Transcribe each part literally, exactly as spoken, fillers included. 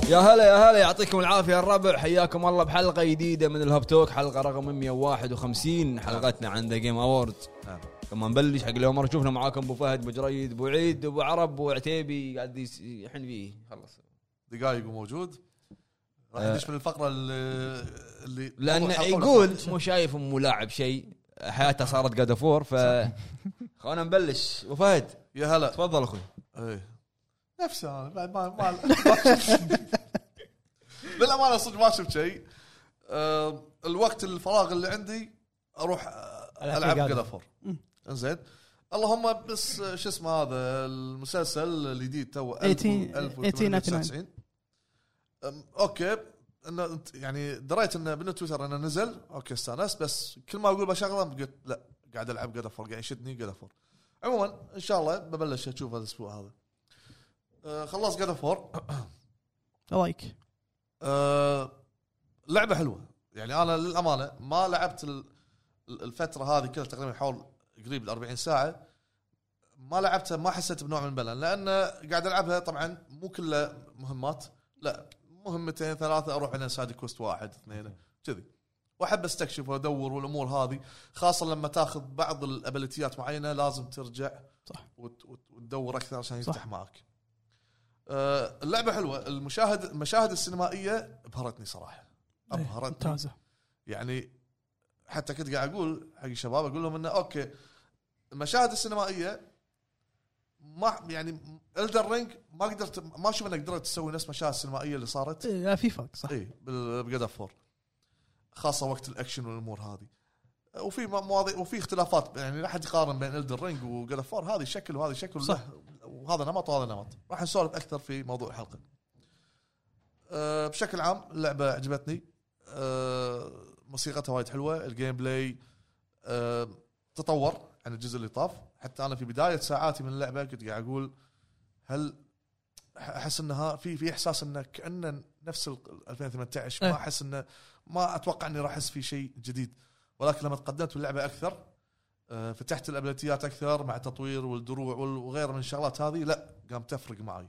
يا هلا يا هلا يعطيكم العافية الربع، حياكم الله بحلقة جديدة من الهاب توك، حلقة رقم مية وواحد وخمسين حلقتنا عند جيم أووردز. لما نبلش حق اليوم مرة شوفنا معاكم أبو فهد، أبو جريد، أبو عيد، أبو عرب، أبو عتيبي قاعد يحن فيه خلص دقايق موجود. راح ندش من الفقرة اللي, اللي لأن يقول مو شايف مو لاعب شيء، حياته صارت قاعدة فور. ف خلونا نبلش. أبو فهد يا هلا تفضل أخوي. ايه نفسي انا بعد ما ما بالامانه صدق ما شفت شيء. أه الوقت الفراغ اللي عندي اروح العب جادفور. انزين اللهم بس شو اسمه هذا المسلسل الجديد تو ألف وثمانمية وتسعين. اوكي انه يعني دريت انه من تويتر انه نزل. اوكي استانست، بس كل ما اقول بشغله قلت لا قاعد العب جادفور، قاعد يشدني جادفور. عموما ان شاء الله ببلش اشوف هذا الاسبوع هذا. أه خلاص جاد فور لايك أه لعبه حلوه يعني. انا للامانه ما لعبت الفتره هذه كلها تقريبا حول قريب الأربعين ساعه، ما لعبتها ما حسيت بنوع من الملل، لان قاعد العبها طبعا مو كلها مهمات، لا مهمتين ثلاثه اروح على سايد كوست واحد اثنين كذي، واحب استكشف وادور والامور هذه، خاصه لما تاخذ بعض الابيليتيات معينه لازم ترجع صح وتدور اكثر عشان يفتح معك. اللعبة حلوة، المشاهد المشاهد السينمائية ابهرتني صراحة، ابهرتني يعني. حتى كنت قاعد اقول حق الشباب اقول لهم انه اوكي المشاهد السينمائية ما يعني إلدر رينج ما قدرت ما اشوف انك قدرت تسوي نفس مشاهد السينمائية اللي صارت. لا في فرق صح. اي بجاد فور، خاصة وقت الاكشن والامور هذه، وفي مواضيع وفي اختلافات يعني لا حد يقارن بين إلدر رينج وجاد فور، هذه شكل وهذا شكل صح. وهذا نمط وهذا نمط. راح نسولف أكثر في موضوع الحلقة. أه بشكل عام اللعبة عجبتني، أه موسيقتها وايد حلوة، الجيم بلاي أه تطور عن الجزء اللي طاف. حتى أنا في بداية ساعاتي من اللعبة كنت قاعد أقول هل أحس أنها في في إحساس أنه كأنه نفس ألفين وثمانية عشر، ما أحس أنه ما أتوقع أني راح أحس في شيء جديد، ولكن لما تقدمت باللعبة أكثر فتحت الابيليتيات اكثر مع التطوير والدروع وغيره من الشغلات هذه، لا قام تفرق معي.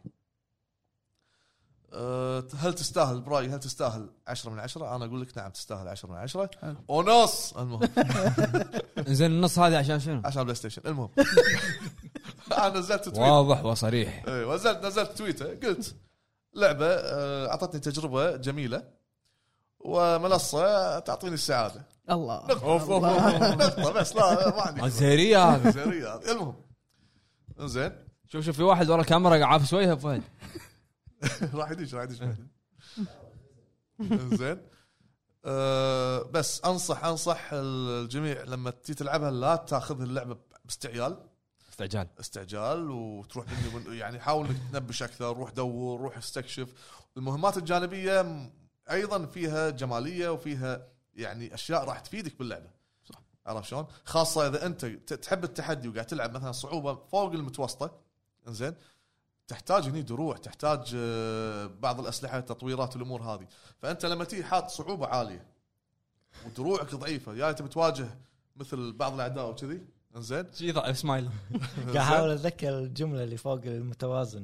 أه هل تستاهل براي؟ هل تستاهل عشرة من عشرة؟ انا اقول لك نعم تستاهل عشرة من عشرة ونص. المهم انزين النص هذه عشان شنو؟ عشان بلاي ستيشن. المهم انا نزلت تويت واضح وصريح. اي نزلت نزلت تويته قلت لعبه اعطتني تجربه جميله ومنصه تعطيني السعاده. الله نقطة نقطة بس، لا ما عندي زهرية هذا زهرية هذا. المهم زين شوف شوف في واحد ورا الكاميرا عارف شوية فهد راح يدش راح يدش زين. أه بس انصح انصح الجميع لما تيجي تلعبها لا تاخذ اللعبة باستعجال استعجال استعجال وتروح يعني حاول انك تنبش اكثر، روح دور روح استكشف. المهمات الجانبية ايضا فيها جمالية وفيها يعني اشياء راح تفيدك باللعبه صح. عرفت شلون؟ خاصه اذا انت تحب التحدي وقاعد تلعب مثلا صعوبه فوق المتوسطه، انزين تحتاج هني دروع، تحتاج بعض الاسلحه تطويرات الامور هذه. فانت لما تيجي حاط صعوبه عاليه ودروعك ضعيفه، يا انت بتواجه مثل بعض الاعداء وكذي، انزين شي ضعيف سمايل قاعد احاول اتذكر الجمله اللي فوق المتوازن.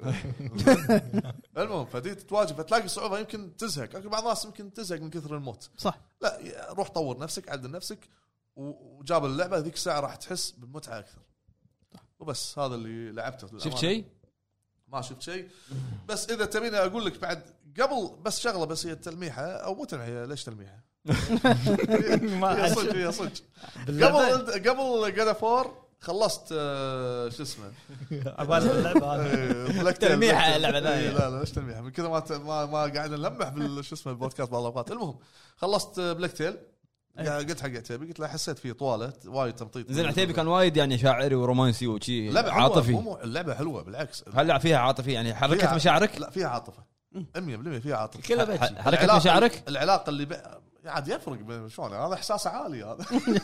المهم فدي تتواجه فتلاقي صعوبه يمكن تزهق، بعض الناس يمكن تزهق من كثر الموت صح. لا روح طور نفسك عدل نفسك وجاب اللعبه ذيك الساعه راح تحس بالمتعه اكثر. وبس هذا اللي لعبته. شفت شيء؟ ما شفت شيء، بس اذا تبيني اقول لك بعد قبل بس شغله بس هي التلميحه او مو تلميحه، ليش تلميحه؟ ما صدق هي صدق قبل قبل جاد فور خلصت شو اسمه عبالي اللعبه هذه تلميحه اللعبه ثانيه. لا لا ليش تلميحه من كذا ما ما ما قاعد نلمح بالشو اسمه البودكاست بعض الاوقات. المهم خلصت بلاك تيل، قلت حق عتيبي قلت له حسيت فيه طواله وايد تمطيط. زين عتيبي كان وايد يعني شاعري ورومانسي وشي عاطفي. اللعبه حلوه بالعكس. هل فيها عاطفي يعني حركه مشاعرك؟ لا فيها عاطفه مية بالمية فيها عاطفه. حركه مشاعرك العلاقه اللي عاد يفرق بين شلون هذا احساس عالي هذا.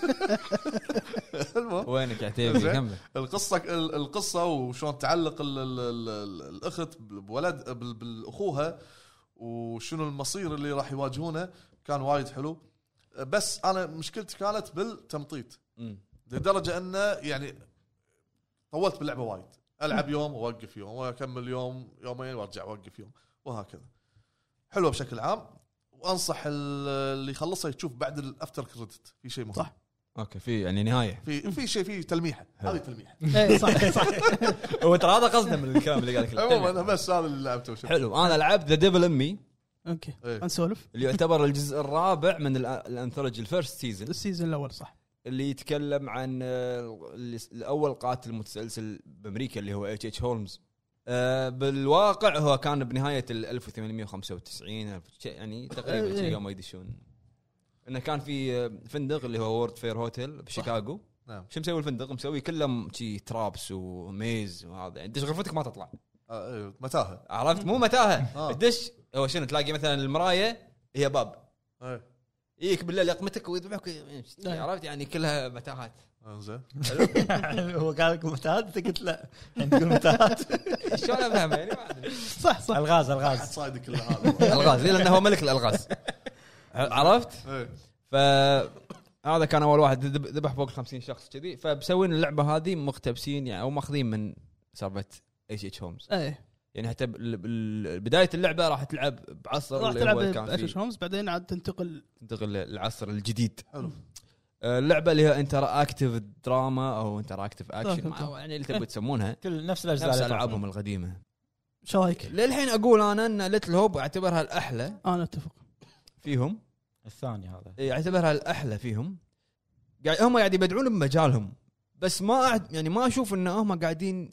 المهم وينك يا عتيبي كمل القصه القصه وشلون تعلق ال ال ال الاخت بولد بالاخوها وشنو المصير اللي راح يواجهونه كان وايد حلو. بس انا مشكلتي كانت بالتمطيط لدرجه انه يعني طولت باللعبه وايد، العب يوم واوقف يوم واكمل يوم يومين وارجع اوقف يوم وهكذا. حلوه بشكل عام، وانصح اللي يخلصها يشوف بعد الافتر كريدت في شيء مهم. صح. اوكي في يعني نهايه في في شيء في تلميحه، هذه تلميحه. ايه صح صح. هو ترى هذا قصده من الكلام اللي قال عموما لك انا بس هذا اللي لعبته. شوف. حلو. انا لعبت ذا ديفل امي اوكي إيه. نسولف اللي يعتبر الجزء الرابع من الانثولوجي الفيرست سيزون، السيزون الاول صح. اللي يتكلم عن آه، الاول قاتل متسلسل بامريكا اللي هو اتش اتش هولمز. آه، بالواقع هو كان بنهايه ال ألف وثمانمية وخمسة وتسعين يعني تقريبا إيه. شيء يوم ما يدشون، انه كان في آه، فندق اللي هو وورد فير هوتيل بشيكاغو. نعم. شو مسوي الفندق؟ مسوي كله شي ترابس وميز وهذا، يعني تدش غرفتك ما تطلع. آه إيه، متاهه. عرفت؟ مو متاهه. آه. تدش هو شنو تلاقي مثلا المرايه هي باب، ايه يجيك بالليل يقمتك ويذبحك ويمشي. نعم. عرفت؟ يعني كلها متاهات. انزين. هو قال لك متاهات انت قلت لا نقول متاهات. شلون افهم يعني؟ ما ادري. صح صح. الغاز حد الغاز صايد كل هذا. الغاز لانه هو ملك الالغاز. عرفت؟ ايه فهذا كان اول واحد ذب- ذبح فوق خمسين شخص كذي. فبسوين اللعبه هذه مقتبسين يعني او ماخذين من سالفه اتش اتش هومز. ايه يعني حتى بال- بال- بدايه اللعبه راح تلعب بعصر راح اللي تلعب هو كان باشش فيه هومز بعدين عاد تنتقل. تنتقل للعصر الجديد. حلو. اللعبه اللي هي انتر اكتيف دراما او انتر اكتيف اكشن أوكي. يعني اللي تبي تسمونها، كل نفس الاجزاء نفس اللي طافت. العابهم القديمه. شو رايك؟ للحين اقول انا ان ليتل هوب اعتبرها الاحلى انا اتفق. فيهم، الثاني هذا إيه، اعتبرها الاحلى فيهم. قاعد هم قاعد يبدعون بمجالهم، بس ما أعد يعني ما اشوف ان هم قاعدين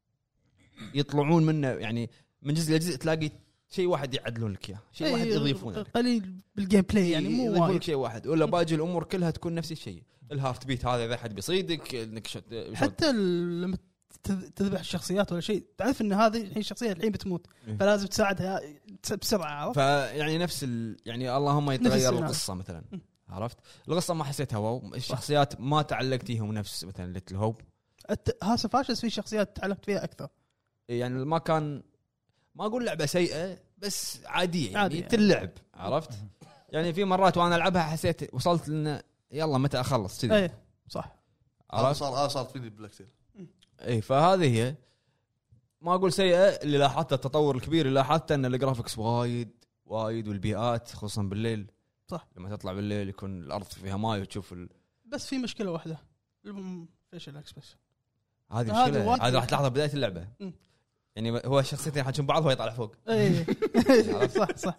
يطلعون منه، يعني من جزء لجزء تلاقي شيء واحد يعدلون لك اياه، شيء واحد إيه، يضيفون لك. قليل بالجيم بلاي يعني مو يضيفون لك وايد. شيء واحد، ولا باقي الامور كلها تكون نفس الشيء. الهارت بيت هذا اذا حد بيصيدك انك شت... حتى ال- لما تذ- تذبح الشخصيات ولا شيء تعرف ان هذه الحين الشخصيه الحين بتموت إيه. فلازم تساعدها بسرعه. عرفت؟ فيعني نفس ال... يعني اللهم يتغير السيناريو. القصه مثلا. عرفت؟ القصه ما حسيتها واو، الشخصيات ما تعلقتيهم نفس مثلا ليتل هوب. الت- هاسا فاشس في شخصيات تعلقت فيها اكثر. يعني ما كان، ما اقول لعبه سيئه بس عاديه يعني عادية. تلعب. عرفت؟ يعني في مرات وانا العبها حسيت وصلت لنا يلا متى اخلص كذي. ايه صح. هذا عرفت؟ صار هذا صار فيني بلا كثير. اي فهذه هي، ما اقول سيئه. اللي لاحظته التطور الكبير اللي لاحظته ان الجرافكس وايد وايد، والبيئات خصوصا بالليل. صح. لما تطلع بالليل يكون الارض فيها ماي وتشوف ال... بس في مشكله واحده، الفيشل اكسبريشن. هذه هذا مشكله. واحد. هذا راح تلاحظها بدايه اللعبه. م. يعني هو الشخصيتين حتشوف بعض وهو يطلع فوق. ايه صح صح.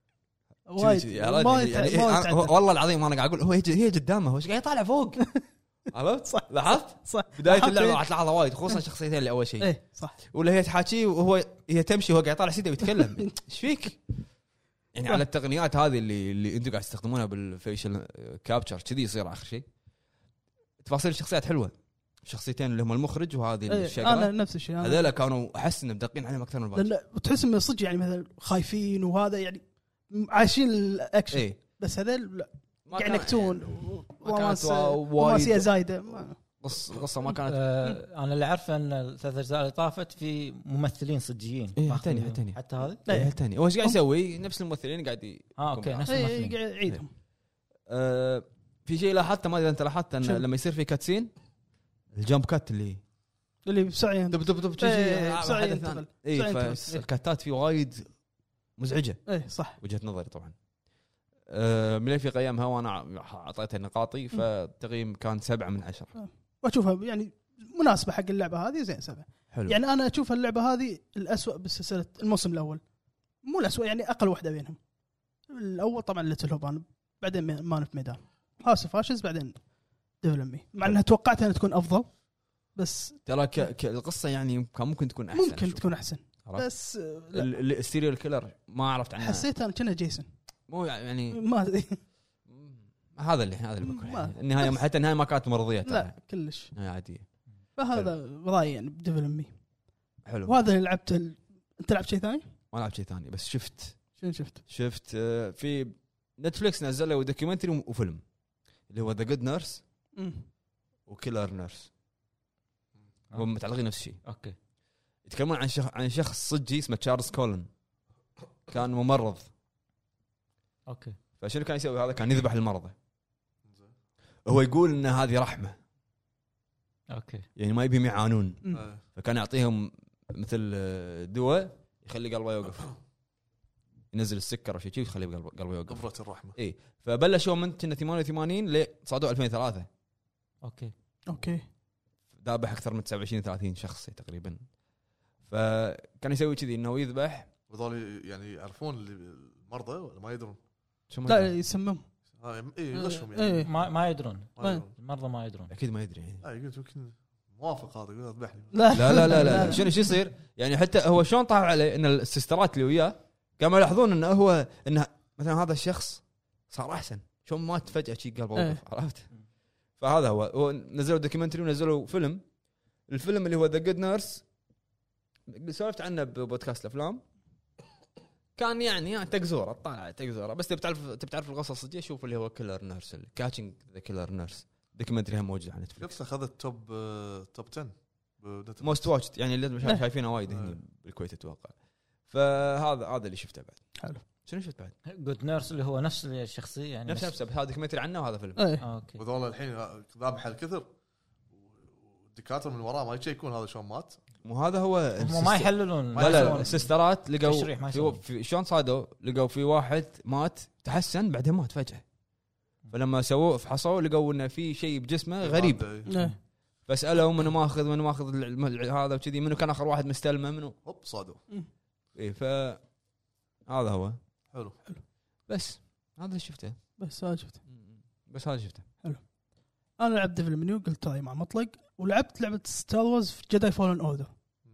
كذي وايد كذي. عرفت؟ وايد يعني وايد أنا- تعدل. والله العظيم انا قاعد اقول هو هي هي قدامه هو ايش قاعد يطالع فوق. عرفت؟ صح. لاحظت؟ صح. بدايه لاحظت اللعبه إيه؟ راح تلاحظها وايد، خصوصا الشخصيتين اللي اول شيء. ايه صح. ولا هي تحاكي وهو هي تمشي وهو قاعد يطالع سيده ويتكلم. ايش فيك؟ يعني على التقنيات هذه اللي اللي انتم قاعد تستخدمونها بالفيشل كابتشر كذي يصير اخر شيء. تفاصيل الشخصيات حلوه. الشخصيتين اللي هم المخرج وهذه إيه، الشقره، انا نفس الشيء أنا- هذول كانوا احس انهم مدقين عليهم اكثر من الباقي. لان تحس من صدق يعني مثلا خايفين وهذا يعني عايشين الاكشن. ايه بس هذول لا ما قاعد كان- ينكتون ما كانت وا- وماسيه وايد زايده ما- قص القصه ما كانت. آه انا اللي عارفه ان الثلاث اجزاء اللي طافت في ممثلين صجيين إيه، ماخذين- حتى حتى حتى هذه ايه الثاني هو ايش قاعد يسوي؟ نفس الممثلين قاعد ي... اه اوكي نفس ايه الممثلين قاعد يعيدهم. آه في شيء لاحظته، ما ادري انت لاحظت ان شنو؟ لما يصير في كاتسين الجمب كات اللي اللي بسرعه دب دب دب إيه، بسرعه ينتقل. اي بسرعة ينتقل. فالكاتات في وايد مزعجه ايه صح. وجهه نظري طبعا. آه من في قيمها وانا اعطيتها نقاطي، فالتقييم كان سبعة من عشرة. واشوفها يعني مناسبه حق اللعبه هذه زين سبعه. حلو. يعني انا اشوف اللعبه هذه الأسوأ بالسلسله الموسم الاول، مو الأسوأ يعني اقل واحده بينهم. الاول طبعا ليتل هوب، أنا بعدين مان في ميدان هاوس اوف اشز، بعدين ديفل امي، مع انها توقعت انها تكون افضل بس ترى ك... ك... القصه يعني كان ممكن تكون احسن. ممكن أشوف. تكون احسن. عرفت؟ بس آه، لا. ال- ال- السيريال كيلر ما عرفت عنها. حسيت انا كنا جيسون مو يعني ما أدري. هذا اللي هذا اللي بقول. ما- النهايه بس- حتى النهايه ما كانت مرضيه ترى. لا كلش. نهايه عاديه. فهذا رايي يعني بديفل امي. حلو. وهذا اللي لعبت ال... انت لعبت شيء ثاني؟ ما لعبت شيء ثاني، بس شفت شنو شفت؟ شفت آه، في نتفليكس نزلوا دوكيومنتري وفيلم اللي هو ذا جود نيرس مم. وكيلر نيرس، هم متعلقين نفس الشيء. اوكي يتكلمون عن شخص عن شخص صجي اسمه تشارلز كولن، كان ممرض. اوكي فشنو كان يسوي؟ هذا كان يذبح المرضى. هو يقول ان هذه رحمه، اوكي يعني ما يبيهم يعانون، مم. آه. فكان يعطيهم مثل آه، دواء يخلي قلبه يوقف. ينزل السكر او شيء يخليه بقلبه قلبه يوقف. قبرة الرحمة. اي فبلشوا من كنا ثمانية وثمانين ل صعدوا ألفين وثلاثة اوكي اوكي ذابح اكثر من سبعة وعشرين ثلاثين شخص تقريبا. فكان يسوي كذي انه يذبح وذول يعني يعرفون المرضى ولا ما يدرون؟ شو ما لا يدري. يسمم ها اي يغشهم يعني. إيه. ما ما يدرون ما يدرون. المرضى ما يدرون. اكيد ما يدري يعني. اه يقول يمكن موافق هذا يقول اذبحني. لا لا لا لا لا شنو شو يصير يعني حتى هو شلون طاح عليه ان السيسترات اللي وياه قاموا يلاحظون انه هو انه مثلا هذا الشخص صار احسن شلون مات فجاه شي قلبه إيه. وقف عرفت. فهذا هو. ونزلوا دوكيومنتري ونزلوا فيلم. الفيلم اللي هو ذا جود نيرس سولفت عنه ببودكاست الافلام. كان يعني تكزوره طالع تكزوره بس تبي تعرف تبي تعرف القصه الصجيه شوف اللي هو كيلر نيرس كاتشنج ذا كيلر نيرس دوكيومنتري هم موجود على نتفلكس. نفسه اخذ التوب توب عشرة موست واتشد يعني اللي إيه. شايفينه وايد هنا بالكويت اتوقع. فهذا هذا اللي شفته بعد. حلو. شنو شفت بعد؟ جود نيرس اللي هو نفس الشخصيه يعني نفس نفسه هذا دوكيومنتري عنه وهذا فيلم. ايه آه، اوكي. وذول الحين ذابح الكثر والدكاتره من وراه ما يشيكون هذا شلون مات. مو هذا هو هم ما يحللون لا لا يسوون السيسترات تشريح ما لقوا يسوون. في, في شلون صادوا لقوا في واحد مات تحسن بعدين مات فجأة. فلما سووا فحصوا لقوا انه في شيء بجسمه غريب. إيه. فسألوا منو ماخذ منو ماخذ هذا وكذي منو كان اخر واحد مستلمه منو. هوب صادوا. ايه ف هذا هو. حلو. بس هذا اللي شفته. بس هذا شفته. بس هذا شفته. انا لعبت ديفل منيو قلت هاي مع مطلق ولعبت لعبه ستار وورز في جداي فولن اوردر.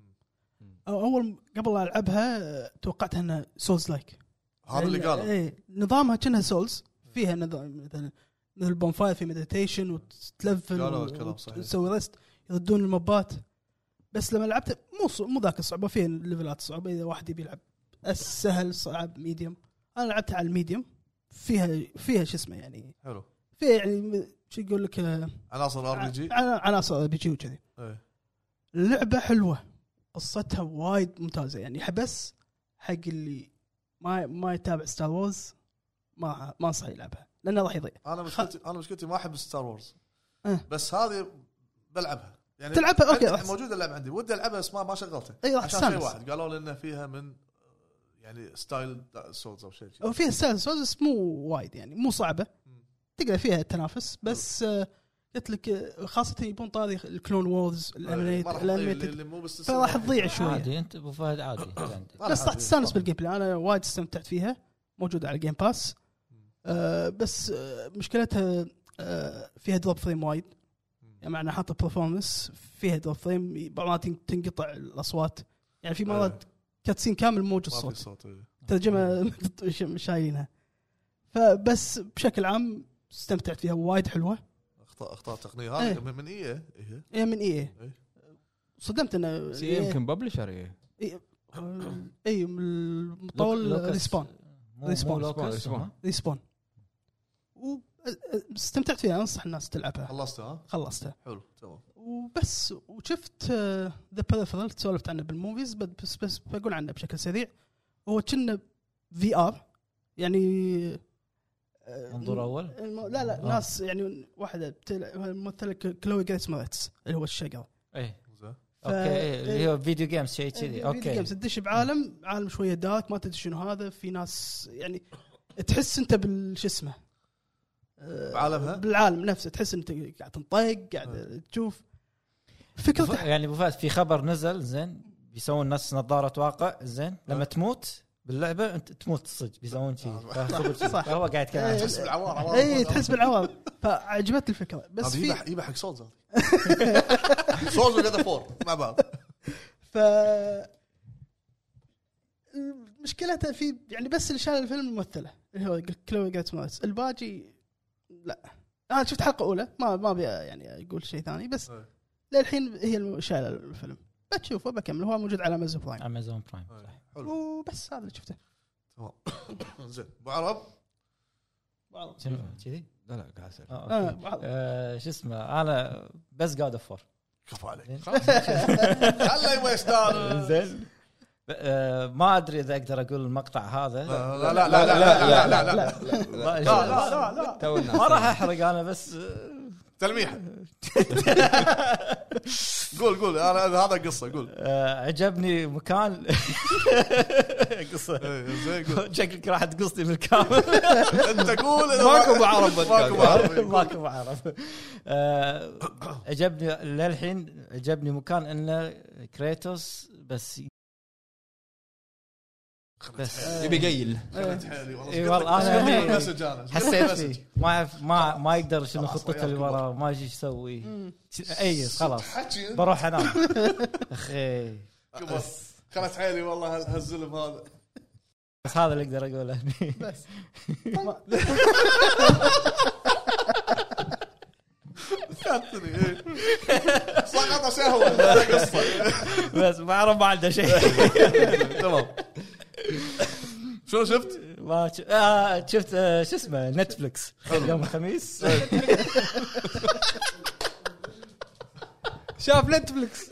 اول قبل لا العبها توقعت انها سولز لايك. هذا اللي قاله. ايه نظامها كأنها سولز فيها نظام مثلا مثل البونفاير في مديتيشن وتلفل قالوا الكلام صحيح. وتسوي ريست يردون الموبات. بس لما لعبت مو مو ذاك الصعوبه فيها ليفلات صعوبه اذا واحد يبي يلعب السهل صعب ميديوم. انا لعبت على الميديوم فيها فيها شو اسمه يعني حلو. فيها يعني شو يقول لك عناصر ار بي جي. عناصر ار بي جي وكذي. ايه اللعبه حلوه قصتها وايد ممتازه يعني بس حق اللي ما ما يتابع ستار وورز ما ما انصح يلعبها لانه راح يضيع. انا مشكلتي انا مشكلتي ما احب ستار وورز. أه. بس هذه بلعبها يعني تلعبها اوكي عندي موجوده اللعبه عندي ودي العبها بس ما ما شغلتها. اي راح عشان شيء تستانس. واحد قالوا لي انه فيها من يعني ستايل سولز او شيء. او فيها ستايل سولز مو وايد يعني مو صعبه مم. تقدر فيها التنافس بس آه، قلت لك آه، خاصه يبون طاري الكلون وورز الانيميتد اللي مو بس فراح تضيع شويه. عادي انت ابو فهد عادي عندك. بس راح تستانس بالجيم بلاي. انا وايد استمتعت فيها موجوده على الجيم باس. آه بس آه مشكلتها آه فيها دروب فريم وايد يعني معنى حاطه برفورمانس فيها دروب فريم بعض تنقطع الاصوات يعني في مرات كاتسين كامل موجود ما في صوت صوت. إيه. ترجمه مش شايلينها. فبس بشكل عام استمتعت فيها وايد حلوه. اخطاء اخطاء تقنيه هذه إيه. من من ايه ايه هي من اي إيه. صدمت انه سي يمكن ببلشر ايه اي اي من المطول لوكس. ريسبون مو- ريسبون. مو لوكس، ريسبون. ها؟ ريسبون واستمتعت فيها انصح الناس تلعبها. خلصتها ها خلصتها حلو تمام. وبس وشفت ذا بيريفرال تسولفت عنه بالموفيز بس بس بقول عنه بشكل سريع. هو كنا في ار يعني آه، منظور اول الم- لا لا آه. ناس يعني واحده ممثله كلوي جريس موريتس اللي هو الشقر. ايه زين. اوكي إيه، اللي هو فيديو جيمز شيء كذي اوكي اوكي تدش بعالم عالم شويه دارك ما تدري شنو هذا في ناس يعني تحس انت بالش اسمه آه، بعالمها؟ بالعالم نفسه تحس انت قاعد تنطق قاعد تشوف فكرته يعني ابو فهد في خبر نزل زين بيسوون ناس نظاره واقع زين لما تموت باللعبه انت تموت صدق بيسوون شيء صح. فهو قاعد يتكلم عن إيه، تحس بالعوار اي تحس بالعوام فعجبتني الفكره بس هذا في يبح يبح حق سولز هذه سولز وجادا فور مع بعض. ف مشكلتها في يعني بس اللي شال الفيلم الممثله اللي هو كلوي جريس موريتس الباقي لا. انا شفت حلقه اولى ما ما ابي يعني اقول شيء ثاني بس إيه. للحين هي اللي شايله الفيلم بتشوفه بكمل هو موجود على امازون برايم امازون برايم إيه. حلو وبس هذا اللي شفته. تمام. زين ابو عرب شنو كذي لا لا قاعد اسال. آه، آه، أوكي. بعض. آه، شو اسمه انا بس جاد اوف فور كفو عليك زين. خله يبغى يستانس. زين آه، ما ادري اذا اقدر اقول المقطع هذا لا لا لا لا لا لا لا لا ما- لا لا لا تو الناس ما راح احرق انا بس آه، تلميح. قول قول انا هذا قصه قول. آه، عجبني مكان قصه زين قول. شكلك راح تقصني بالكامل. انت قول ماكو ابو عرب ماكو أبو عرب. ماكو بعرف. آه، عجبني للحين عجبني مكان انه كريتوس بس بس يبي يقيل. اي والله انا مسج انا حسيت فيه ما يعرف ما ما يقدر شنو خطته اللي ورا ما ايش يسوي اي خلاص بروح انام. اخي بس خلت حيلي والله هالزلم هذا. بس هذا اللي اقدر اقوله بس كاتني سقط شهوه قصه بس ما اعرف ما عنده شيء. تمام. شو شفت؟ ما ش... آه شفت آه شو اسمه نتفلكس يوم الخميس. شاف نتفلكس.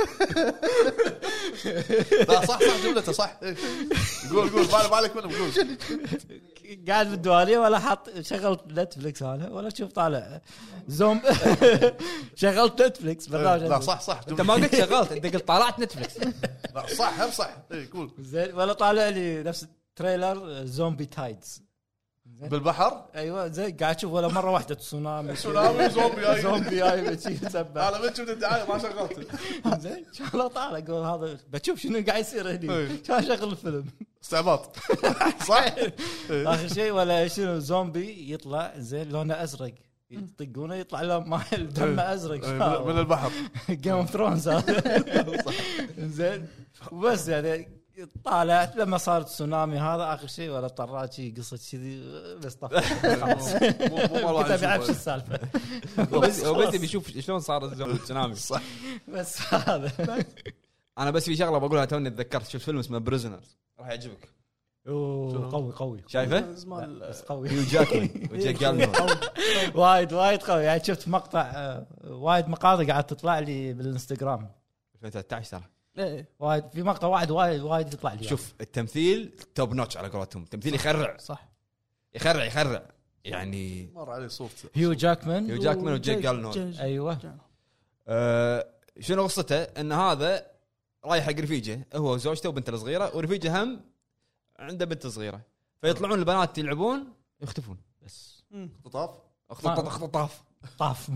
لا صح صح جملته صح. قول قول بالك بالك منهم قول. قاعد بالدوالي ولا حط شغلت نتفلكس انا ولا شوف طالع زوم. شغلت نتفلكس برنامج. لا صح صح انت ما قلت شغلت انت قلت طلعت نتفلكس. لا صح هم صح. اي قول. زين ولا طالع لي نفس تريلر زومبي تايدز بالبحر. ايوه زين قاعد اشوف ولا مره واحده تسونامي تسونامي زومبي جاي زومبي جاي بتشي سبع. انا من شفت الدعايه ما شغلته. زين شغله طالع اقول هذا بشوف شنو قاعد يصير هني كان شغل الفيلم استعباط صح. اخر شيء ولا شنو زومبي يطلع زين لونه ازرق يطقونه يطلع له ماء دمه ازرق من البحر. جيم اوف ثرونز هذا. زين وبس يعني طالعت لما صارت تسونامي هذا اخر شيء ولا طرات شيء قصه كذي بس طفى خلاص. مو مو كنت بعرف شو السالفه. بس بس بيشوف شلون صار التسونامي. صح. بس هذا انا بس في شغله بقولها توني تذكرت شفت فيلم اسمه بريزنرز راح يعجبك. اوه قوي قوي شايفه بس قوي هيو جاكمان وجاك جالنون وايد وايد قوي يعني شفت مقطع آه، وايد مقاطع قاعد تطلع لي بالانستغرام ألفين وثلاثة عشر ترى. ايه وايد في مقطع وايد وايد وايد يطلع لي. شوف التمثيل توب نوتش على قولتهم تمثيل يخرع صح يخرع يخرع يعني. مر عليه صورته. هيو جاكمان هيو جاكمان وجاك جالنون. ايوه أه شنو قصته ان هذا رايح حق رفيجه هو وزوجته وبنته الصغيره ورفيجه هم عنده بنت صغيره فيطلعون البنات يلعبون يختفون بس اختطاف اختطاف طاف.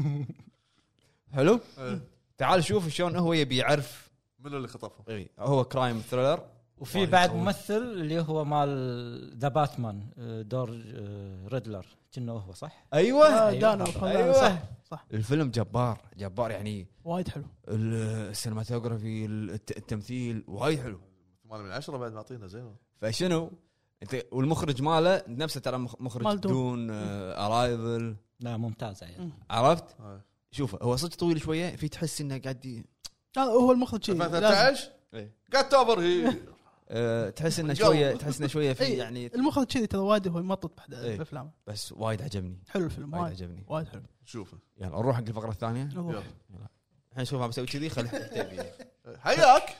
حلو. إيه. تعال شوف شلون هو يبي يعرف منو اللي خطفه. اي هو كرايم ثريلر. وفي بعد ممثل اللي هو مال ذا باتمان دور ريدلر كأنه هو صح. ايوه آه دانو أيوة. صح صح الفيلم جبار جبار يعني وايد حلو السينماتوجرافي التمثيل وايد حلو. ثمانية من عشرة بعد معطينا زين. فشنو انت والمخرج ماله نفسه ترى مخرج مال دون. دون ارايفل. لا ممتاز يعني. عرفت آه. شوف هو صدق طويل شويه في تحس انه قاعد ي... آه هو المخرج شيء ألفين وثلاثة عشر إيه. قاعد توفر هي. أه تحس انه شويه تحس انه شويه في إيه، يعني المخرج كذي ترى وايد هو يمطط بحد إيه. بافلامه بس وايد عجبني حلو الفيلم وايد وايد عجبني وايد حلو شوفه يلا نروح حق الفقره الثانيه. نروح. الحين شوف انا بسوي كذي خلي تبي. حياك.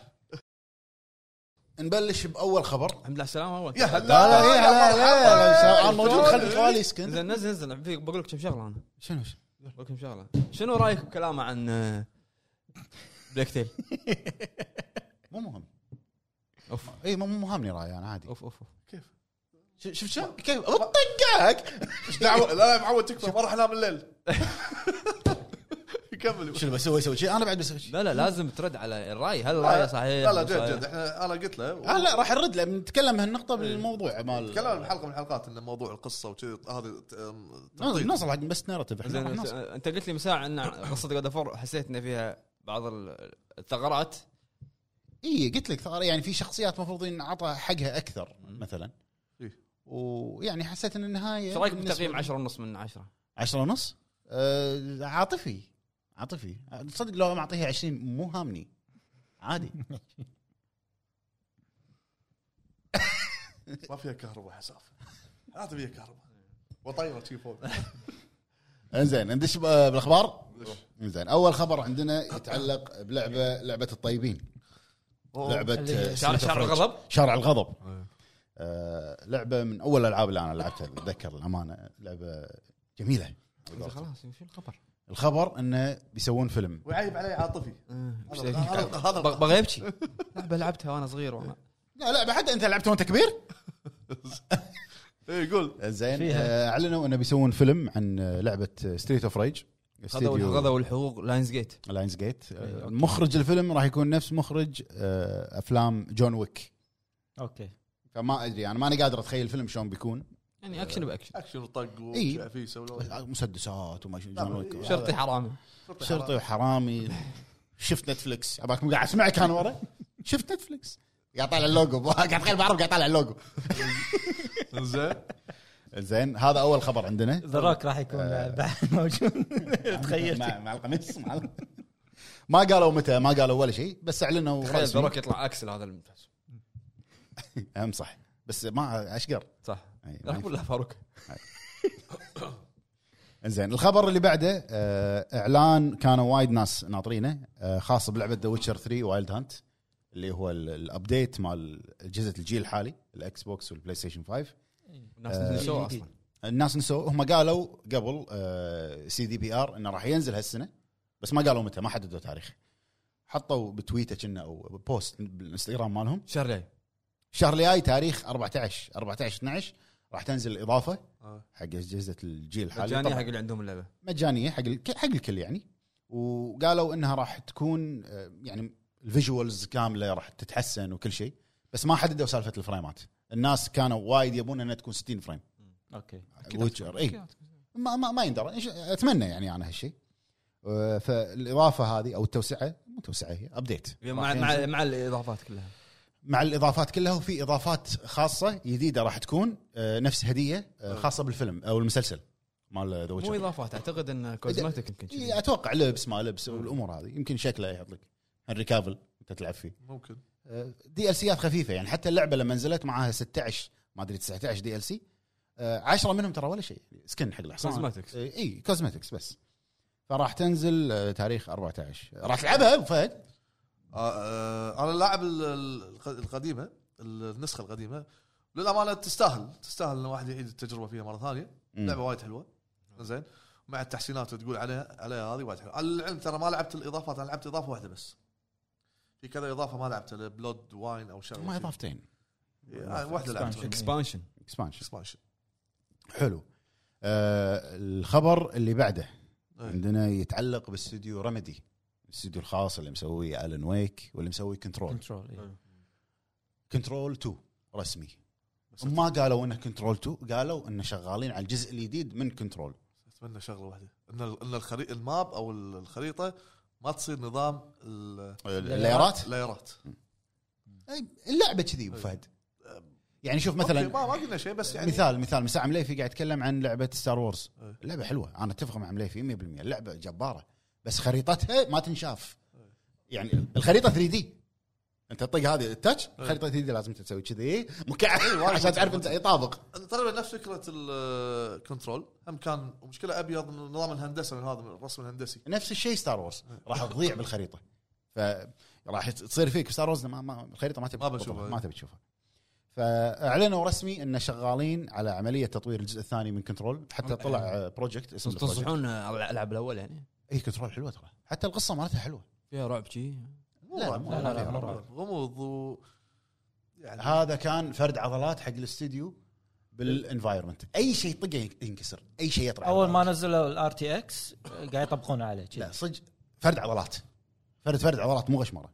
نبلش باول خبر. الحمد لله السلامه اول. يا هلا لا لا إيه، لا لا لا موجود شلون؟ خلي الخوالي يسكن. نزل نزل نزل فيك بقول لك كم شغله انا شنو بقول لك كم شغله. شنو رايك بكلامه عن آه، بلاك تيل؟ مو مهم. اوف اي مو مو مهمني رايي انا عادي. اوف اوف كيف شفت شو كيف بطقك. ايش دعوه. لا لا معود تكفى ما راح انام الليل. يكمل. شنو بسوي اسوي شيء انا بعد بسوي شيء. لا لا لازم ترد على الراي هل الراي صحيح لا لا مو جد صحيح؟ جد احنا انا قلت له آه لا راح نرد له نتكلم هالنقطه بالموضوع مال تكلم بحلقه من الحلقات ان موضوع القصه وكذي هذه نوصل حق بس نارتيف زين احنا انت, انت قلت لي مساء ان قصه جود فور حسيت ان فيها بعض الثغرات. اي قلت لك ثغرة يعني في شخصيات مفروض ينعطى حقها اكثر مثلا. إيه. ويعني حسيت ان النهايه ايش رايك بتقييم عشرة ونص من عشرة؟ عشرة ونص آه عاطفي عاطفي تصدق لو معطيها عشرين مو هامني عادي. ما فيها كهرباء حساف. هذا فيها كهرباء وطيره شي فوق. انزين ندش بالاخبار. انزين اول خبر عندنا يتعلق بلعبه لعبه الطيبين. لعبه شارع شارع الغضب. شارع الغضب آه لعبه من اول الالعاب اللي انا لعبتها اتذكر الامانه لعبه جميله. خلاص شو الخبر؟ الخبر انه بيسوون فيلم. ويعيب علي عاطفي. إيش هذا- ذيك؟ هذا- هذا- بغ- بغى يبكي. لعبه لعبتها وانا صغير وانا لا لا حتى انت لعبت وانت كبير. ايه قول. زين فيها. آه، اعلنوا انه بيسوون فيلم عن آه، لعبه ستريت اوف ريج. غذوا غذوا الحقوق لاينز جيت. لاينز جيت. مخرج الفيلم راح يكون نفس مخرج آه، افلام جون ويك. اوكي. فما ادري انا ماني قادر اتخيل الفيلم شلون بيكون. يعني اكشن باكشن، اكشن وطق إيه. وشيء فيه يسوي بس مسدسات وما شو لا، جون ويك. إيه. شرطي حرامي. شرطي وحرامي. شفت نتفلكس اباكم قاعد اسمعك انا ورا. شفت نتفلكس قاعد طالع اللوجو. قاعد اتخيل بعرف قاعد طالع اللوجو. زين. زين هذا اول خبر عندنا. ذا روك راح يكون بعد موجود. تخيل مع, مع القميص مع ال- ما قالوا متى، ما قالوا ولا شيء، بس اعلنوا تخيل رسمي. ذروك يطلع اكسل هذا الممتاز. هم صح بس ما اشقر. صح. أي، ما راح اقول له فاروق. زين الخبر اللي بعده آه، اعلان كانوا وايد ناس ناطرينه آه، خاص بلعبه ذا ويتشر ثري وايلد هانت اللي هو ال- الابديت مال اجهزه الجيل الحالي الاكس بوكس والبلاي ستيشن فايف. الناس آه، نسوه اصلا. الناس نسوا، هم قالوا قبل سي دي بي ار انه راح ينزل هالسنه بس ما قالوا متى، ما حددوا تاريخ. حطوا بتويته كنا او بوست بالانستغرام مالهم شهر الجاي. الشهر الجاي تاريخ أربعة عشر أربعة عشر اثناشر راح تنزل الاضافه آه. حق اجهزه الجيل الحالي. مجانية طبعاً حق اللي عندهم اللعبه. مجانيه حق الك- حق الكل يعني. وقالوا انها راح تكون آه، يعني الفيجوالز كامله راح تتحسن وكل شيء، بس ما حددوا سالفه الفريمات. الناس كانوا وايد يبون انها تكون ستين فريم. اوكي. ويتشر اي ما ما, ما يندرى. إيش- اتمنى يعني انا هالشيء. آه، فالاضافه هذه او التوسعه مو توسعه هي ابديت مع مع مع الاضافات كلها. مع الاضافات كلها. وفي اضافات خاصه جديده راح تكون آه، نفس هديه آه، خاصه بالفيلم او المسلسل مال ذا مو ويتشر. اضافات، اعتقد ان كوزماتيك يمكن كذي. إيه، اتوقع لبس ما لبس والامور هذه يمكن شكله يحط لك هنري كافل انت تلعب فيه ممكن. دي ال سيات خفيفه يعني. حتى اللعبه لما نزلت معاها ستة عشر ما ادري تسعة عشر دي ال سي، عشرة منهم ترى ولا شيء سكن حق الحصان. كوزماتكس. اي كوزماتكس بس. فراح تنزل آه، تاريخ أربعة عشر. راح تلعبها ابو فهد؟ آه آه انا لاعب ال- ال- القديمه، النسخه القديمه للامانه تستاهل تستاهل ان الواحد يعيد التجربه فيها مره ثانيه. مم. لعبه وايد حلوه زين، مع التحسينات اللي تقول عليها عليها هذه وايد حلوه. على العلم ترى ما لعبت الاضافات، انا لعبت اضافه واحده بس. في كذا اضافه ما لعبت بلود واين او شغله ما اضافتين يعني واحده لعبت اكسبانشن. اكسبانشن. اكسبانشن. حلو. آه الخبر اللي بعده إيه. عندنا يتعلق باستوديو رمدي، الاستوديو الخاص اللي مسوي الن ويك واللي مسوي كنترول. كنترول. إيه. كنترول تو رسمي. بس ما قالوا انه كنترول تو، قالوا انه شغالين على الجزء الجديد من كنترول. اتمنى شغله واحده ان ان الخريطه الماب او الخريطه ما تصير نظام ال- اللايرات. اللايرات. أي، اللعبه كذي ابو فهد. يعني شوف أوكي، مثلا ما ما قلنا شيء بس يعني مثال مثال مساء مليفي قاعد يتكلم عن لعبه ستار وورز. إيه. اللعبه حلوه، انا اتفق مع مليفي مية بالمية. اللعبه جباره بس خريطتها ما تنشاف. يعني الخريطه ثري دي، انت تطق هذه التاتش الخريطه ثري دي لازم تسوي كذي مكعب عشان تعرف انت يطابق. تقريبا نفس فكره الكنترول، هم كان مشكله ابيض نظام الهندسه من هذا من الرسم الهندسي. نفس الشيء ستار وورز راح تضيع بالخريطه، فراح تصير فيك ستار وورز ما, ما الخريطه ما تبي ما بشوفها. ما تبي تشوفها. فاعلنوا رسمي ان شغالين على عمليه تطوير الجزء الثاني من كنترول. حتى طلع بروجكت اسمه Project. تنصحون العب الاول يعني؟ اي كنترول حلوه ترى، حتى القصه مالتها حلوه. فيها رعب شيء؟ مو لا، رعب، لا، لا، لا، لا، مو رعب. رعب. غموض و يعني هذا كان فرد عضلات حق الاستديو بالانفايرمنت. اي شيء طقه ينكسر، اي شيء يطلع. اول ما نزلوا الار تي اكس قاعد يطبقون عليه لا كذي. صدق فرد عضلات، فرد فرد عضلات مو غشمره.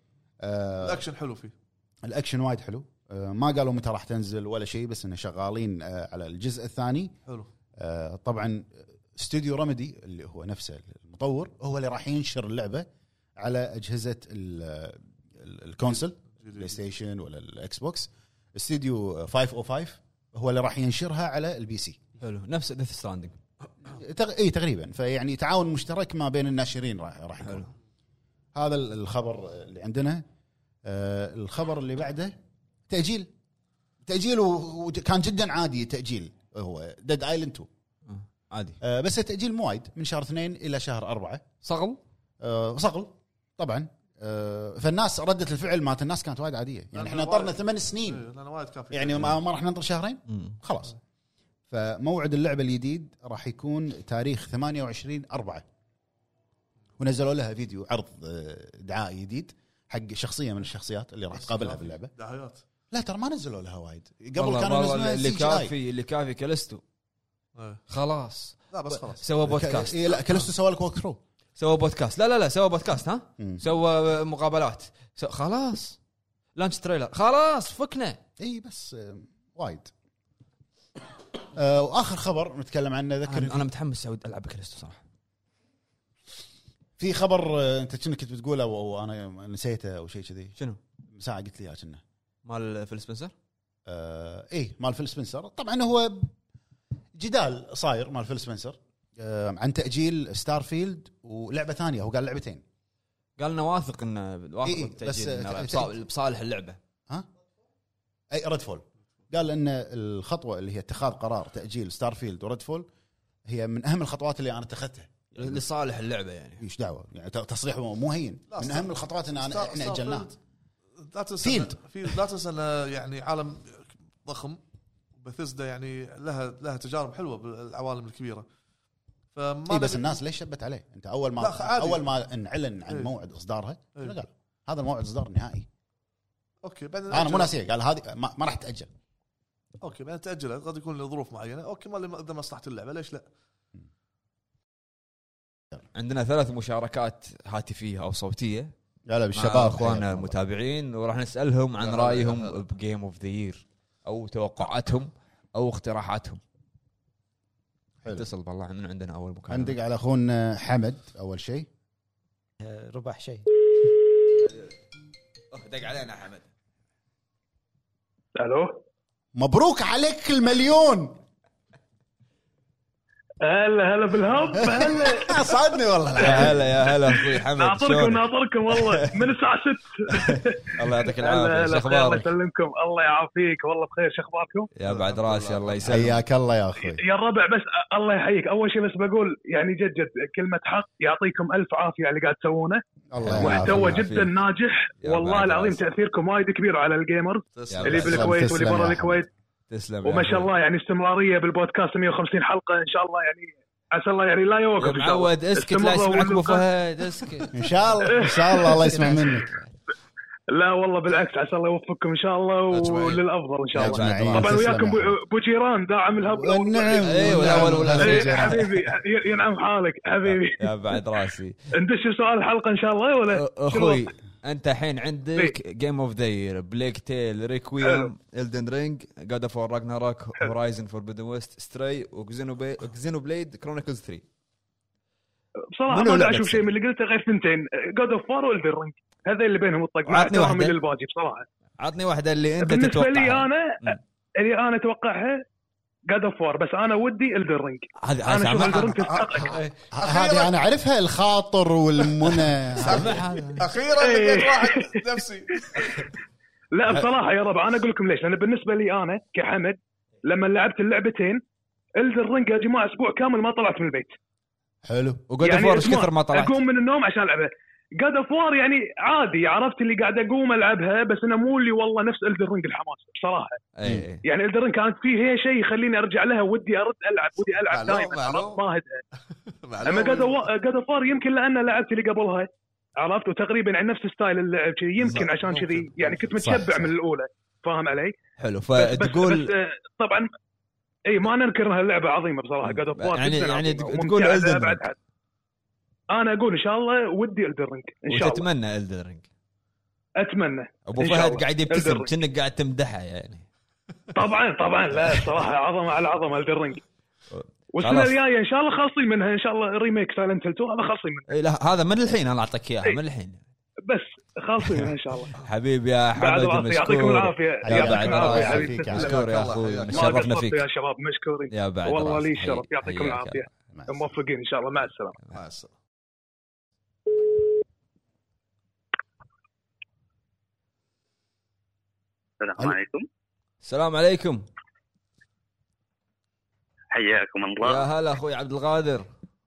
آه الاكشن حلو فيه. الاكشن وايد حلو. آه ما قالوا متى راح تنزل ولا شيء، بس انه شغالين آه على الجزء الثاني. حلو. آه طبعا استوديو رمدي اللي هو نفسه المطور هو اللي راح ينشر اللعبه على اجهزه ال- ال- الكونسل بلاي ستيشن ولا الاكس بوكس. استوديو خمسمية وخمسة هو اللي راح ينشرها على البي سي. حلو، نفس ديث ستراندنج. تغ... اي تقريبا. فيعني تعاون مشترك ما بين الناشرين راح راح يكون. هذا الخبر اللي عندنا. آه الخبر اللي بعده تاجيل تاجيل وكان جدا عادي. تاجيل هو ديد ايلاند تو آه. عادي. آه بس التاجيل مو وايد، من شهر اثنين الى شهر أربعة. صغل. آه صقل طبعا. آه فالناس ردة الفعل مالت الناس كانت وايد عاديه. يعني لأن احنا وايد- نطرنا ثمان سنين إيه، لأن وايد كان في يعني ما, ما راح ننطر شهرين مم. خلاص. فموعد اللعبه الجديد راح يكون تاريخ ثمانية وعشرين أربعة ونزلوا لها فيديو عرض آه، دعائي جديد حق شخصيه من الشخصيات اللي راح تقابلها باللعبه. دعايات لا ترى ما نزلوا لها وايد قبل، والله كانوا والله ينزلون اللي سي جي آي. كافي اللي كافي كلستو إيه. خلاص لا بس خلاص سوى بودكاست. إيه لا كلستو سوى لك ووك ثرو. سوى بودكاست لا لا لا سوى بودكاست ها مم. سوى مقابلات سو خلاص لانش تريلر خلاص فكنا. اي بس آه، وايد. آه، واخر خبر نتكلم عنه ذكر انا أنا متحمس أود العب كلستو صراحه. في خبر آه، انت كنت كنت بتقوله وانا نسيته او شيء كذي شنو ساعه قلت لي اياه كنا مال فيل سبنسر؟ آه ايه مال فيل سبنسر. طبعا هو جدال صاير مال فيل سبنسر آه عن تاجيل ستار فيلد ولعبه ثانيه. هو قال لعبتين. قال لنا واثق انه واثق إيه، بالتأجيل، بس- إنه ت- بصالح- بصالح اللعبه. ها اي ريدفول. قال ان الخطوه اللي هي اتخاذ قرار تاجيل ستار فيلد وريدفول هي من اهم الخطوات اللي انا اتخذتها. لصالح اللعبه يعني. ايش دعوه يعني تصريح مو هين. لا، من ستار- اهم الخطوات ان انا ستار- احنا ستار اجلناه. فيلد لا تنسى فيلد. إن- فيلد لا تنسى انه يعني عالم ضخم. بثيسدا يعني لها لها تجارب حلوه بالعوالم الكبيره. فما اي بس نبي- الناس ليش شبت عليه؟ انت اول ما لا، عادي. اول ما انعلن عن إيه. موعد اصدارها إيه. شنو قال؟ هذا الموعد اصدار نهائي. اوكي بعدين انا مو أجل- ناسيه. قال هذه ما, ما راح تاجل. اوكي بعدين تاجلها قد يكون لظروف معينه. اوكي ما اذا مصلحه اللعبه ليش لا. عندنا ثلاث مشاركات هاتفيه او صوتيه لا لا مع بالشباب اخواننا المتابعين وراح نسالهم عن لا، لا، رايهم لا، لا. بجيم اوف ذا يير او توقعاتهم او اقتراحاتهم. حلو. اتصل بالله من عندنا اول مكالمه. عندك على اخونا حمد اول شيء. آه، ربح شيء. أوه، دق علينا حمد. الو مبروك عليك المليون. هلا هلا بالهب هلا صادني والله. يا هلا يا هلا اخوي حمد ناطركم شلونك؟ ناطركم والله من الساعه ستة. الله يعطيك هلا العافيه هلا شو بخير، الله اخبارك؟ يسلمكم الله يعافيك والله بخير. شو اخباركم يا بعد راسي الله يسلمك. حياك الله يا اخوي. يا الربع؟ بس الله يحييك. اول شيء بس بقول يعني جد جد كلمه حق يعطيكم الف عافيه على اللي قاعد تسوونه. الله محتوى يعافيك. جدا ناجح يا والله بعد العظيم. راسي. تاثيركم وايد كبير على الجيمرز تسلم. اللي تسلم. بالكويت واللي تسلم برا يا الكويت. تسلم يا وما شاء أخوي. الله يعني استمراريه بالبودكاست مئة وخمسين حلقه ان شاء الله. يعني عسى الله يعني لا يوقف يا إن شاء الله. معود اسكت لا استمروا يسمعك ابو واللقاء- فهد اسكت. ان شاء الله ان شاء الله الله يسمع منك. لا والله بالعكس عسى الله يوفقكم ان شاء الله أجمعين. وللافضل ان شاء الله. أجمعين. طبعا تسلم وياكم يا بو- أخوي. بو جيران داعم الهب. والنعم. أيوة، الأول والأخير. إيه، والأخير. حبيبي ي- ينعم حالك حبيبي. يا بعد راسي ندش سؤال الحلقه ان شاء الله ولا اخوي انت الحين عندك جيم اوف ذا يير بليك تيل ريكويم الدن رينج جاد اوف وور راجناروك هورايزن فوربيدن ويست ستراي وكزينو بليد كرونيكلز ثلاثة. بصراحه منو ما لعبة اشوف شيء من اللي قلته غير ثنتين جود اوف وار والدن رينج. هذا اللي بينهم الطق مع عطني احترامي واحدة. للباقي بصراحه. عطني واحده اللي انت بالنسبه لي تتوقعها. انا مم. اللي انا اتوقعها جاد اوف وار. بس انا ودي الدن رينج. هذه انا اشوف الدن رينج سامعها تستحق. هذه انا اعرفها الخاطر والمنى. سامعها اخيرا إيه. لقيت واحد نفسي. لا بصراحه يا ربع انا اقول لكم ليش. لان بالنسبه لي انا كحمد لما لعبت اللعبتين الدن رينج يا جماعه اسبوع كامل ما طلعت من البيت. حلو. وجود اوف وور ايش أسبوع كثر ما طلعت؟ اقوم من النوم عشان العبها. جاد اوف وار يعني عادي عرفت اللي قاعد اقوم العبها. بس انا مو اللي والله نفس الدن رينج الحماس بصراحه. اي اي يعني الدن رينج كانت فيه هي شيء يخليني ارجع لها ودي ارد العب ودي العب معلوم، دائما معلوم. عرفت ما هدها. اما جاد اوف وار يمكن لان لعبت اللي قبلها عرفت وتقريبا عن نفس ستايل اللعب كذي يمكن صح، عشان ممكن. كذي يعني كنت صح، متشبع صح. من الاولى فاهم علي. حلو بس بس, فتقول بس آه، طبعا اي ما ننكر انها لعبه عظيمه بصراحه جاد اوف وار يعني- جداً يعني عظيمة تقول وممتعة Elden لأبعد Ring. حد. انا اقول ان شاء الله ودي الدن رينج ان شاء الله. وتتمنى الدن رينج. اتمنى ابو إن شاء فهد الله. قاعد يبتسم Elden Ring. كأنك قاعد تمدحه يعني. طبعا طبعا لا صراحه عظمه على عظمه الدن رينج. والسنه خلاص. الجايه ان شاء الله خالصين منها ان شاء الله ريميك سايلنت هيل تو هذا خالصين منه. إيه لا هذا من الحين انا اعطيك اياها إيه. من الحين. بس خالصين منها ان شاء الله. حبيبي يا بعد حمد راسي يعطيكم مشكور. العافيه يا يعطيكم بعد يعطيكم العافيه راسي. حبيبي فيك يا تسلم. مشكور يا الله اخوي حياك. ما شرفنا قصرتوا فيك يا شباب مشكورين. يا بعد والله راسي. لي الشرف حي- يعطيكم حياك. العافيه مع السلامة. موفقين ان شاء الله مع السلامه. مع السلامه. السلام عليكم. السلام عليكم. حياكم يا الله. هلا اخوي عبد القادر.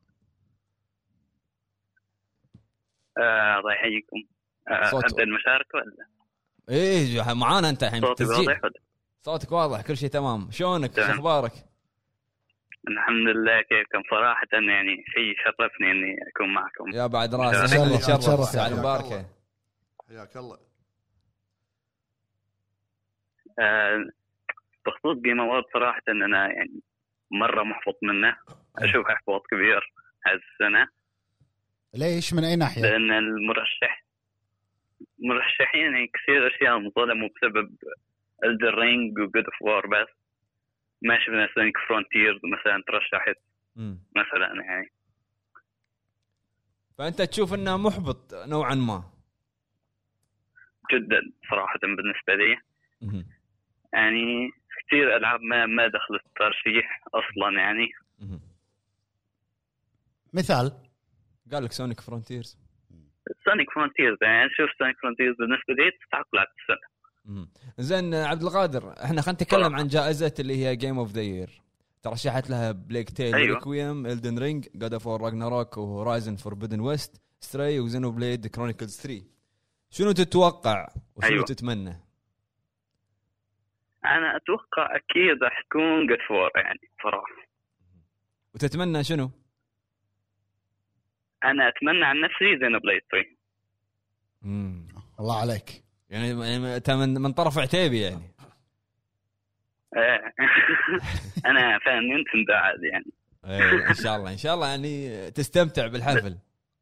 آه الله يحييكم. آه صوت- ابدا المشاركه ولا ايه معانا انت الحين صوتي بالتسجيل. واضح ولا؟ صوتك واضح كل شيء تمام. شلونك؟ شو تمام. اخبارك؟ الحمد لله. كيفكم؟ صراحة يعني شيء شرفني إني أكون معكم. يا بعد راس إن احنا شاء اللي الله. نتشرف نتشرف. ساعة حياك مباركة. الله. حياك الله. آه، بخصوص جيم أوورد صراحة إن أنا يعني مرة محبط منه. أشوف إحباط كبير هذه السنة. ليش؟ من اي ناحيه؟ لأن المرشح مرشحين يعني كثير أشياء انظلموا بسبب Elden Ring و God of War، بس ما شفنا سونيك فرونتيرز مثلا ترشحت مم. مثلا يعني. فانت تشوف انه محبط نوعا ما. جدا صراحة بالنسبة لي مم. يعني كثير ألعاب ما ما دخلت ترشيح أصلا يعني. مم. مثال قال لك سونيك فرونتيرز. سونيك فرونتيرز يعني شوف سونيك فرونتيرز بالنسبة لي تستحق السنة. مم. زين عبد القادر، احنا خلينا نتكلم عن جائزة اللي هي جيم اوف ذا يير. ترشحت لها بليك تيل، أيوة. ريكويم، إلدن رينج، جاد اوف وور راجناروك، وهورايزن فوربيدن ويست، ستراي، وزينو بليد كرونيكلز ثري. شنو تتوقع وشنو أيوة. تتمنى؟ أنا أتوقع أكيد راح تكون جود فور يعني صراحة. وتتمنى شنو؟ أنا أتمنى عن نفسي زينو بليد ثري. مم. الله عليك. يعني انت من من طرف عتيبي يعني. إيه. أنا فاهم يمكن ده عادي يعني. إيه، ان شاء الله ان شاء الله يعني تستمتع بالحفل.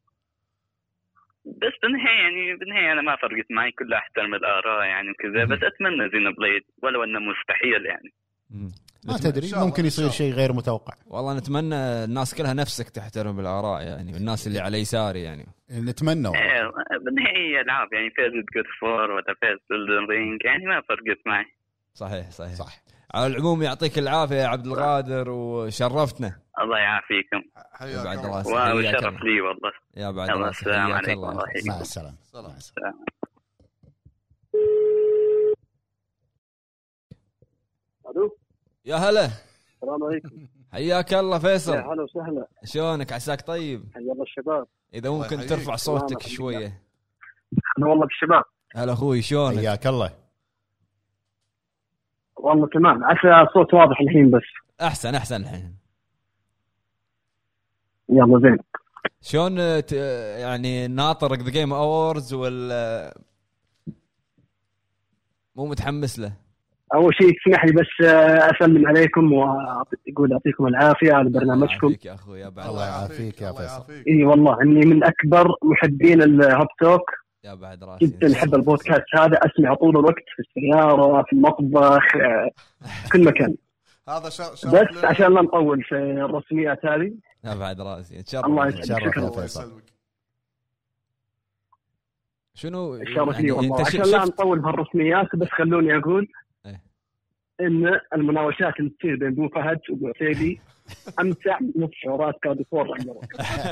بس بالنهاية يعني بالنهاية أنا ما فرقت معي، كلها أحترم الآراء يعني وكذا. بس أتمنى زينو بليد ولو أنه مستحيل يعني. مم. ما نتم- تدري، إن شاء الله، ممكن إن يصير شاء شيء غير متوقع. والله نتمنى الناس كلها نفسك تحترم الآراء يعني، الناس اللي على يساري يعني. نتمنى والله. إيه، بالنهاية ألعاب يعني فازت جود فور ولا فازت إلدن رينج يعني ما فرقت معي. صحيح صحيح صح. على العموم يعطيك العافية يا عبد القادر وشرفتنا. الله يعافيكم حياك بعد الله. راسك. حياك وشرف الله. لي والله. يا بعد الله راسك. السلام حياك عليكم. الله. الله يحييكم. مع السلامه. سلام. مع السلامه. الو يا هلا، السلام عليكم. حياك الله يا فيصل. هلا وسهلا، شلونك؟ عساك طيب؟ حيا الله الشباب. إذا الله ممكن يحييك. ترفع صوتك الحمد شوية. انا والله بالشباب هلا أخوي، شلونك؟ حياك الله. والله تمام. عسى الصوت واضح الحين بس. أحسن أحسن الحين. يلا زين. شلون ت- يعني ناطر ذا جيم أووردز وال مو متحمس له؟ اول شيء تسمح لي بس اسلم عليكم واقول يعطيكم العافيه على برنامجكم. يعافيك يا أخوي. يا بعد الله راسك. يعافيك يا الله فيصل. يعافيك. اي والله اني من اكبر محبين الهوب توك، يا بعد راسي. جدا احب البودكاست هذا، اسمع طول الوقت في السياره، في المطبخ، آه، في كل مكان. هذا شر- شرف بس لنا. عشان لا نطول في الرسميات هذه. يا بعد راسي. تشرف. الله تشرف يسلمك. يا شكرا. الله فيصل. يسلمك. شنو الشرف يعني لي والله. أنت عشان ش- لا شفت نطول بهالرسميات بس خلوني اقول إيه. ان المناوشات اللي تصير بين ابو فهد وابو عتيبي امتع من نص شعورات كاد فور راجناروك.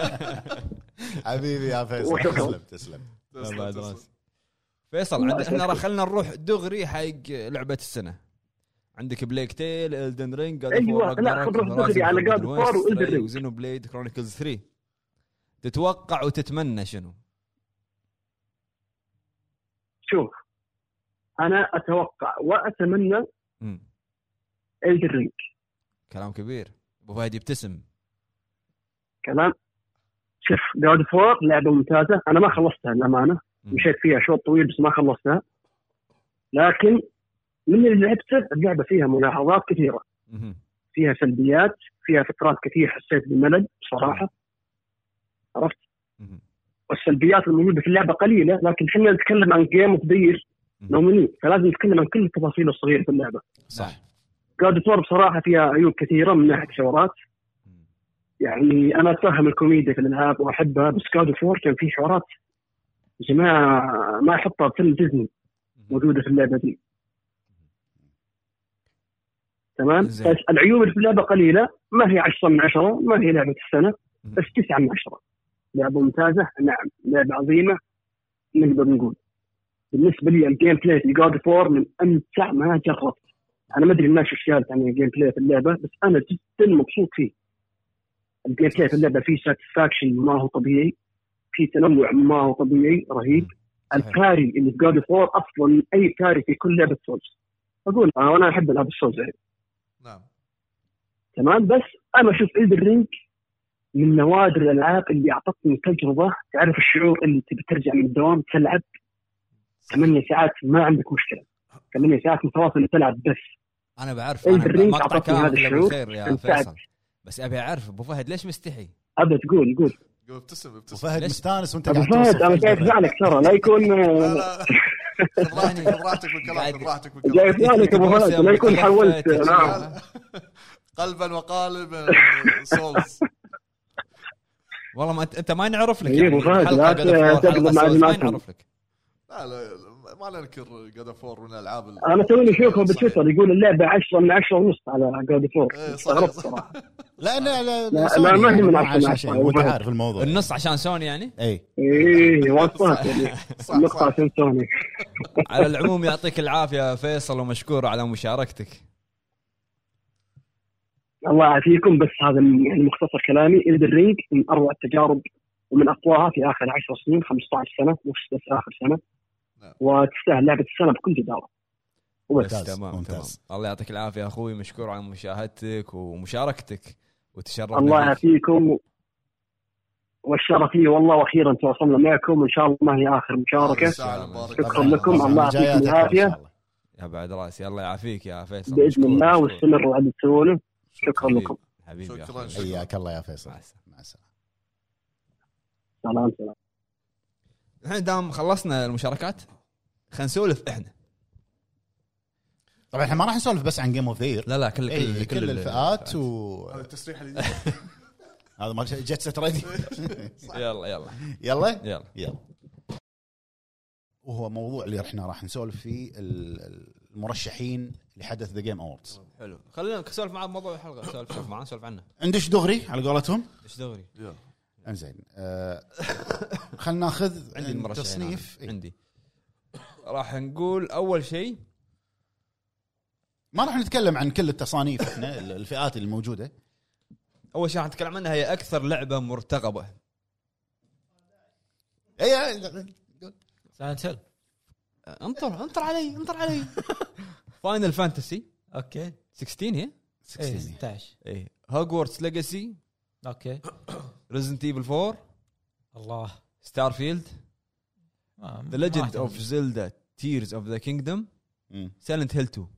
حبيبي يا فيصل. وشكراً. تسلم تسلم. يا تسلم، بعد تسلم. راسي. فيصل الله عند احنا يسلمك. راح خلنا نروح دغري حق لعبة السنة. عندك بليك تيل، إلدن رينج، أيوة، لا، خذ روح دغري على God of War وإلدن رينج. وزينو بليد كرونيكلز ثري. تتوقع وتتمنى شنو؟ شوف، انا اتوقع واتمنى مم. إلدن رينج. كلام كبير. ابو فهد يبتسم. كلام. شوف، جاد فور لعبه ممتازه، انا ما خلصتها للامانه، مم. مشيت فيها شوط طويل بس ما خلصتها، لكن من اللي لعبته اللعبه فيها ملاحظات كثيره، مم. فيها سلبيات، فيها فترات كثير حسيت بالملل بصراحه، عرفت؟ مم. والسلبيات الموجوده في اللعبه قليله، لكن احنا نتكلم عن جيم اوف ذا يير مم. نوميني، فلازم نتكلم عن كل التفاصيل الصغيره في اللعبه. صح. جاد فور بصراحه فيها عيوب كثيره من ناحيه حوارات، مم. يعني انا اتفهم الكوميديا في الالعاب واحبها، بس جاد فور كان فيه حوارات يا جماعه ما يحطها بفيلم ديزني موجوده في اللعبه دي. تمام. زين. بس العيوب اللي في اللعبه قليله، ما هي عشرة من عشرة، ما هي لعبه السنه، مم. بس تسعة من عشرة. لعبه ممتازه، نعم، لعبه عظيمه نقدر نقول. بالنسبه لي الجيم بلاي في جاد فور من امتع ما جربت. انا ما ادري الناس ايش قالت عن الجيم بلاي في اللعبه، بس انا جدا مبسوط فيه. الجيم بلاي في اللعبه فيه ساتسفاكشن ما هو طبيعي، فيه تنوع ما هو طبيعي رهيب. صحيح. الباري اللي في جاد فور اصلا من اي باري في كل لعبه سولز. اقول آه انا احب العاب السولز يعني. نعم. تمام. بس انا اشوف إلدر رينج من نوادر الالعاب اللي اعطتني تجربه، تعرف الشعور اللي تبي ترجع من الدوام تلعب ثمانية ساعات ما عندك مشكله، ثمانية ساعات متواصل تلعب. بس انا بعرف انا الرينج مقطع أعطتني كامل هذا بالخير الشعور. يا فيصل، بس ابي اعرف ابو فهد ليش مستحي؟ ابى تقول قول قول ابتسم ابتسم وفهد ليش؟ مستانس وانت ابو قاعد فهد توصف انا جاي افزعلك ترى لا يكون لا لا خذ راحتك خذ راحتك بالكلام، خذ راحتك جاي بالكلام. افزعلك ابو فهد لا يكون حولت. نعم قلبا وقالبا سولز. والله ما انت انت ما نعرف لك إيه، أبو فهد، لا تقدم مع ما جماعتهم. نعرف لك. لا لا ما ننكر جاد فور من الالعاب ال- انا توني اشوفه بتويتر يقول اللعبه عشرة من عشرة ونص على جاد فور. إيه، صحيح، استغربت صح. صراحه. لا لا لا لا، سوني لا، ما هي من مو عشرة من عشان عشرة. شيء، وانت عارف الموضوع. النص عشان سوني يعني. اي ايه وصلت يعني صح، النقطه صح. عشان سوني. على العموم يعطيك العافيه فيصل ومشكور على مشاركتك. الله يعافيكم. بس هذا يعني مختصر كلامي. إلدر رينج من اروع التجارب ومن اقواها في اخر عشر سنين، خمسة عشر سنه، مش بس اخر سنه. نعم. وتستاهل لعبه السنه بكل جداره. وبس. ممتاز، تمام ممتاز. تمام. الله يعطيك العافيه اخوي، مشكور على مشاهدتك ومشاركتك وتشرفنا. الله فيك. يعافيكم والشرف لي والله. واخيرا تواصلنا معكم وان شاء الله ما هي اخر مشاركه. الساعة المباركة. شكرا لكم. الله يعطيكم العافيه يا بعد راسي، الله يعافيك يا فيصل. باذن مشكور، الله، مشكور. واستمروا على تسوونه. شكرا حبيبي. لكم. حبيبي يا شكراً، أخوي. شكراً. حياك الله يا فيصل. مع السلامة. مع السلامه. سلام سلام. الحين دام خلصنا المشاركات خلينا نسولف احنا. طبعا احنا ما راح نسولف بس عن جيم اوف ذا لا لا كل كل, كل, كل الفئات و هذا التسريح اللي هذا مال جيت ست ريدي. يلا يلا يلا يلا. يلا. وهو موضوع اللي احنا راح نسولف فيه ال- المرشحين لحدث ذا جيم اووردز. حلو، خلينا نسولف معاه بموضوع الحلقه. سولف شوف معاه، سولف عنه عندش دغري على قولتهم. ايش دغري. يلا. انزين أه خلينا ناخذ عندي المرشحين تصنيف. أنا. عندي راح نقول اول شيء ما راح نتكلم عن كل التصانيف احنا الفئات اللي موجوده. اول شيء راح نتكلم عنها هي اكثر لعبه مرتقبه. اي سايلنت هيل. انطر انطر علي انطر علي فاينل فانتسي اوكي ستة عشر هي ايه ستة عشر. ايه هوجورتس ليجاسي، اوكي ريزنت ايفل فور، الله ستار فيلد، ما- ذا ما ليجند أحتاج. اوف زيلدا تيرز اوف ذا كينجدوم، سايلنت هيل تو.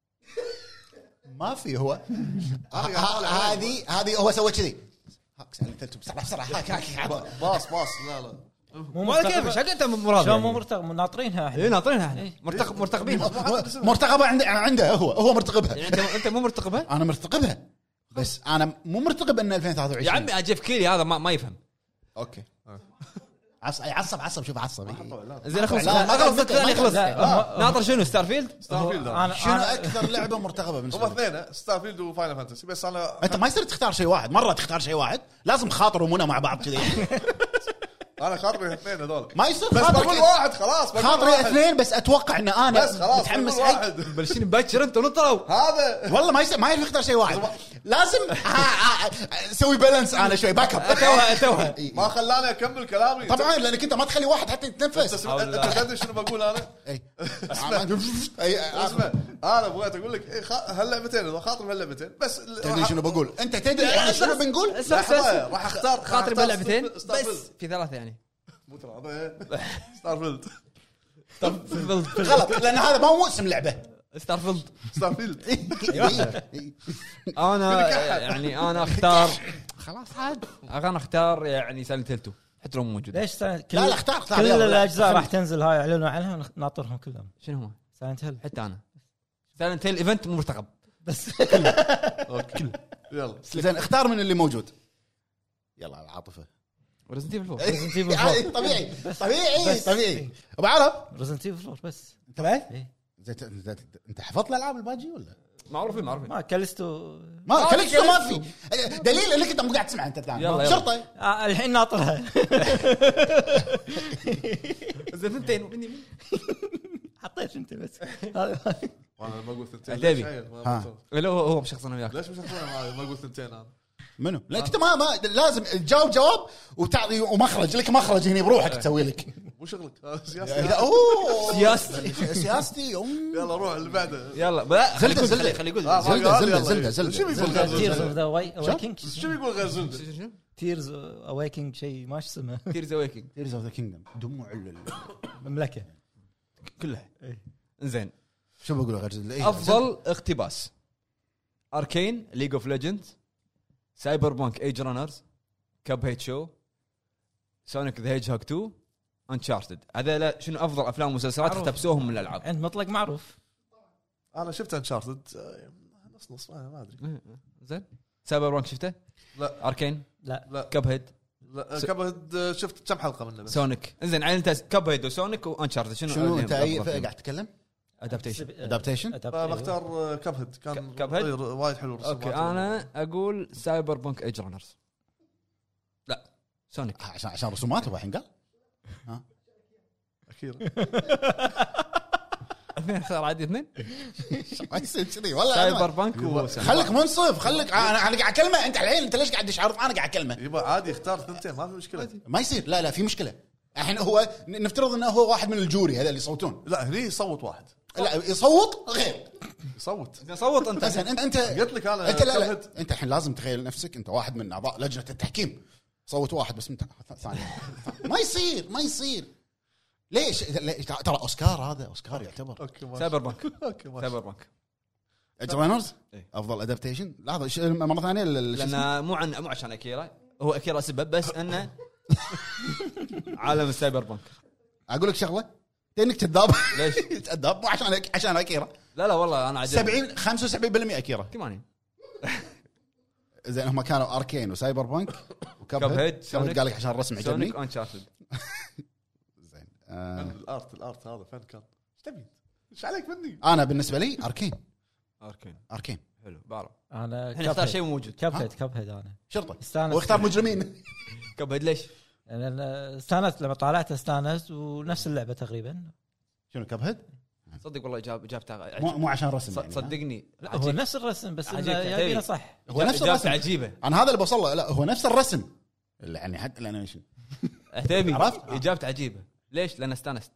ما في هو هذه هذه هو سوى كذي بسرعه بسرعه. باص باص لا لا مو ما كيف مرتقبة. ايش انت مراد شلون مو مرتقب ناطرينها احنا. ايه ناطرينها احنا إيه. مرتقب مرتقبين. مرتقبه عنده عنده هو هو مرتقبها. يعني انت انت مو مرتقبها انا مرتقبها بس انا مو مرتقب ان ألفين وثلاثة وعشرين. يا عمي. اجيف كيلي هذا ما, ما يفهم. اوكي عص عصب عصب شوف عصب. زين اخلص لا، ما اخلص قصدك- الثاني ما خلص. لا، ناطر شنو ستار فيلد. ستار فيلد انا شنو أنا- اكثر لعبه مرتقبه هم بالنسبه لك؟ اثنين ستار فيلد وفاينل فانتسي. بس انا انت ما يصير تختار شيء واحد مره تختار شيء واحد لازم خاطر ومنى مع بعض كذي. انا خاطري اثنين هذول. ما يصير بس خاطرك بقول واحد خلاص بقول خاطري واحد. اثنين بس اتوقع ان انا بس خلاص متحمس بقول حق. واحد. بلشين مبكر انت ونطروا. هذا والله ما يصير ما يصير يختار شيء واحد لازم ها- ها- سوي بالانس انا شوي باك اب. توها توها ما خلاني اكمل كلامي. طبعا لانك انت ما تخلي واحد حتى انت يتنفس. سم- انت تدري شنو بقول انا؟ اي اسمع انا بغيت اقول لك إيه، خ- هاللعبتين خاطر بهاللعبتين بس تدري شنو بقول؟ انت تدري احنا شنو بنقول؟ لحظة، راح اختار راح خاطري أختار بلعبتين ستار- ستار بس فيلد. في ثلاثه يعني. مو ترى هذا ستار فيلد. غلط لان هذا ما هو اسم لعبه. ستار فيلد. ستار فيلد. انا يعني انا اختار خلاص عاد انا اختار يعني سايلنت هيل تو حتى لو مو موجود. ليش سايلنت كل لا لا اختار اختار كل يلا، لا. الاجزاء راح تنزل هاي اعلنوا عنها ناطرهم كلهم. شنو هو سايلنت هيل حتى انا سايلنت هيل ايفنت مو مرتقب. بس اوكي يلا زين اختار من اللي موجود. يلا العاطفه. ريزنت ايفل فور. Resident Evil يعني فور. طبيعي طبيعي بس. طبيعي. ابو عرب ريزنت ايفل فور بس انت بعد؟ إيه. زين انت انت حفظت الالعاب الباجي ولا؟ معروفين معروفين. ما كالستو ما آه، كلكسو ما كلكسو. في دليل انك انت مو قاعد تسمع انت الثاني. يلا، يلا. شرطه آه الحين ناطرها. زين ثنتين مني حطيت انت بس. وانا بقول ثنتين. عتيبي. ليش عيل؟ ما ها. بتصير. لا هو هو مشخص انا وياك. ليش مش أخوي؟ ما اقول ثنتين انا. منو؟ لانك انت ما ما لازم تجاوب جواب وتعطي ومخرج لك مخرج هنا بروحك تسوي لك. مو شغلك هذا سياسي. اوه سياستي. سياستي أم. يلا روح اللي بعده. يلا بلا زلدة، خلي زلدة. خلي خلي يقول آه، زلدة قال زلدة يلا. زلدة شو زلدة بيقول زلدة. غير تيرز زلدة؟ اوف ذا اويكينج شو بيقول غير زلدة؟ تيرز اويكينج شيء ما اسمه تيرز اويكينج تيرز اوف ذا كينجدم دموع ال- مملكه كلها. انزين شو بقول غير زلدة؟ إيه، افضل اقتباس: اركين، ليج اوف ليجندز، سايبر بانك ايج رانرز، كاب هيت شو، سونيك ذا هيج هاك تو، انشارتد. هذا لا شنو افضل افلام ومسلسلات معروف. اقتبسوهم من الالعاب. عند مطلق معروف. انا شفت انشارتد نص نص ما ادري. زين سايبر بانك شفته؟ لا. اركين؟ لا لا كاب هيد؟ لا س- كبد شفت كم حلقه منه بس. سونيك. انزين عيل انت كاب هيد وسونيك وانشارتد شنو شنو انت اي أفضل فيهم؟ قاعد تتكلم؟ ادابتيشن. ادابتيشن؟ بختار كبهد كان ك- كبهد؟ غير- وايد حلو اوكي انا اقول سايبر بانك ايج رانرز. لا سونيك. عشان عشان رسوماته الحين قال اخيرا. اثنين اختار عادي اثنين. ما يصير كذي والله. سايبر بانك وسونيك. خليك منصف خليك انا انا قاعد اكلمه انت الحين انت ليش قاعد تشعر انا قاعد اكلمه يبا عادي اختار ثنتين ما في مشكله. ما يصير لا لا في مشكله الحين هو نفترض انه هو واحد من الجوري هذا اللي يصوتون لا هني يصوت واحد لا يصوت غير يصوت. صوت انت. زين انت انت قلت لك انا انت لا لا كبهد. انت الحين لازم تخيل نفسك انت واحد من اعضاء لجنه التحكيم صوت واحد بس انت ثاني ما يصير ما يصير ليش ليش؟ ترى اوسكار هذا اوسكار يعتبر اوكي ماشي. سايبر بانك. اوكي ماشي. سايبر بانك اجرانرز إيه. افضل ادابتيشن لحظه ش- مره ثانيه ال- شو اسمه؟ لان مو عن مو عشان اكيرا، هو اكيرا سبب بس انه عالم السايبر بانك. اقول لك شغله انك كذاب ليش؟ كذاب مو عشان عشان اكيرا لا لا والله انا عجبني. سبعين خمسة وسبعين بالمئة اكيرا ثمانين. زين هم كانوا اركين وسايبر بانك وكاب كاب هيد، هيد سونيك. قال لك عشان الرسم عجبني سونيك انشارتد. زين آه الارت الارت هذا فن كان ايش تبي ايش عليك مني. انا بالنسبه لي اركين اركين اركين حلو بعرف. انا الحين اختار شيء موجود. كاب هيد كاب هيد انا شرطه استانس واختار مجرمين كاب هيد ليش؟ أنا استانست لما طالعت استانست ونفس اللعبه تقريبا. شنو كاب هيد صدق والله جاب جابتها مو مو عشان رسم يعني، ها؟ صدقني لا هو نفس الرسم بس عجيب. إنه يبينا صح. هو نفس جابتها الرسم عجيبه. انا هذا اللي بوصل له لا هو نفس الرسم اللي يعني حتى الانيميشن عتيبي عرفت؟ اجابته عجيبه. ليش؟ لان استانست.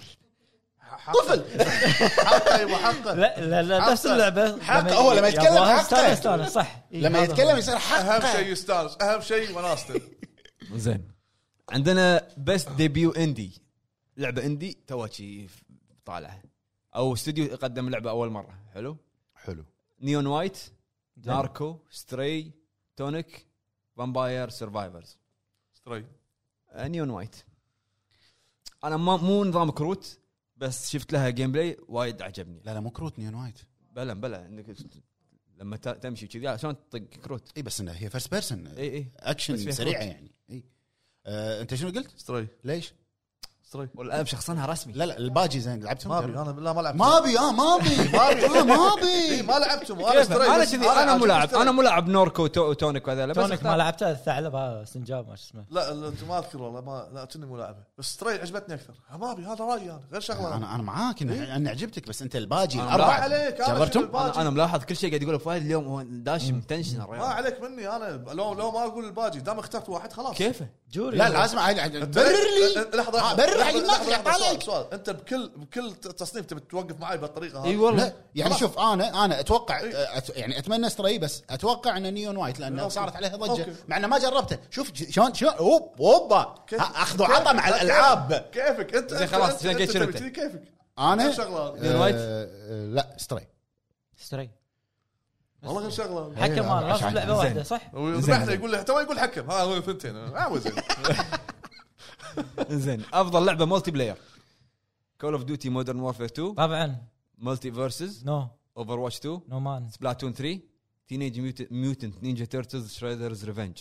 طفل حقه يبا حقه. لا لا لا حقه. نفس اللعبه حقه. هو لما يتكلم يبغاها حقه. استانس استانس صح. إيه، لما هذا يتكلم هو. يصير اهم حقه شيء يستانس اهم شيء وناسته. زين عندنا بيست ديبيو اندي، لعبه اندي تواتشي طالعه او استوديو يقدم لعبه اول مره. حلو حلو نيون وايت، ناركو، ستري، تونيك، فامباير سرفايفرز. ستري نيون وايت انا ما مو نظام كروت بس شفت لها جيم بلاي وايد عجبني. لا لا مو كروت نيون وايت بلا بلا انك لما ت- تمشي كذي شلون تطق كروت. اي بس انه هي فيرست بيرسون اي اي بس اكشن فيها سريعه كروت. يعني اي آه، انت شنو قلت ستري ليش ستري والالعاب شخصنها رسمي. لا لا الباجي زين لعبتهم ما ابي انا لا ما لعبت ما ابي اه ما ابي ما ابي آه، ما ابي ما لعبتهم انا كيف؟ ستري انا بس كذي انا مو لاعب عجبني انا مو لاعب نوركو تو- وتونيك وهذا بس تونيك ما اختار- لعبته الثعلب هذا سنجاب ما شو اسمه. لا لا انت ما اذكر والله ما لا كني مو لاعبه بس ستري عجبتني اكثر. ما ابي هذا رايي انا غير شغله. انا انا معاك ان ان عجبتك بس انت الباجي أنا ما الاربعه عليك انا جربتم؟ شفت الباجي. انا انا ملاحظ كل شيء قاعد يقوله فهد اليوم هو داش متنشن ما الريال. عليك مني انا لو لو ما اقول الباجي دام اخترت واحد خلاص. كيفه؟ جوري لا لازم عاد- عاد- أنت- برر لي أنت- لحظه آه، لحظة، برر لحظة، حق الناس لحظة، اللي لحظة، يعطى سؤال- عليك. سؤال انت بكل بكل تصنيف تبي توقف معي بالطريقه اي هذه. والله لا يعني خلاص. شوف انا انا اتوقع أت يعني اتمنى ستري بس اتوقع ان نيون وايت لانه أوكي. صارت عليها ضجه أوكي. مع انه ما جربته. شوف ج- شلون شلون اوب اوبا كيف- اخذ وعطى كيفك- مع كيفك- الالعاب. كيفك انت زين أنت- خلاص، أنت- شنو أنت قلت شنو تبي أنت؟ كذي كيفك انا غير شغله هذه. نيون وايت؟ آه، آه، لا ستري ستري والله غير شغله. حكم إيه، انا عشان- لعبه زين. واحده صح. وذبحنا يقول لي تو يقول حكم ها هو ثنتين عاوز زين. زين افضل لعبه مولتي بلاير: كول اوف ديوتي مودرن وورفير تو، طبعا مولتي فيرسز، نو اوفر واتش تو، نو مان. سبلاتون ثري، تينيج ميوتنت نينجا تيرتلز شريدرز ريفنج.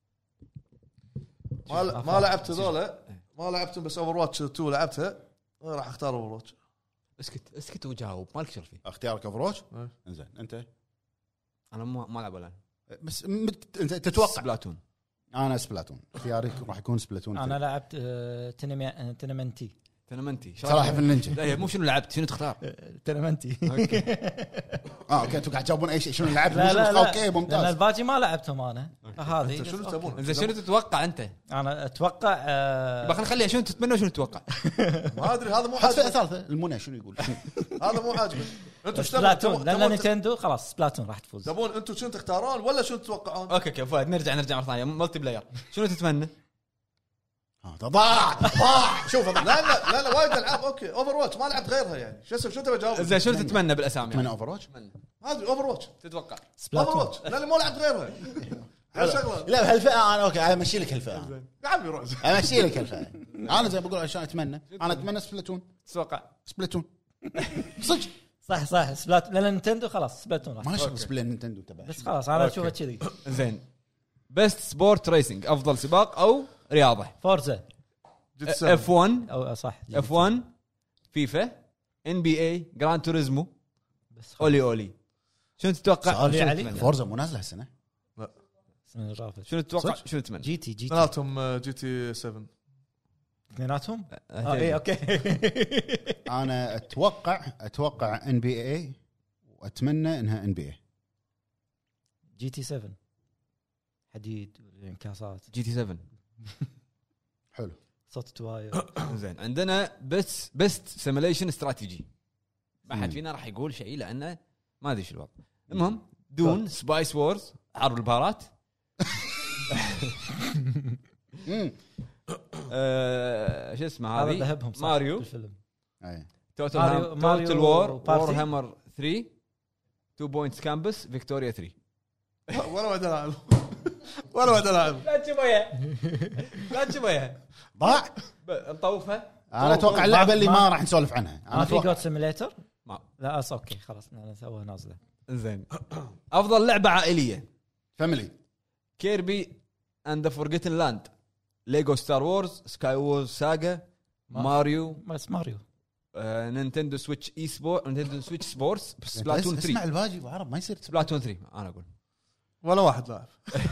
ما ل- ما لعبت هذولا ما لعبتهم بس اوفر واتش تو لعبتها. راح اختار اوفر واتش. اسكت اسكت وجاوب مالك شغل فيه. اختيارك اوفر واتش إيه. زين انت انا ما ما العب الان. بس مت- انت تتوقع سبلاتون انا سبلاتون اختياري راح يكون سبلاتون انا لعبت تنمنتي تنمنتي صراحه في النينجا. لا هي مو شنو لعبت شنو تختار تنمنتي اه اوكي انتم قاعد تجاوبون اي شيء شنو لعبت لا لا لا اوكي لان ممتاز. الباقي ما لعبتهم انا هذه شنو تبون؟ زين شنو تتوقع انت انا اتوقع آه، بخلي نخليها شنو تتمنى وشنو تتوقع ما ادري هذا مو حد فئه عاجبك ثالثه المنى شنو يقول؟ هذا مو عاجبك انتم ايش سبلاتون تبون لان تبون نينتندو خلاص سبلاتون راح تفوز تبون انتم شنو تختارون ولا شنو تتوقعون؟ اوكي اوكي فؤاد نرجع نرجع مره ثانيه ملتي بلاير شنو تتمنى ها ضاع ضاع شوف لا لا لا لا وايد العاب اوكي اوفر واتش ما لعبت غيرها يعني شو اسوي شو تبي اجاوب؟ زين شنو تتمنى بالاسامي من اوفر واتش ما ادري اوفر واتش تتوقع اوفر سبلاتون واتش لا لا ما لعبت غيرها هاي شغله لا هالفئه انا اوكي امشي لك هالفئه يا عمي روز امشي لك هالفئه انا زي ما بقول عشان اتمنى انا اتمنى سبلاتون تتوقع سبلاتون صدق صح صح سبلاتون لان نينتندو خلاص سبلاتون راح ما شغل سبلين نينتندو تبع بس خلاص انا اشوفه كذي زين بيست سبورت ريسنج افضل سباق او رياضه فورزا اف واحد او صح اف واحد فيفا ان بي اي جراند توريزمو بس اولي اولي شنو تتوقع سؤال شنو علي. تتمنى؟ فورزا مو نازله هالسنه من الرافد شنو تتوقع صدق؟ شنو تتمنى جي تي جي تي اثنيناتهم جي تي سبعة اثنيناتهم اه أه، اي اوكي انا اتوقع اتوقع ان بي اي واتمنى انها ان بي اي جي تي سبعة حديد انكاسات جي تي سبعة حلو صوت تواير زين عندنا بس بيست سيميليشن استراتيجي ما حد مم. فينا راح يقول شيء لانه ما ادري شو الوضع المهم دون سبايس وورز حرب البارات امم آه، شو اسمه هذا هذه ذهبهم صح ماريو بالفيلم اي توتال ماريو- هام ماريو توتال وور بارتي. وور هامر ثلاثة تو بوينتس كامبس فيكتوريا ثلاثة ولا واحد العب ولا واحد العب لا تشوفها لا تشوفها ضاع نطوفها انا اتوقع ما- اللعبه اللي ما- ما راح نسولف عنها انا ما في اتوقع جود سيميليتر ما لا أص اوكي خلاص انا سويها نازله زين افضل لعبه عائليه فاميلي كيربي اند ذا فورجيتن لاند ليجو ستار وورز سكاي وورز ساجا ما- ماريو بس ماريو آه، نينتندو سويتش اي سبورت نينتندو سويتش سبورتس سبلاتون اسمع ثلاثة الباجي ابو عرب ما يصير سبلاتون ثلاثة انا اقول ولا واحد لاعب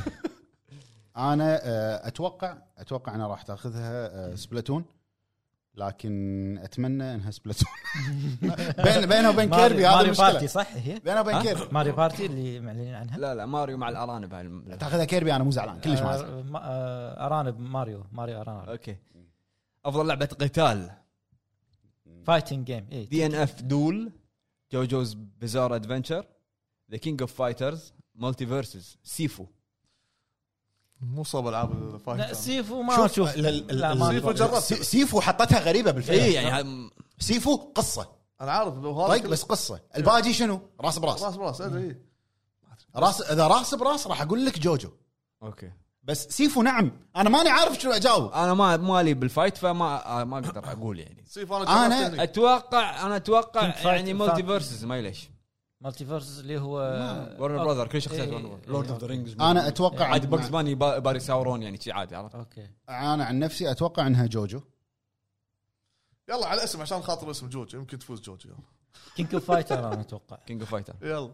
انا آه، اتوقع اتوقع انا راح تاخذها آه، سبلاتون لكن اتمنى انها سبلاتون بين بينها وبين ماريو- كيربي هذا ماريو بارتي المشكله صح هي بينها وبين ها؟ كيربي ماريو بارتي اللي معلنين عنها لا لا ماريو مع الارانب هاي الم- تاخذها كيربي انا مو زعلان كلش ما آه، أزعل. ما- آه، ارانب ماريو ماريو ارانب اوكي افضل لعبه قتال فايتنج جيم اي دي ان اف دول جوجوز بيزار ادفنتشر ذا كينج اوف فايترز مالتي فيرسز سيفو مو صوب العاب لا الفايت سيفو ما شوف اشوف ال- ال- لا، ال- ما سيفو أتوقع. جربت. سي- سيفو حطتها غريبه بالفيلم اي يعني هاي- سيفو قصه انا عارف وهذا طيب كله- بس قصه الباجي شنو راس براس راس براس ادري راس اذا راس براس راح اقول لك جوجو اوكي بس سيفو نعم انا ماني عارف شو اجاوب انا ما مالي بالفايت فما ما اقدر اقول يعني سيف انا أنا- جربت هني. اتوقع انا اتوقع King Fight- يعني مالتي Fight. فيرسز ما ليش مالتي فيرسز اللي هو ورنر براذر كل شخصيات إيه، ورنر إيه، لورد اوف إيه. ذا رينجز انا اتوقع عادي باكس مع- باني با- باري ساورون يعني شي عادي عرفت اوكي انا عن نفسي اتوقع انها جوجو يلا على اسم عشان خاطر اسم جوج يمكن تفوز جوج يلا كينج اوف فايتر انا اتوقع كينج اوف فايتر يلا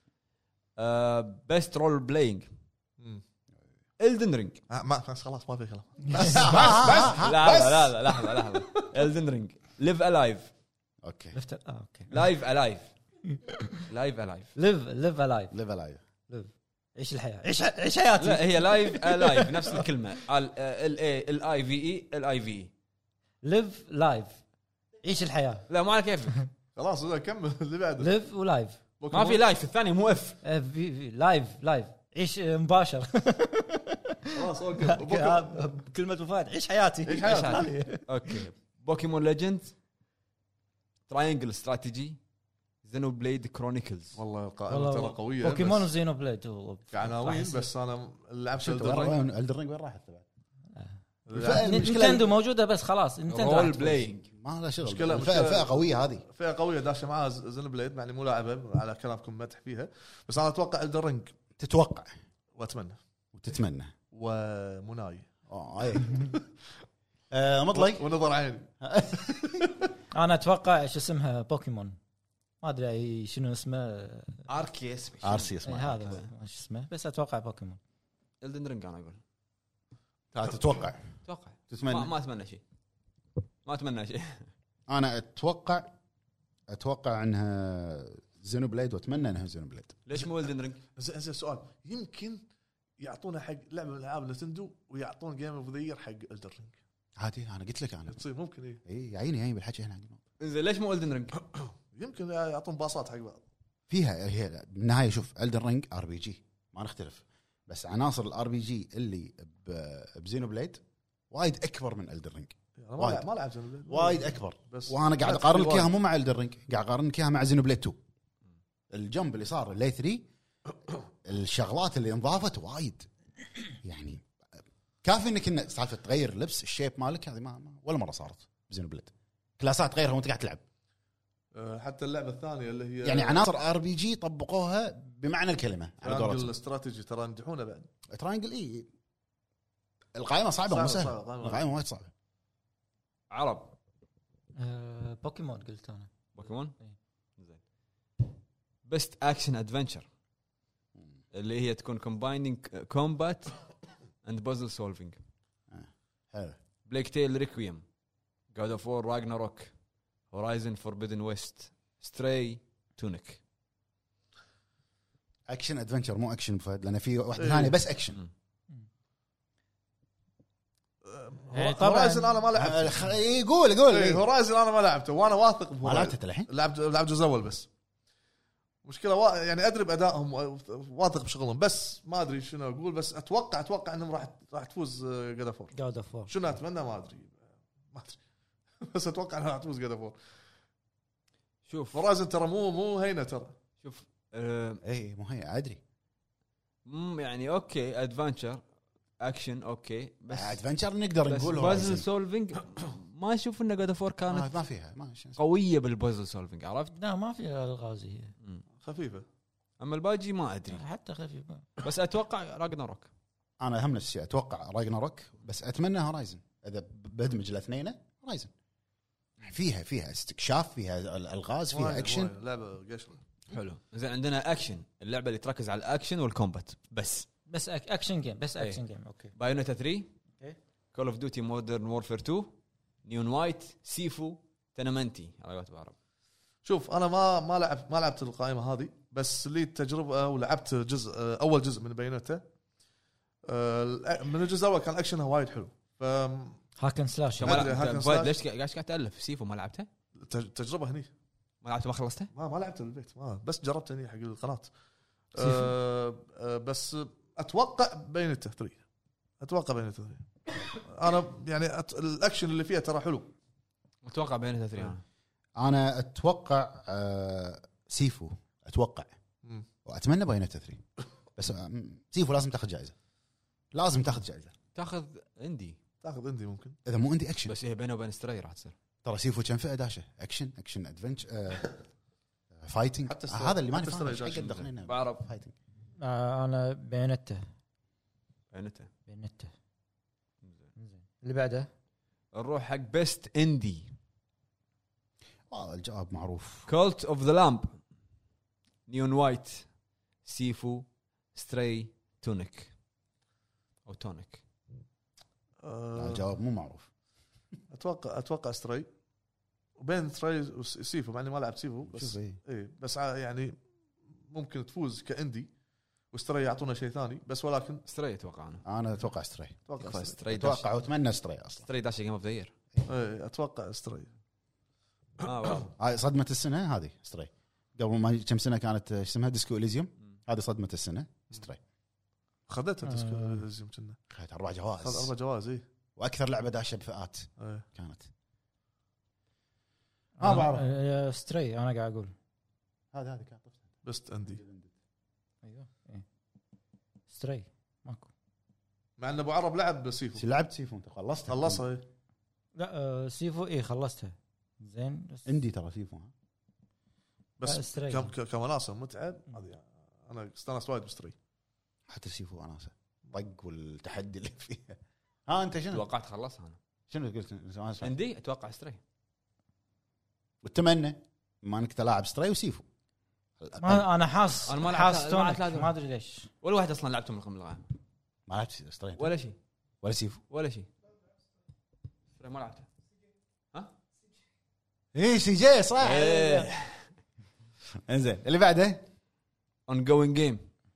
بيست رول بلاينج الدن رينج آه، ما خلاص خلاص ما في كلام بس لا لا لا لحظه لحظه الدن رينج ليف الايف اوكي لفت اه اوكي لايف الايف لايف الايف ليف ليف الايف ليفل ايوه عيش الحياه عيش عيش حياتي لا هي لايف الايف نفس الكلمه ال اي ال اي في اي ال اي في اي ليف لايف عيش الحياه لا ما على كيف خلاص إذا كمل اللي بعده ليف ولايف ما في لايف الثاني مو اف آه، في في لايف لايف عيش آه، مباشر خلاص اوكي بوكي- كلمه وفاة عيش حياتي عيش حياتي. اوكي بوكيمون ليجندز تراينجل استراتيجي زينو بليد كرونيكلز والله القائمه ترى قويه بوكيمون بس وزينو بليد هو كعناوين بس انا لعبت شفت Elden Ring. وين الدرينج وين راحت بعد؟ لعبت- نينتندو موجوده بس خلاص نينتندو راح رول تفوز. بلاينج ما له شغل مشكلة- فئه مشكلة. فئه قويه هذه فئه قويه داشه معاها زين بليد مع اني مو لاعبها على كلامكم مدح فيها بس انا اتوقع Elden Ring تتوقع واتمنى وتتمنى ومناي اه اي آه، مطلي ونظر عيني انا اتوقع شو اسمها بوكيمون ما ادري أي شنو اسمه اركي اسمي ارسي إيه، اسمه هذا هو ما شو اسمه بس اتوقع بوكيمون الدن رينج انا اقول آه، تتوقع اتوقع ما, تتمنى ما اتمنى شيء ما اتمنى شيء. انا اتوقع اتوقع انها زينو بليد، واتمنى انها زينو بليد. ليش مو ولدن رينج؟ زين زين سؤال، يمكن يعطونا حق لعبه من العاب نتندو ويعطون جيم اوف ذا يير حق الدر رينج. عادي، انا قلت لك انا تصير ممكن ايه اي عيني عيني بالحكي هنا. زين ليش مو ولدن رينج؟ يمكن يعطون باصات حق بعض. فيها هي بالنهايه شوف الدن رينج ار بي جي ما نختلف، بس عناصر الار بي جي اللي بزينو بليد وايد اكبر من الدن رينج، انا ما وايد. لعب- ما لعبت زينو بليد. وايد اكبر. بس وانا قاعد لعبت اقارن لك وايد. اياها مو مع الدن رينج، قاعد اقارن لك اياها مع زينو بليد تو. الجنب اللي صار اللي ثري الشغلات اللي انضافت وايد، يعني كافي انك إن سالفه تغير لبس الشيب مالك هذه ما, ما ولا مره صارت بزينو بليد. كلاسات تغيرها وانت قاعد تلعب، أه، حتى اللعبه الثانيه اللي هي يعني عناصر ار بي جي طبقوها بمعنى الكلمه على ترانجل قولتهم. الاستراتيجي ترى ينجحونه بعد. تراينجل اي القائمه صعبه مو صعبة، سهله، صعبة، قائمة. القائمه وايد صعبه. عرب آه، بوكيمون قلت انا. بوكيمون إيه. زين. بيست اكشن ادفنتشر اللي هي تكون كومبايننج كومبات اند بازل سولفينج. حلو. بليك تيل ريكويم، جاد اوف وور راجناروك، هورايزن فوربيدن ويست، ستراي، تونيك. اكشن ادفنتشر مو اكشن فهد، لان في واحده إيه. ثانيه بس اكشن. يعني طبعاً. هورايزن انا ما لعبت. خ- إيه، قول قول إيه، إيه. هورايزن انا ما لعبته وانا واثق ما بهورايزن. لعبت الحين. لعبت لعبت الجزء الاول بس. مشكله وا... يعني ادري بادائهم واثق بشغلهم، بس ما ادري شنو اقول. بس اتوقع اتوقع انهم راح راح تفوز جاد اوف وور. جاد اوف وور. شنو اتمنى ما ادري ما ادري بس اتوقع انها راح تفوز جاد اوف وور. شوف هورايزن ترى مو مو هينه ترى. شوف آه، اي مو هي ادري. مم، يعني اوكي ادفنتشر اكشن اوكي، بس ادفنتشر نقدر بس نقول بازل هو سولفينج ما اشوف ان جاد اوف وور كانت ما, ما فيها ما شو- قويه بالبازل سولفينج، عرفت؟ لا ما في الغازيه مم. خفيفه. اما الباجي ما ادري، حتى خفيفه. بس اتوقع راجناروك. انا هم نفس الشيء اتوقع راجناروك، بس اتمنى هورايزن. اذا بدمج الاثنين هورايزن فيها فيها استكشاف، فيها الالغاز، فيها وايد- اكشن. وايد. لعبه قشره. حلو. زين عندنا اكشن، اللعبه اللي تركز على الاكشن والكومبات بس. بس أك- اكشن جيم بس إيه. اكشن جيم اوكي. بايونيتا ثري، أوكي. كول اوف ديوتي مودرن وورفير تو، نيون وايت، سيفو، تنمنتي على قولت بعرب. شوف انا ما ما لعبت ما لعبت القائمه هذه، بس لي تجربه ولعبت جزء اول جزء من بايونيتا. آه، من الجزء الاول كان اكشنها وايد حلو. ف هاكن سلاش. ما أدري، هاكن فايد سلاش. ليش ليش قاعد تالف سيفو؟ ما لعبتها؟ تج- تجربه هني ما لعبتها ما خلصتها؟ ما ما لعبت البيت، ما بس جربت هني حق القناه. أه أه بس اتوقع بايونيتا ثري. اتوقع بايونيتا ثري. انا يعني أت... الاكشن اللي فيها ترى حلو. اتوقع بايونيتا ثري انا. انا اتوقع آه سيفو اتوقع، مم. واتمنى بايونيتا ثري. بس آه، سيفو لازم تاخذ جائزه، لازم تاخذ جائزه. تاخذ عندي، تاخذ عندي ممكن. اذا مو عندي اكشن، بس هي بينه وبين ستراي راح تصير. ترى سيفو كم فئه داشه، اكشن اكشن ادفنتشر آه فايتنج. حتى آه ستري- هذا اللي ما حتى ستري نفهم ايش جاكسون. قد دخلنا بعرف فايتنج. آه انا بينته بايونيتا. بينته. زين اللي بعده نروح حق بيست اندي. آه الجواب معروف. كولت اوف ذا لامب، نيون وايت، سيفو، ستراي، تونيك او تونيك. لا، أه الجواب مو معروف. اتوقع اتوقع ستري وبين ستري وسيفو، مع اني ما لعبت سيفو بس شوف إيه. ايه بس ع- يعني ممكن تفوز كاندي وستري يعطونا شيء ثاني، بس ولكن ستراي اتوقع انا. انا اتوقع ستري، اتوقع يكفى ستري. ستراي داش. اتوقع واتمنى ستري اصلا. ستراي داش جيم اوف ذا يير. ايه اتوقع ستري. اه واو. هاي صدمه السنه هذه ستري. قبل ما كم سنه كانت آه، اسمها ديسكو اليزيوم، هذه صدمه السنه ستري. خذتها آه. تسكو كنا اخذت اربع خذ جوائز، اربع جوائز. ايه واكثر لعبه داشه بفئات ايه كانت. ما بعرف. آه ستري انا قاعد اقول. هذا هذه كانت بست اندي، ايوه إيه. ستري ماكو. مع ان ابو عرب لعب بسيفو. لعبت سيفو انت خلصتها؟ خلصها. ايه لا آه سيفو ايه خلصتها. زين بس عندي ترى سيفو ها. بس لا، ستري. كم ك- كمناسه متعب هذه. انا استانست وايد بستري. حتى سيفو انا طق والتحدي اللي فيها. ها انت شنو توقعت خلصها انا. شنو قلت؟ عندي اتوقع ستراي. واتمنى ما انك تلاعب ستري وسيفو. ما انا حاس أنا ما حاس لعبت- ما لعبت تونيك، هذا. ما ادري ليش. ولا واحد اصلا لعبتهم من قبل الغاء. ما لعبت ستري ولا شيء ولا سيفو. ولا شيء. ستراي ما لعبته. اي سي جي صح. إيه. انزين اللي بعده ongoing game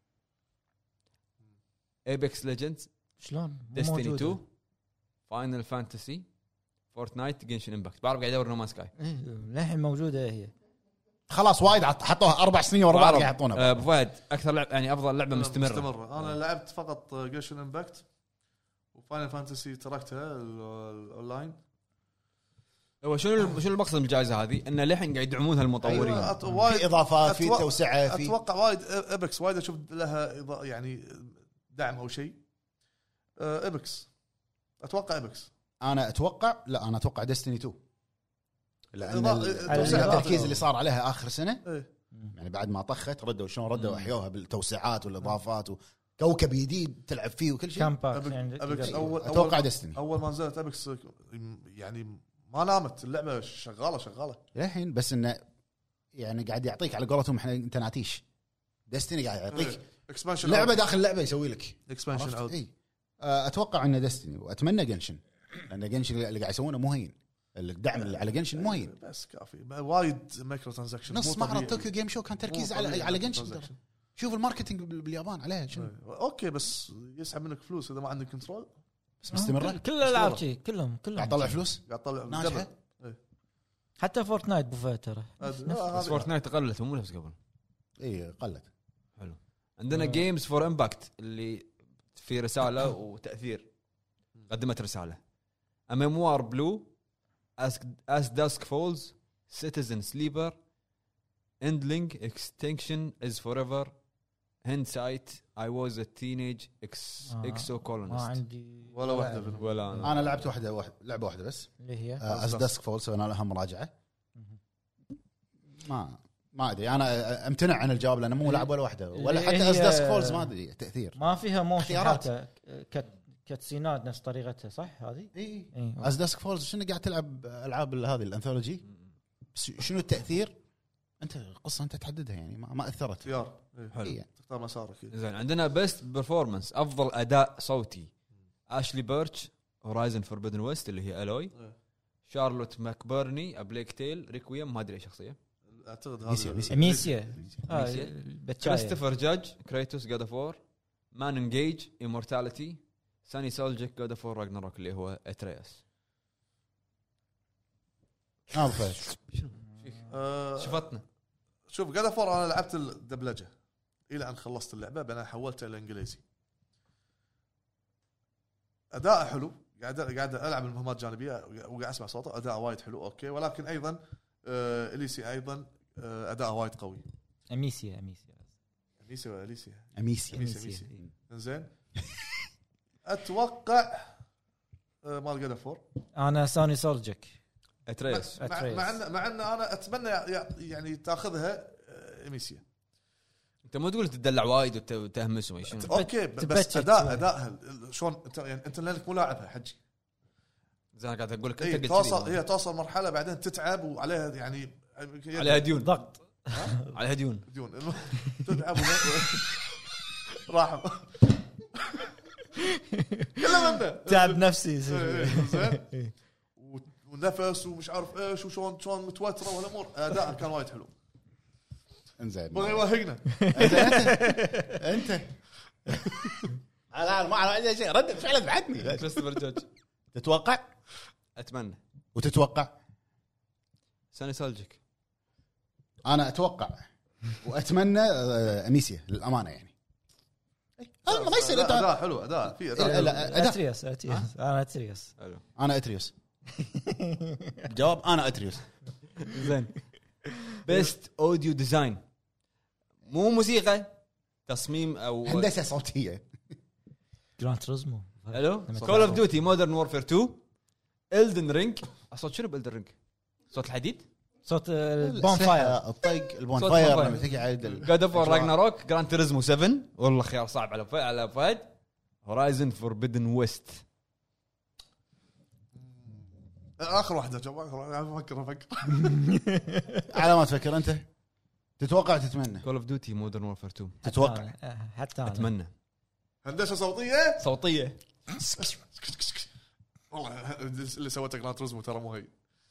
Apex Legends شلون مو Destiny موجودة. تو Final Fantasy Fortnite Genshin Impact. بعرف قاعد ادور نومان سكاي. إيه، للحين موجوده هي. خلاص وايد عط- حطوها اربع سنين ورا بعض قاعد يحطونها. ابو فهد اكثر لعب يعني افضل لعبه مستمره. مستمرة. انا لعبت فقط جيشن امباكت وفاينل فانتسي تركتها ال- الاونلاين. هو شنو شنو المقصد من الجائزه هذه؟ ان للحين قاعد يدعمونها المطورين. أيوة، أت- وايد في اضافات في أتوقع- توسعه في اتوقع وايد ابيكس وايد اشوف لها إضاءة يعني دعم او شيء. ابيكس اتوقع ابيكس انا اتوقع لا انا اتوقع ديستني تو لان إضاءة- ال- توسعات. التركيز اللي صار عليها اخر سنه إيه. يعني بعد ما طخت ردوا شلون ردوا احيوها بالتوسعات والاضافات وكوكب جديد تلعب فيه وكل شيء. كام باك أبيك- يعني أبيكس تقدر- اول اتوقع أول- ديستني اول ما نزلت ابيكس يعني ما نامت اللعبه شغاله شغاله. للحين بس انه يعني قاعد يعطيك على قولتهم احنا انت ناتيش ديستني قاعد يعطيك اكسبانشن لعبه داخل اللعبه يسوي لك اكسبانشن عرفت؟ عود. اي اتوقع انه ديستني واتمنى جنشن لان جنشن اللي قاعد يسوونه مو هين الدعم اللي على جنشن مو هين. بس كافي وايد مايكرو ترانزاكشن. نص معرض طوكيو جيم شو كان تركيز على على جنشن ترى. شوف الماركتينج بال- باليابان عليها شنو اوكي بس يسحب منك فلوس اذا ما عندك كنترول. بس مستمره كل الالعاب شي كلهم كلهم قاعد يطلع فلوس قاعد تطلع ناجحه. حتى فورتنايت بوفيه ترى. بس فورتنايت قلت مو نفس قبل. اي قلت. عندنا جيمز فور امباكت اللي في رساله وتاثير. قدمت رساله اميموار بلو as dusk falls citizen sleeper endling extinction is forever hindsight I was a teenage ex آه. ما exocolonist. عندي ولا واحده منهم. ولا أنا. انا لعبت واحده واحد لعبه واحده بس اللي هي از داسك فول سوينا لها مراجعه. ما ما ادري انا امتنع عن الجواب لانه مو لعب ولا واحده ولا اللي حتى هي- از داسك فولز ما ادري تاثير. ما فيها موشن اختيارات. حتى كت كتسينات نفس طريقتها صح هذه؟ اي اي از داسك فولز شنو قاعد تلعب العاب هذه الانثولوجي بس شنو التاثير انت قصه انت تحددها يعني ما, ما اثرت. اختيار إيه. حلو. إيه. تختار مسارك. زين عندنا بيست برفورمانس افضل اداء صوتي اشلي بيرتش هورايزن فوربيدن ويست اللي هي الوي إيه. شارلوت ماكبرني ابليك تيل ريكويم ما ادري اي شخصيه اعتقد ميسيا- هذا ميسيا. ميسيا آه، ميسيا. البتشاية. كريستوفر جاج كريتوس جاد اوف وور مان انجيج امورتاليتي ساني سولجيك جاد اوف وور راجناروك اللي هو اترياس. اه فهد آه، شفتنا شوف قاعد فور انا لعبت الدبلجه الى ان خلصت اللعبه بعدين حولتها الى انجليزي. اداء حلو قاعد قاعد العب المهمات الجانبيه وقاعد اسمع صوته اداء وايد حلو اوكي ولكن ايضا آه اليسي ايضا آه اداء وايد قوي. اميسيا اميسيا اليسي ولا اليسي اميسيا أميسيا. أميسيا. زين اتوقع آه مال جاد فور انا سوني سولجيك اترياس. مع أتريس. مع ان مع ان انا اتمنى يع- يعني تاخذها آه، اميسيا. انت مو تقول تدلع وايد وت- وتهمس وما شنو. اوكي ب- بس تبتشت اداء شوي. ادائها شلون انت يعني انت لانك مو لاعبها حجي. زين قاعد اقول لك إيه انت توصل قلت هي توصل مرحله بعدين تتعب وعليها يعني عليها ديون ضغط عليها ديون. ديون تتعب وما- راح كله منه تعب نفسي إيه، يصير. زين و- ونفس ومش عارف ايش وشلون شلون متوتره والامور اداء كان وايد حلو. انزين بغى يوهقنا انت لا ما اعرف شيء ردت فعلا بعدني. كريستوفر جاج تتوقع اتمنى وتتوقع ساني سولجيك. انا اتوقع واتمنى آه، اميسيا للامانه يعني هذا ما يصير انت اداء حلو اداء في اداء لا، حلو. لا، أداء. اترياس اترياس انا اترياس حلو انا اتريوس جواب انا اتريوس. زين بيست اوديو ديزاين مو موسيقى تصميم او هندسه صوتيه جراند تريزمو حلو لما كول اوف ديوتي مودرن وورفير تو إلدن رينج صوت شنو بإلدن رينج صوت الحديد صوت البون فاير الطق البون صوت فاير bonfire. لما تقعد ال- جاد اوف وور راجناروك جراند توريزمو سبعة والله خيار صعب على فهد على فهد هورايزن فوربيدن ويست. اخر واحده جواب اخر واحدة. افكر افكر على ما تفكر انت تتوقع تتمنى كول اوف ديوتي مودرن وورفير تو تتوقع حتى انا اتمنى هندسه صوتيه صوتيه والله اللي سوته جراند توريزمو ترى مو هي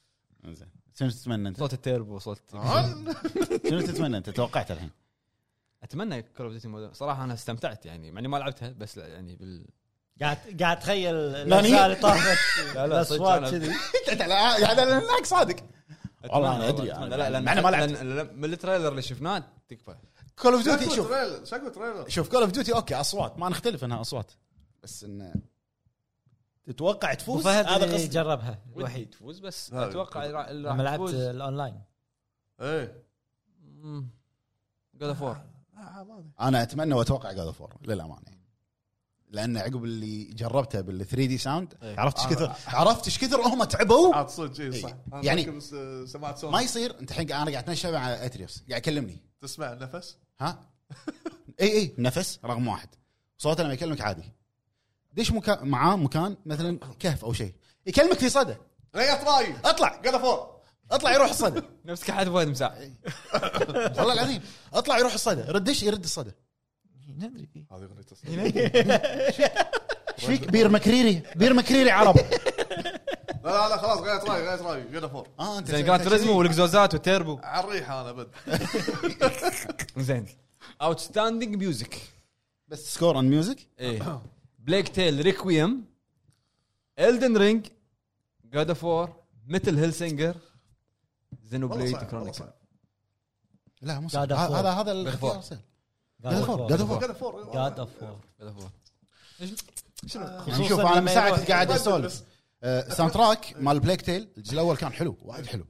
زين شنو تتمنى انت؟ صوت التيربو صوت شنو تتمنى انت؟ توقعت الحين اتمنى كول اوف ديوتي صراحه انا استمتعت يعني مع اني ما لعبتها بس لا يعني بال قاعد قاعد تخيل ناني؟ الاجزاء اللي طافت لا لا صدق الاصوات أنا- كذي. انت قاعد هناك صادق والله انا أتمنى ادري أتمنى. أنا- لا لا مع إنه ما لعبت. لأن- لأن- من التريلر اللي شفناه تكفى. كول اوف ديوتي شكو شوف تريلر شكو تريلر شوف كول اوف ديوتي اوكي اصوات ما نختلف انها اصوات بس انه تتوقع تفوز وفهد هذا اللي قصدي جربها ودي الوحيد تفوز بس لا، اتوقع راح لما لعبت تفوز الاونلاين. ايه جود اوف وور. آه، ما أدري. انا اتمنى واتوقع جاد اوف وور للامانه لان عقب اللي جربته بال ثري دي ساوند إيه. عرفت ايش كثر عرفت ايش كثر هم تعبوا عاد صدق إيه، صح أنا يعني- فاكر بس، آه، سمعت صوت ما يصير انت الحين انا قاعد اتنشى مع اتريوس قاعد يكلمني تسمع النفس ها اي اي نفس رقم واحد صوته لما يكلمك عادي دش مكان معاه مكان مثلا كهف او شيء يكلمك في صدى ريت راي اطلع قد فور اطلع يروح الصدى نفس كحد فهد مساع. والله العظيم اطلع يروح الصدى ردش يرد الصدى ندري هذه اغنيه تصوير. ايش فيك بير مكريري بير مكريري عرب لا لا لا خلاص غيرت راي غيرت راي قد فور اه انت زين جران تريزمو والاكزوزات والتيربو. على الريحه انا بد زين اوتستاندينج ميوزك بس سكور اند ميوزك ايه بليك تيل ريكويم إلدن رينج جود اوف وور ميتل هيلسينجر زينو والله بليد صعب، كرونيكل. والله لا مو God صعب. of War. هذا هذا God of الاختيار War. سهل God God of War. God of War. قد فور God of War. جود اوف وور. يعني شوف انا من لما ساعه يروح- قاعد اسولف آه، ساوند تراك مال بليك تيل الجزء الاول كان حلو وايد حلو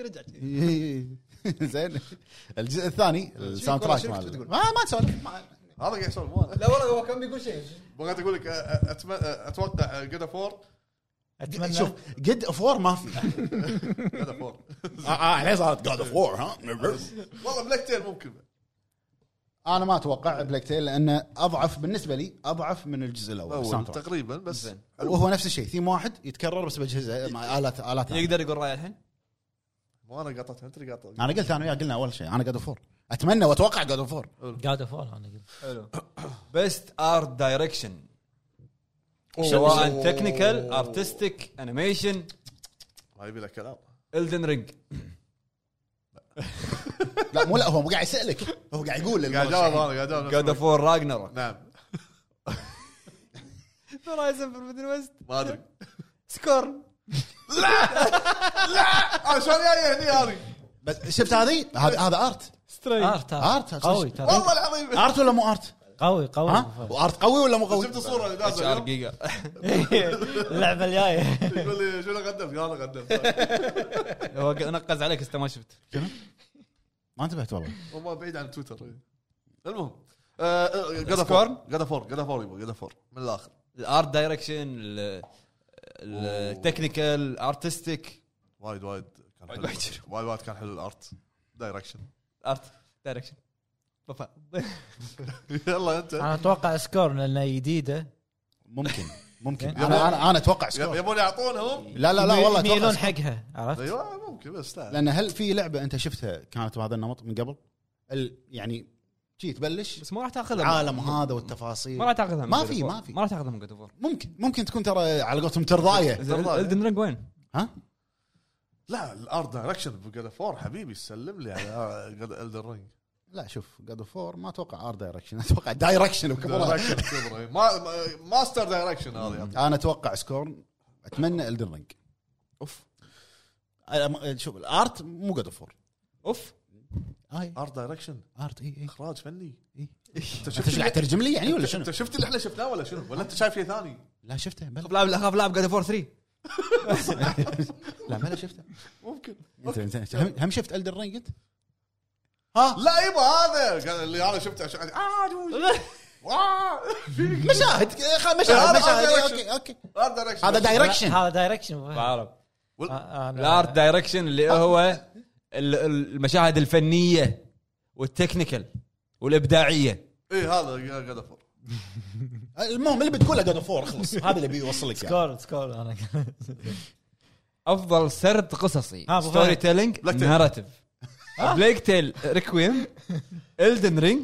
زين الجزء الثاني الساوند تراك مال ما ما تسولف ما- هذا قاعد يسولف مو انا لا والله هو كان بيقول شيء. بغيت اقول لك آه، أتم- آه، اتوقع قد فور اتمنى شوف قد اوف وور ما في قد فور اه الحين صارت جاد اوف وور ها والله بلاك تيل ممكن انا ما اتوقع بلاك تيل لانه اضعف بالنسبه لي اضعف من الجزء الاول أول الساوند تراك. تقريبا بس زين. وهو نفس الشيء ثيم واحد يتكرر بس باجهزه مع الات الات ثانية. يقدر يقول رايه الحين. مو انا قطعتها انت اللي قاطع انا قلت انا وياه قلنا اول شيء انا جاد اوف وور اتمنى واتوقع جاد اوف وور God of War انا قلت. حلو. بيست ارت دايركشن سواء تكنيكال ارتستيك انيميشن ما يبي له كلام إلدن رينج. لا مو لا هو مو قاعد يسالك هو قاعد يقول قاعد جاوب انا قاعد جاوب جود اوف وور راجناروك. نعم هورايزن فوربدن ويست ما ادري سكورن. انا شلون جاي هني هذه بس شفت هذه هذا هذا ارت ستريت ارت ارت قوي ترى والله العظيم ارت ولا مو ارت قوي قوي ها وارت قوي ولا مو قوي شفت الصوره اللي اتش ار نازله جيجا. اللعبه الجايه. يقول لي شنو قدمت انا قدمت هو نقز عليك انت ما شفت. ما انتبهت والله وما بعيد عن تويتر المهم قد سكور؟ فور قد فور قد فور يبغى قد فور من الاخر الارت دايركشن التكنيكال ارتستيك وايد وايد كان وايد حلو وايد حلو. وايد وايد كان حلو الارت دايركشن ارت دايركشن. بفا يلا انت انا اتوقع سكور لانه جديده. ممكن ممكن يبون- انا انا انا اتوقع سكور يبون يعطونهم لا لا لا والله يميلون اتوقع سكور. حقها عرفت. ايوه ممكن بس لا لان هل في لعبه انت شفتها كانت بهذا النمط من قبل ال- يعني شي تبلش بس ما راح تاخذها. العالم هذا والتفاصيل ما راح تاخذها. ما في- ما في. ما راح تاخذها من جود اوف وور. ممكن ممكن تكون ترى على قولتهم ترضايه إلدن رينج وين؟ ها لا الارت دايركشن بجد فور حبيبي سلم لي على الدر رينج لا شوف جاد اوف وور ما اتوقع ار دايركشن اتوقع دايركشن وكبره دايركشن كبره ما ما- ماستر دايركشن هذا انا اتوقع سكور اتمنى الدن رينج اوف أنا- شوف الارت مو جاد اوف وور اوف اي ارت دايركشن ارت اي اي اخراج فني إي. انت انت ايش قاعد ترجم لي يعني ولا شنو؟ انت شفت اللي احنا شفناه ولا شنو ولا انت شايف شيء ثاني لا شفته بل اخاف لاعب اخاف لاعب جود اوف وور ثري. لا ما لا شفته ممكن انت انت هم- هم شفت الدر رينج انت؟ ها لا يبا هذا قال اللي انا شفته عشان اه جوز. واه مشاهد خ- مشاهد هذا مشاهد direction. اوكي اوكي ارت دايركشن هذا دايركشن هذا دايركشن. بعرف الارت الارت دايركشن اللي هو ال- ال- المشاهد الفنيه والتكنيكال والابداعيه. ايه هذا قاعد افر المهم اللي بتقوله جاد اوف وور اخلص هذا اللي بيوصل لك يعني. سكور سكور انا افضل سرد قصصي ها، أبو ستوري فهد. تيلينج بلاك تيل. ناراتيف بليك تيل ريكويم إلدن رينج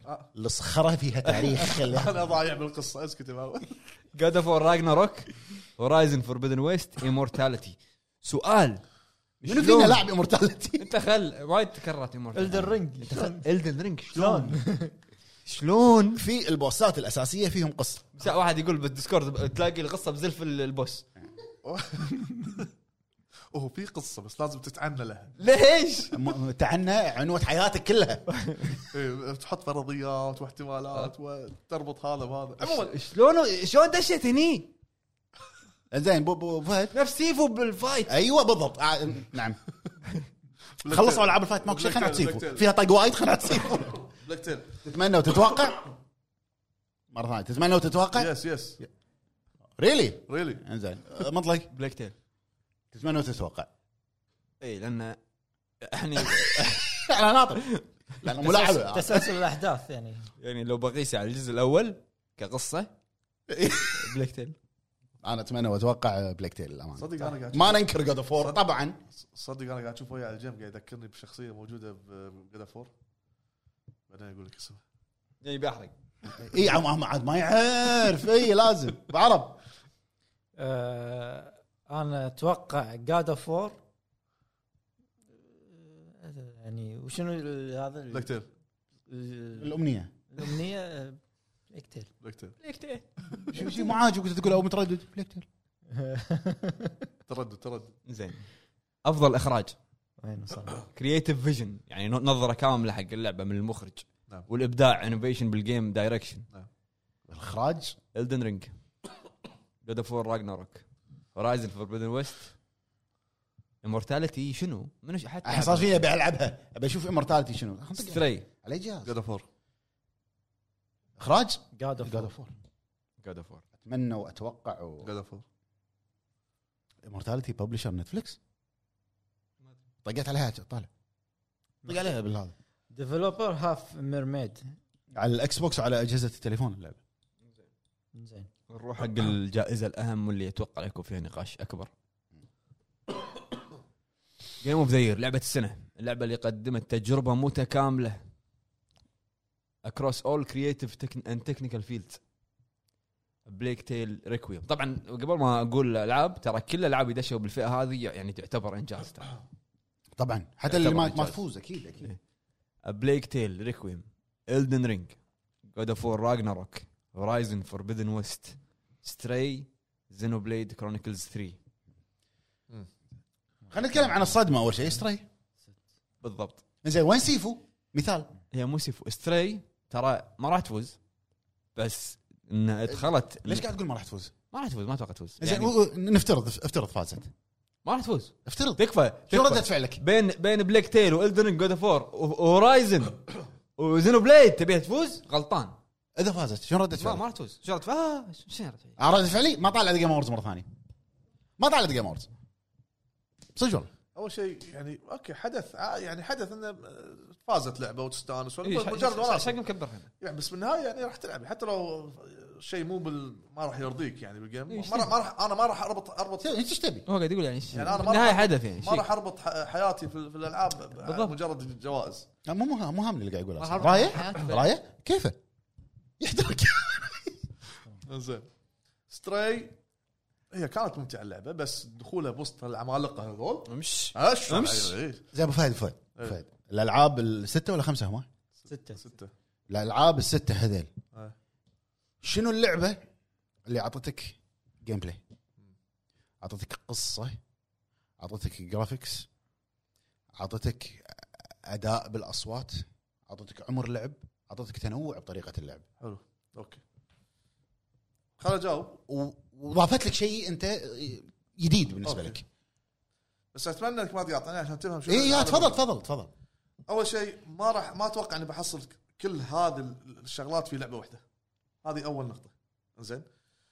الصخره فيها تاريخ انا ضايع بالقصه اسكت يا ماما جود اوف وور راجناروك هورايزن فوربيدن ويست ايمورتاليتي. سؤال منو فينا لاعب امورتاليتي؟ انت خل وايد تكررت ايمورتاليتي. الدر رينج الدن رينج شلون شلون في البوسات الاساسيه فيهم قصه. بس واحد يقول بالديسكورد تلاقي القصه بزلف البوس. وهو في قصه بس لازم تتعنى لها. ليش م- تعنى عنوة حياتك كلها. إيه، تحط فرضيات واحتمالات وتربط هذا بهذا. عموما شلون شلون دشيت هني زين بو بو فهد. نفس سيفو بالفايت. ايوه بالضبط. آه نعم. خلصوا العاب الفايت ماكو شيء. خلنا نسيفو فيها طق وايد. خلنا نسيفو. بلاك تيل. تتمنى وتتوقع مره ثانيه. تتمنى وتتوقع. يس يس ريلي ريلي. انزين مطلق. بلاك تيل. تتمنى وتتوقع. اي لان احنا انا ناطر لانه ملاعبه. تسلسل الاحداث يعني. يعني لو بقيس على الجزء الاول كقصه بلاك تيل. انا اتمنى واتوقع بلاك تيل الامانه. صدق انا قاعد ما ننكر جود اوف وور طبعا. صدق انا قاعد اشوف وياه على الجيم قاعد يذكرني بشخصيه موجوده بجود اوف وور. بعدين اقول لك اسمه يعني بيحرق. اي عم عاد ما يعرف. اي لازم بعرب. آه انا اتوقع جاد اوف وور يعني. وشنو ال- هذا ال- بلاك تيل. ال- الامنيه الامنيه بلاك تيل. بلاك تيل. بلاك تيل. شو شي معاج كنت تقول او متردد. بلاك تيل. تردد تردد. زين افضل اخراج وين وصلنا؟ كرييتيف فيجن يعني نظره كامله حق اللعبه من المخرج. نعم. والابداع انوفيشن بالجيم دايركشن. الاخراج الدن رينج جود اوف وور راجناروك هورايزن فوربيدن ويست امورتاليتي. شنو منو حتى الحين صار فيني ابي العبها. ابي اشوف امورتاليتي شنو. ستري على جهاز جود اوف وور. اخراج جاد اوف جود اوف وور. جود اوف وور. اتمنى واتوقع جود اوف وور. امورتاليتي ببلشر نتفلكس. طقيت عليها طالع طق عليها بالهذا ديفلوبر هاف ميرميد. على الاكس بوكس وعلى اجهزه التليفون اللعبه. زين نروح حق الجائزه الاهم واللي يتوقع يكون فيها نقاش اكبر. جيم اوف ذا يير لعبه السنه. اللعبه اللي قدمت تجربه متكامله across all creative and technical fields. بلاك تيل ريكويم. طبعا قبل ما اقول الالعاب ترى كل الالعاب يدشوا بالفئه هذه يعني تعتبر انجاز ترى. طبعا حتى اللي ما, ما إنجاز. تفوز اكيد اكيد. بلاك تيل ريكويم إلدن رينج جود اوف وور راجناروك هورايزن فوربيدن ويست ستري زينو بليد كرونيكلز ثري. خلينا نتكلم عن الصدمه اول شيء. ستري بالضبط. زين وين سيفو مثال. هي مو سيفو ستري ترى ما راح تفوز بس ان ادخلت. ليش قاعد تقول ما راح تفوز؟ ما راح تفوز ما اتوقع تفوز زين يعني نفترض افترض فازت. ما راح تفوز. افترض تكفى شو تكفى. ردة فعلك؟ بين بين بلاك تيل وإلدن رينج جود اوف وور وهورايزن وزينو بليد تبيها تفوز غلطان. اذا فازت شو ردة ما فعلك؟ ما راح تفوز. شو رد اه شو رد فعلي؟ ردة فعلي ما طالع جيم اورز مره ثانيه. ما طالع جيم اورز صدق والله. اول شيء يعني اوكي حدث ع- يعني حدث انه فازت لعبه وتستانس إيه، ولا مجرد شق وراسه مكبرها. يعني. بس بالنهايه يعني راح تلعب حتى لو شيء مو بال ما راح يرضيك يعني بالجيم. إيش ما راح ما راح انا ما راح اربط اربط انت ايش تبي؟ هو قاعد يقول يعني يعني أنا ما نهايه راح- حدث يعني ما شيء. راح اربط ح- حياتي في, في الالعاب على بالضبط. مجرد الجوائز. مو مو مو هامني اللي قاعد يقوله ما أصلاً. هرب- رايح حياتك. رايح كيفه يحترك. زين ستري هي كانت ممتعه اللعبه بس دخولها بوسط العمالقه هذول مش ايش أمس. زين ابو فهد فهد إيه. فهد الالعاب السته ولا خمسه هم؟ ستة ستة الالعاب السته هذيل إيه. شنو اللعبه اللي اعطتك جيم بلاي؟ اعطتك قصه، اعطتك جرافيكس، اعطتك اداء بالاصوات، اعطتك عمر لعب، اعطتك تنوع بطريقه اللعب، حلو اوكي خليني اجاوب. و- واضافت لك شيء انت جديد بالنسبه أوكي. لك. بس اتمنى انك ما تقاطعني عشان تفهم شو اي يا تفضل تفضل تفضل. اول شيء ما راح ما اتوقع اني بحصل كل هذه الشغلات في لعبه واحده. هذه اول نقطه. زين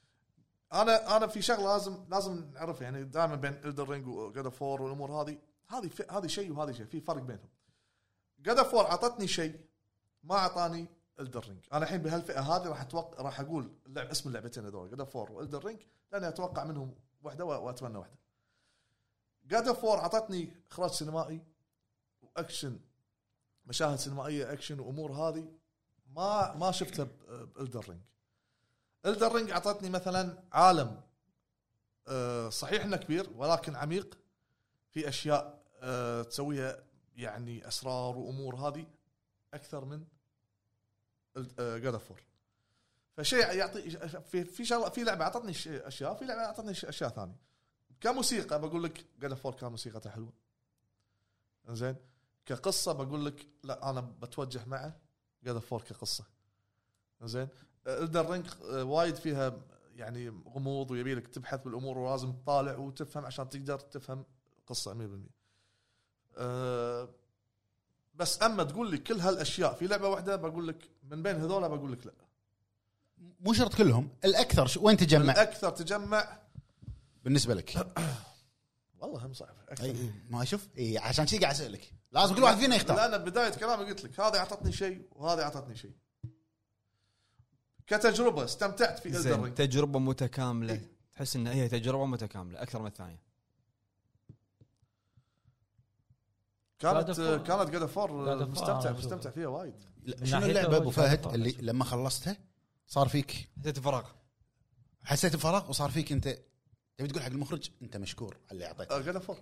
انا انا في شغله لازم لازم نعرف يعني دائما بين إلدر رينج وجود اوف وور والامور هذه هذه هذه شيء وهذا شيء في فرق بينهم. جود اوف وور اعطتني شيء ما اعطاني إلدر رينج. انا الحين بهالفئه هذه راح اتوقع راح اقول اللعب اسم اللعبتين هذول جود اوف وور وإلدر رينج لاني اتوقع منهم واحده واتمنى واحده. جود اوف وور اعطتني اخراج سينمائي واكشن، مشاهد سينمائيه اكشن وامور هذه ما ما شفتها بإلدر رينج. إلدر رينج اعطتني مثلا عالم آه صحيح انه كبير ولكن عميق، في اشياء آه تسويها يعني اسرار وامور هذه اكثر من جاد اوف وور. فشيء يعطي في في شغله في لعبه اعطتني اشياء، في لعبه اعطتني اشياء ثانيه. كموسيقى بقول لك جاد اوف وور كان موسيقته حلوه زين. كقصه بقول لك لا انا بتوجه مع جاد اوف وور كقصه زين. الدر رينج وايد فيها يعني غموض ويبي لك تبحث بالامور ولازم تطالع وتفهم عشان تقدر تفهم قصه مية بالمية. أه بس اما تقول لي كل هالاشياء في لعبه واحده بقول لك من بين هذول بقول لك لا، مو شرط كلهم. الاكثر ش... وين تجمع الاكثر تجمع بالنسبه لك؟ والله هم صعب أي ما اشوف اي عشان شيء قاعد اسالك لازم كل واحد فينا يختار. لا انا بدايه كلامي قلت لك هذه اعطتني شيء وهذه اعطتني شيء. كتجربه استمتعت في زين الدرينج. تجربه متكامله إيه؟ تحس ان هي تجربه متكامله اكثر من الثانيه. كانت كانت جاد اوف وور مستمتع مستمتع فيها وايد. شنو اللعبه ابو فهد اللي لما خلصتها صار فيك حسيت بفراغ؟ حسيت بفراغ وصار فيك انت تبي تقول حق المخرج انت مشكور على اللي اعطيته. جاد اوف وور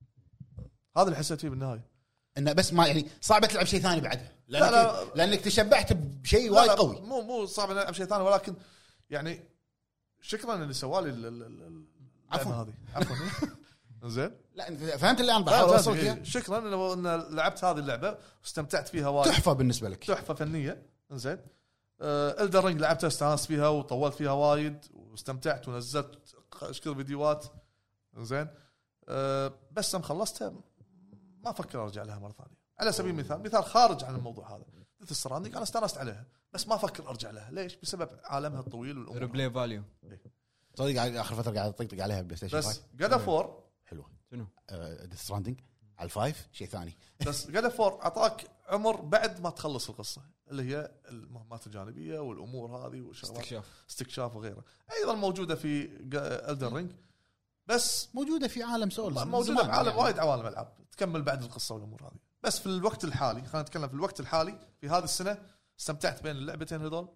هذا اللي حسيت فيه بالنهايه، انه بس ما يعني صعب تلعب شيء ثاني بعدها لانك لا لا لانك تشبعت بشيء وايد قوي. مو مو صعب العب شيء ثاني ولكن يعني شكرا اللي سوالي اللعبه هذه عفوا زين. لا انت فهمت اللي انا بحاول اوصلك اياه. شكرا ان لعبت هذه اللعبه واستمتعت فيها وايد. تحفه بالنسبه لك، تحفه فنيه زين. الدر رينج لعبتها استانست فيها وطولت فيها وايد واستمتعت ونزلت اشكال فيديوهات زين. أه بس لما خلصتها ما افكر ارجع لها مره ثانيه. على سبيل المثال مثال خارج عن الموضوع هذا ديث ستراندنج انا استانست عليها بس ما افكر ارجع لها. ليش؟ بسبب عالمها الطويل والامور ريبلاي فاليو. صدق اخر فتره قاعد اطقطق عليها بلاي ستيشن بس جاد اوف وور حلوه. شنو ديث ستراندنج على الفايف شيء ثاني. بس جاد اوف وور اعطاك عمر بعد ما تخلص القصه اللي هي المهمات الجانبيه والامور هذه وشغلات استكشاف استكشاف وغيره ايضا موجوده في الدر رينج بس موجوده في عالم سولز موجوده في عالم يعني. وايد عوالم العاب تكمل بعد القصه والامور هذه. بس في الوقت الحالي خلينا نتكلم في الوقت الحالي في هذه السنه استمتعت بين اللعبتين هذول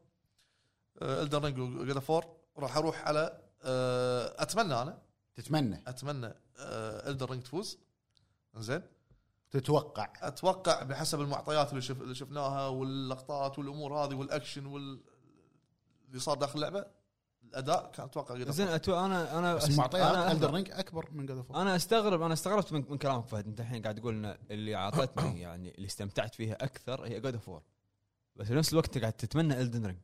الدر رينج وجاد اوف وور. راح اروح على اتمنى انا تتمنى اتمنى الدر رينج تفوز زين. تتوقع اتوقع بحسب المعطيات اللي, شف... اللي شفناها واللقطات والامور هذه والاكشن وال اللي صار داخل اللعبه الاداء كان اتوقع زين. أتو... انا انا بس معطيات الدر رينج اكبر من جاد اوف وور. انا استغرب انا استغربت من, من كلامك فهد. انت الحين قاعد تقول ان اللي اعطتني يعني اللي استمتعت فيها اكثر هي جاد اوف وور بس في نفس الوقت قاعد تتمنى الدن رينج.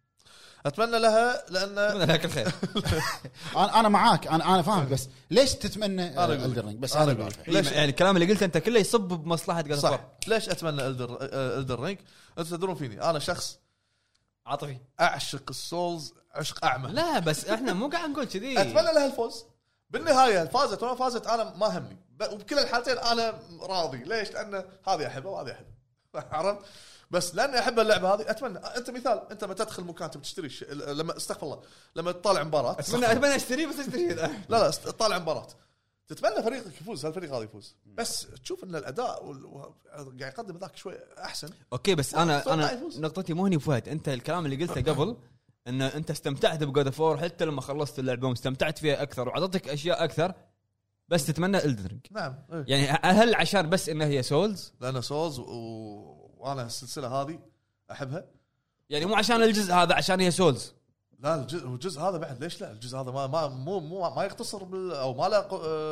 اتمنى لها لان اتمنى لها كل خير. انا انا معاك انا انا فاهم بس ليش تتمنى الدر رينج؟ بس انا اقول ليش يعني الكلام اللي قلته انت كله يصب بمصلحه جاد اوف وور. ليش اتمنى الدر الدر رينج؟ انتم تدرون فيني انا شخص عاطفي اعشق السولز عشق اعمى. لا بس احنا مو قاعد نقول كذي. اتمنى لها الفوز بالنهايه. فازت ولا فازت انا ما همني وبكل الحالتين انا راضي. ليش؟ لان هذه احبها وهذه احبها عرفت. بس لاني احب اللعبه هذه اتمنى. انت مثال انت ما تدخل مكان تبي تشتري ش... لما استغفر الله لما تطالع مباراه اتمنى اتمنى اشتري بس اشتري لا لا تطالع مباراه تتمنى فريقك يفوز هالفريق هذا يفوز بس تشوف ان الاداء وال... قاعد يقدم ذاك شوي احسن. اوكي بس انا انا نقطتي مو هني فهد. انت الكلام اللي قلته قبل ان انت استمتعت بجود اوف وور حتى لما خلصت اللعبه واستمتعت فيها اكثر وعطتك اشياء اكثر بس تتمنى الدن رينج. نعم إيه. يعني هل عشان بس انها هي سولز؟ لأنها سولز و... وانا السلسله هذه احبها. يعني مو عشان الجزء هذا عشان هي سولز. لا الجزء, الجزء هذا بعد ليش لا الجزء هذا ما ما مو مو ما يقتصر بال او ما له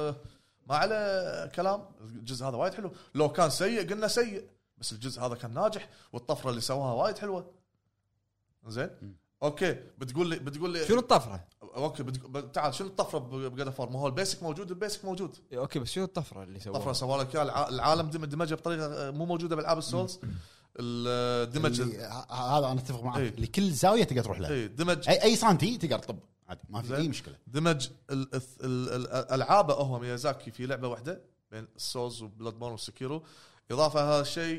ما على كلام. الجزء هذا وايد حلو. لو كان سيء قلنا سيء بس الجزء هذا كان ناجح والطفره اللي سواها وايد حلوه زين. اوكي بتقول لي بتقول لي شنو الطفره؟ اوكي بتقول تعال شنو الطفره بجاد اوف وور؟ ما هو البيسك موجود البيسك موجود. اوكي بس شنو الطفره اللي سووها؟ الطفره سووا لك العالم دمجه بطريقه مو موجوده بالعاب السولز. الدمج هذا انا اتفق معك. اللي كل زاويه تقدر تروح لها. اي دمج اي اي سانتي تقدر تطب عادي ما في اي مشكله. دمج الالعاب هو ميازاكي في لعبه واحده بين السولز وبلاد بورن وسكيرو. اضافه هذا الشيء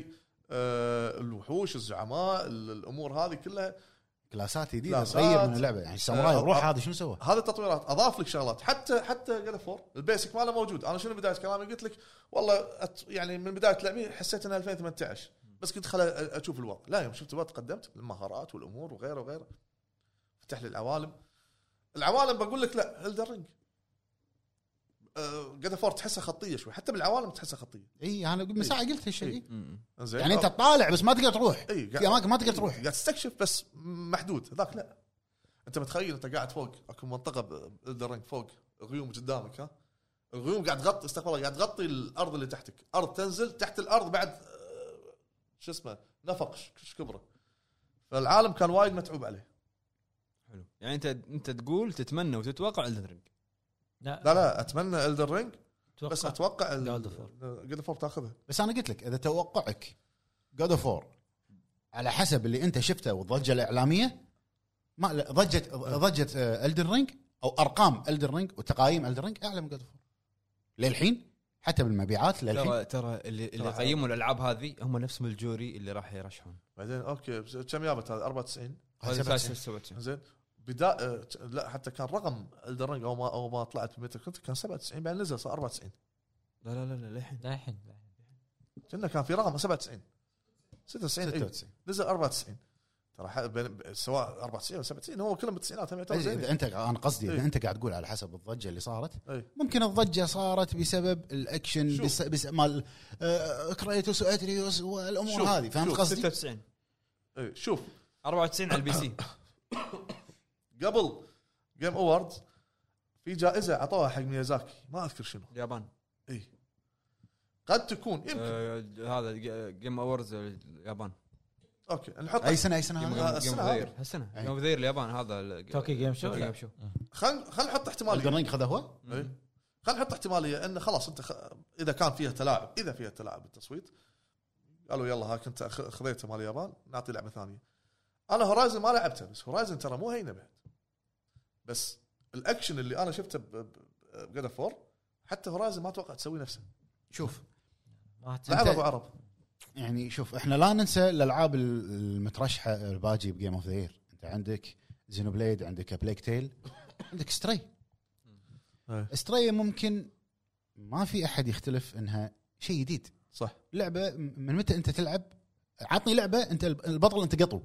الوحوش الزعماء الامور هذه كلها كلاسات جديده تغير من اللعبه. يعني الساموراي روح هذا شنو سوى؟ هذه التطويرات اضاف لك شغلات حتى حتى جاد اوف وور البيسك ماله موجود. انا شنو بدايه كلامي قلت لك والله أت يعني من بدايه لعبي حسيت انها ألفين وثمانية عشر بس كنت خل اشوف الوضع. لا يوم شفت الوضع تقدمت المهارات والامور وغيره وغيره فتح لي العوالم. العوالم بقول لك لا الدر رينج جاد فور تحسها خطيه شوي، حتى بالعوالم تحسها خطيه. اي انا من ساعه قلت هالشيء. زين يعني انت تطالع بس ما تقدر تروح اي في اماكن ما تقدر تروح، قاعد تستكشف بس محدود. هذاك لا، انت متخيل انت قاعد فوق اكو منطقه بالدرينج فوق غيوم قدامك، ها الغيوم قاعد تغطي استغفر الله قاعد تغطي الارض اللي تحتك، ارض تنزل تحت الارض بعد شو اسمه نفق ايش كبره. فالعالم كان وايد متعوب عليه. حلو. يعني انت انت تقول تتمنى وتتوقع إلدن رينج؟ لا لا اتمنى إلدن رينج، توقع. بس اتوقع God of War. جود فور تاخذها. بس انا قلت لك اذا توقعك جود اوف وور على حسب اللي انت شفته والضجه الاعلاميه، ما لا، ضجه ضجه إلدن رينج او ارقام إلدن رينج وتقايم إلدن رينج اعلى من جود اوف وور للحين، حتى بالمبيعات للحين. ترى ترى اللي اللي يقيموا الالعاب هذه هم نفسهم الجوري اللي راح يرشحون. بعدين اوكي كم جابت هذا أربعة وتسعين هذا سبعة وتسعين. زين بدايه لا حتى كان رقم إلدن رينج او ما او ما طلعت بمتر كنت كان سبعة وتسعين بعدين نزل صار أربعة وتسعين. لا لا لا لا للحين للحين كنا كان في رقم سبعة وتسعين ستة وتسعين ستة وتسعين نزل أربعة وتسعين. ترى بين سواء أربعة وتسعين او سبعة وتسعين هو كلهم بالتسعينات هم يعتبروا زين. اذا انت انا قصدي اذا انت قاعد تقول على حسب الضجه اللي صارت، أي. ممكن الضجه صارت بسبب الاكشن بس, بس مال آه كريتوس واتريوس والامور هذه، فهمت قصدي؟ ستة وتسعين. اي شوف أربعة وتسعين على البي سي. قبل جيم اووردز في جائزه عطوها حق ميازاكي ما اذكر شنو. اليابان. اي قد تكون يمكن آه هذا جيم اووردز اليابان. اوكي نحط اي سنه اي سنه هذا السنة جيم ذير هالسنه جيم ذير اليابان هذا توكي جيم شو جيم شو. خل خل نحط احتماليه. إلدن رينج خذه هو. اي خل نحط احتماليه انه خلاص انت خ... اذا كان فيها تلاعب اذا فيها تلاعب بالتصويت قالوا يلا ها كنت خذيته مال اليابان نعطي لعبه ثانيه. انا هورايزن ما لعبته بس هورايزن ترى مو هينه بعد، بس الاكشن اللي انا شفته بجود اوف وور حتى هورايزن ما اتوقع تسوي نفسه. شوف لعب ابو عرب يعني شوف احنا لا ننسى الالعاب المترشحه الباجي بجيم اوف ذا يير. انت عندك زينو بليد، عندك بليك تيل، عندك ستري. ستري ممكن ما في احد يختلف انها شيء جديد صح. لعبه من متى انت تلعب عطني لعبه انت البطل انت قطو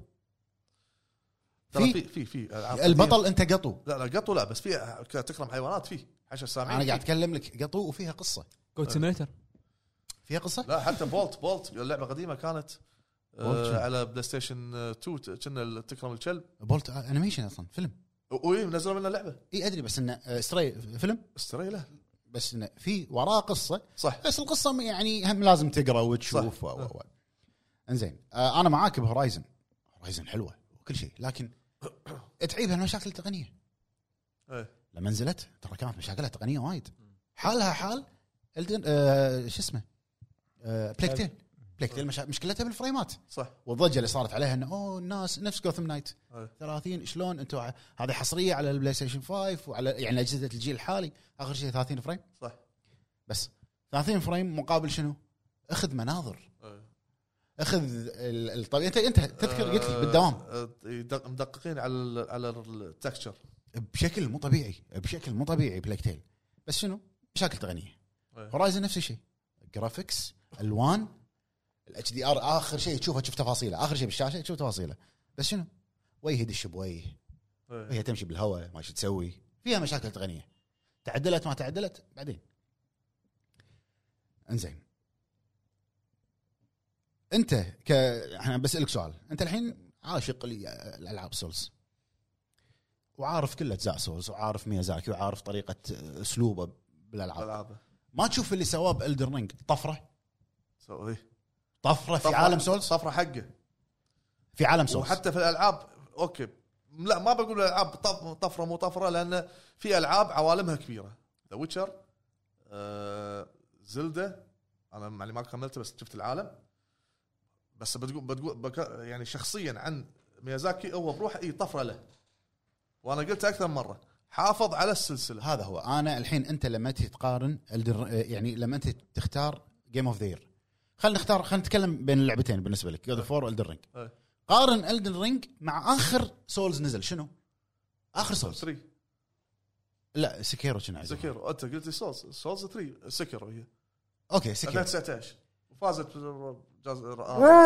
في في في البطل انت قطو. لا لا قطو لا بس في تكرم حيوانات فيه عشر سامعين. انا قاعد اتكلم لك قطو وفيها قصه. كود سيميليتر فيها قصه. لا حتى بولت بولت اللعبه قديمه كانت آه على بلاي ستيشن اثنين كنا تكرم الكلب. بولت انيميشن اصلا فيلم وي نزلوا منه لعبه. اي ادري بس انه ستري فيلم ستري له بس انه في وراه قصه صح. بس القصه يعني هم لازم تقرا وتشوف و و انزين. آه انا معاك بهورايزن. هورايزن حلوه وكل شيء لكن تعيبها المشاكل التقنيه. ايه لما نزلت ترى كانت مشاكلها التقنيه وايد حالها حال الدن آه شو اسمه آه بليكتيل. بليكتيل مشا... مشكلتها بالفريمات صح. والضجه اللي صارت عليها انه اوه الناس نفس جوثم نايت أيه. ثلاثين شلون انتم ع... هذه حصريه على البلاي ستيشن خمسة وعلى يعني اجهزه الجيل الحالي اخر شيء ثلاثين فريم صح. بس ثلاثين فريم مقابل شنو؟ اخذ مناظر أيه. اخذ الطبيعي. انت انت تذكر قلت لي بالدوام أه مدققين على ال على التكستشر بشكل مو طبيعي بشكل مو طبيعي بلاكتيل. بس شنو مشاكل تقنيه. هورايزن نفس الشيء جرافيكس الوان الاتش دي ار اخر شيء تشوفه تشوف تفاصيله اخر شيء بالشاشه تشوف تفاصيله. بس شنو وجه يدش بوجه وهي تمشي بالهواء ما شو تسوي فيها مشاكل تقنيه. تعدلت ما تعدلت بعدين. انزين انت ك احنا بسالك سؤال. انت الحين عاشق الالعاب سولز وعارف كل اجزاء سولز وعارف ميازاكي وعارف طريقه اسلوبه بالالعاب. ما تشوف اللي سواه بإلدن رينج طفره سوي طفره في عالم سولز طفره حقه في عالم سولز وحتى في الالعاب. اوكي لا ما بقول الالعاب طفره مو طفره لان في العاب عوالمها كبيره. ذا ويتشر آه، زلدة انا يعني ما كملته بس شفت العالم بس بتقول بتقول بك يعني شخصيا عن ميازاكي هو بروحه اي طفره له. وانا قلت اكثر مره حافظ على السلسله. هذا هو. انا الحين انت لما تقارن يعني لما انت تختار جيم اوف ذا يير خلينا نختار خلينا نتكلم بين اللعبتين بالنسبه لك جود اوف وور والدن رينج. قارن الدن رينج مع اخر سولز نزل شنو اخر سولز ثلاثة. لا سكيرو كنا عايز سكيرو انت قلت لي سولز سولز ثلاثة سكيرو هي اوكي سكيرو ألفين وتسعة عشر وفازت بجائزه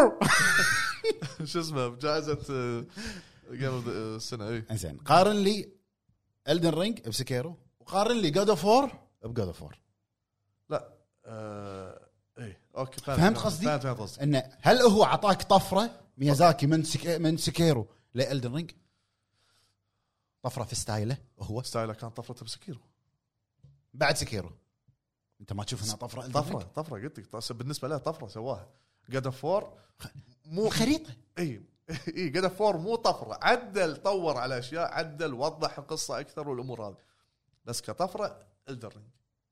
شو اسمه بجائزه جيم السنه. اي زين قارن لي الدن رينج بسكيرو وقارن لي جود اوف وور بجود اوف وور. لا آه... ايه اوكي فهمت قصدي؟ فهمت فهمت قصدي. انه هل هو عطاك طفره ميازاكي من سك... من سكيرو لإلدن رينج؟ طفره في ستايله هو ستايله كان طفرته بسكيرو بعد سكيرو. انت ما تشوف انها طفره إلدن طفره رينج؟ طفره قلت لك بالنسبه له طفره سواها. جاد اوف وور مو خريطه. اي اي جاد اوف وور مو طفره، عدل طور على اشياء، عدل وضح القصه اكثر والامور هذه، بس كطفره إلدن رينج